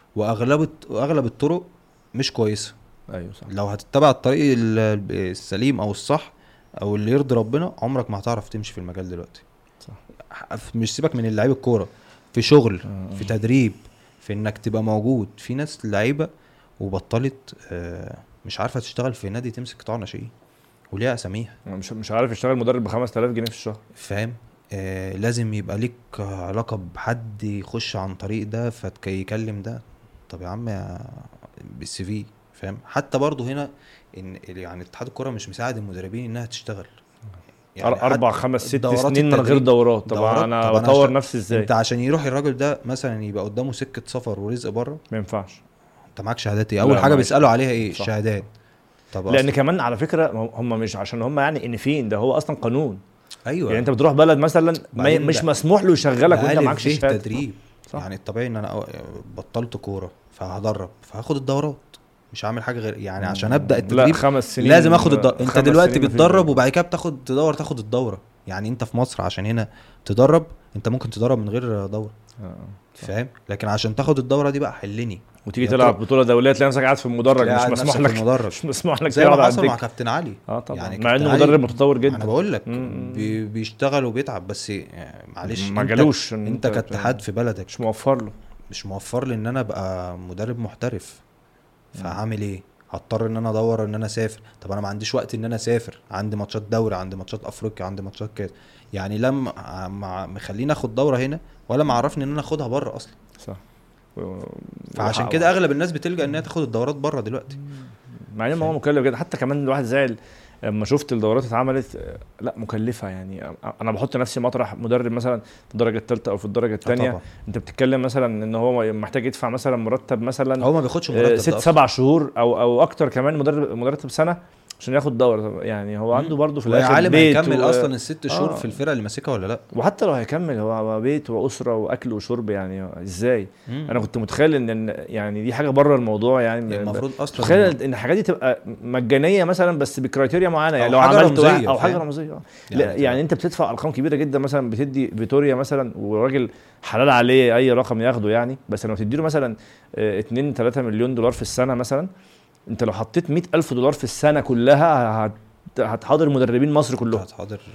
واغلب الطرق مش كويسه. ايوه صح. لو هتتبع الطريق السليم او الصح او اللي يرضي ربنا، عمرك ما هتعرف تمشي في المجال دلوقتي. صح. مش سيبك من اللعيب الكوره، في شغل، في تدريب، في انك تبقى موجود. في ناس لعيبه وبطلت مش عارفه تشتغل في نادي تمسك قطاع ناشئين وليها اساميها، مش عارف يشتغل مدرب ب 5000 جنيه في الشهر، فاهم؟ لازم يبقى ليك علاقة بحد يخش عن طريق ده فيكلم ده. طب يا عم بالسي في، فاهم؟ حتى برضو هنا ان يعني اتحاد الكرة مش مساعد المدربين انها تشتغل، يعني اربع حتى خمس ست دورات سنين من غير التدريب، دورات. طب دورات. انا طب انا بطور نفسي ازاي؟ انت عشان يروح الراجل ده مثلا يبقى قدامه سكة سفر ورزق بره، ما ينفعش. انت معاك شهادات ايه؟ اول لا حاجة معلش. بيسألوا عليها ايه؟ صح. الشهادات. طب لان اصلا كمان على فكره هم مش عشان هم يعني انفين، ده هو اصلا قانون. ايوه، يعني انت بتروح بلد مثلا بعدين مش ده مسموح له يشغلك وانت بألف معكش فيه شهاده. تدريب. صح. يعني الطبيعي ان انا بطلت كوره فهدرب فهاخد الدورات، مش هعمل حاجه غير يعني عشان ابدا لا التدريب 5 سنين. لازم اخد انت 5 دلوقتي سنين مفيش بتدرب دورة. وبعد كده تاخد الدوره. يعني انت في مصر عشان هنا تدرب، انت ممكن تدرب من غير دوره، فاهم؟ لكن عشان تاخد الدوره دي بقى حلني وتيجي تلعب بطوله دوليه تلاقي نفسك قاعد في المدرج، مش مسموح لك. مش مسموح لك زي ما تقعد على حصل مع الدكه. كابتن علي. طبعا يعني مع كابتن انه علي مدرب متطور جدا. انا بقول لك بيشتغل وبيتعب، بس معلش ما انت جالوش انت كاتحاد في بلدك مش موفر له، مش موفر لي ان انا ابقى مدرب محترف، فهعمل ايه؟ هضطر ان انا ادور ان انا اسافر. طب انا ما عنديش وقت ان انا اسافر، عندي ماتشات دوري، عندي ماتشات افريقيا، عندي ماتشات كده. يعني لما مخليني اخد دوره هنا ولا معرفني ان انا اخدها بره اصلا. صح. فعشان كده اغلب الناس بتلجأ انها تاخد الدورات بره دلوقتي، مع ان هو مكلف جدا. حتى كمان الواحد زعل لما شفت الدورات اتعملت، لا مكلفه يعني. انا بحط نفسي مطرح مدرب مثلا في الدرجه الثالثه او في الدرجه الثانيه، انت بتتكلم مثلا ان هو محتاج يدفع مثلا مرتب مثلا هو ما بياخدش مرتب 6-7 شهور او اكتر كمان، مرتب سنه عشان ياخد دوره. يعني هو عنده برضه في الاخر عالم بيت هيكمل اصلا ال6 شهور في الفرقه اللي ماسكها ولا لا؟ وحتى لو هيكمل هو بيت واسره واكل وشرب، يعني ازاي؟ انا كنت متخيل ان يعني دي حاجه بره الموضوع، يعني المفروض اصلا تخيل ان الحاجات دي تبقى مجانيه مثلا بس بكرايتيريا معينه، يعني لو حاجة عملت رمزية، او حاجه رمزيه. يعني انت بتدفع ارقام كبيره جدا، مثلا بتدي فيتوريا مثلا وراجل حلال عليه اي رقم ياخده يعني، بس لو تديله مثلا 2-3 مليون دولار في السنه مثلا، انت لو حطيت $100,000 في السنه كلها هتحاضر مدربين مصر كلهم. هتحاضر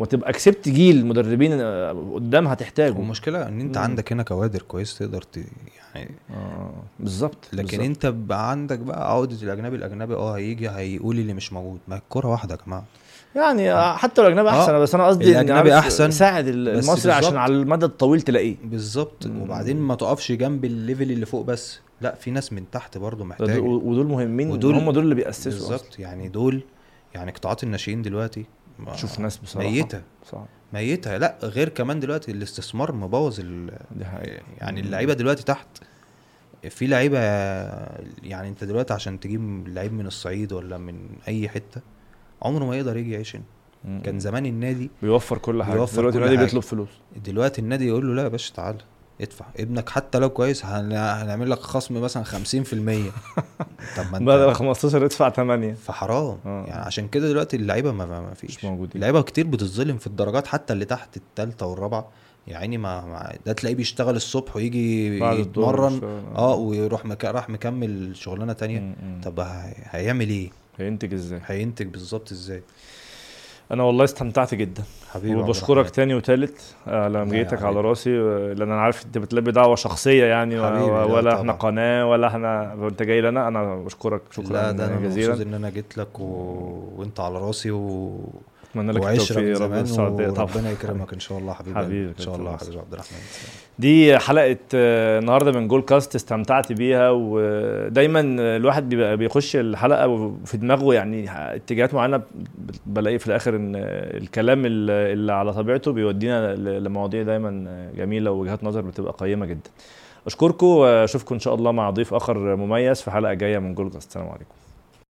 وتبقى كسبت جيل مدربين قدام هتحتاجه. والمشكله ان انت عندك هنا كوادر كويس تقدر يعني بالظبط. لكن بالزبط. انت بقى عندك بقى عودة الاجنبي هيجي هيقول اللي مش موجود. ما الكرة واحدة يا جماعه يعني، حتى لو الاجنبي احسن بس انا قصدي الاجنبي احسن ساعد المصري عشان على المدى الطويل تلاقيه بالظبط. وبعدين ما تقفش جنب الليفل اللي فوق بس، لا في ناس من تحت برضو محتاجه، ودول مهمين، هم دول اللي بيأسسوا بالظبط. يعني دول يعني قطاعات الناشئين دلوقتي شوف ناس بصراحه ميته صح ميته. لا غير كمان دلوقتي الاستثمار مبوظ يعني اللعيبه دلوقتي تحت في لعيبه. يعني انت دلوقتي عشان تجيب لعيب من الصعيد ولا من اي حته عمره ما يقدر يجي يعيش هنا. كان زمان النادي بيوفر كل حاجه، دلوقتي النادي بيطلب فلوس. دلوقتي النادي يقول له لا يا باشا تعالى ادفع، ابنك حتى لو كويس هنعمل لك خصم مثلا 50%. طب ما انت بدل 15 ادفع 8. فحرام يعني. عشان كده دلوقتي اللعيبه ما فيش موجودين. اللعيبه كتير بتتظلم في الدرجات، حتى اللي تحت الثالثه والرابعه يعني ما ده تلاقيه بيشتغل الصبح ويجي يتمرن ويروح راح مكمل شغلانه تانية. طب هيعمل ايه؟ هينتج ازاي؟ هينتج بالظبط ازاي؟ انا والله استمتعت جدا حبيبي، وبشكرك تاني وتالت على مجيتك على راسي، لان انا عارف انت بتلبي دعوه شخصيه يعني ولا احنا قناه ولا احنا انت جاي لنا. انا بشكرك شكرا جزيلا ان انا جيت لك وانت على راسي اتمنى لك التوفيق رب السعوديه. ربنا يكرمك ان شاء الله حبيبي ان شاء الله حبيبي عبد الرحمن. دي حلقه النهارده من جول كاست، استمتعت بيها. ودايما الواحد بيبقى بيخش الحلقه وفي دماغه يعني اتجاهات معينه، بلاقي في الاخر ان الكلام اللي على طبيعته بيودينا لمواضيع دايما جميله ووجهات نظر بتبقى قيمه جدا. اشكركم واشوفكم ان شاء الله مع ضيف اخر مميز في حلقه جايه من جول كاست. السلام عليكم.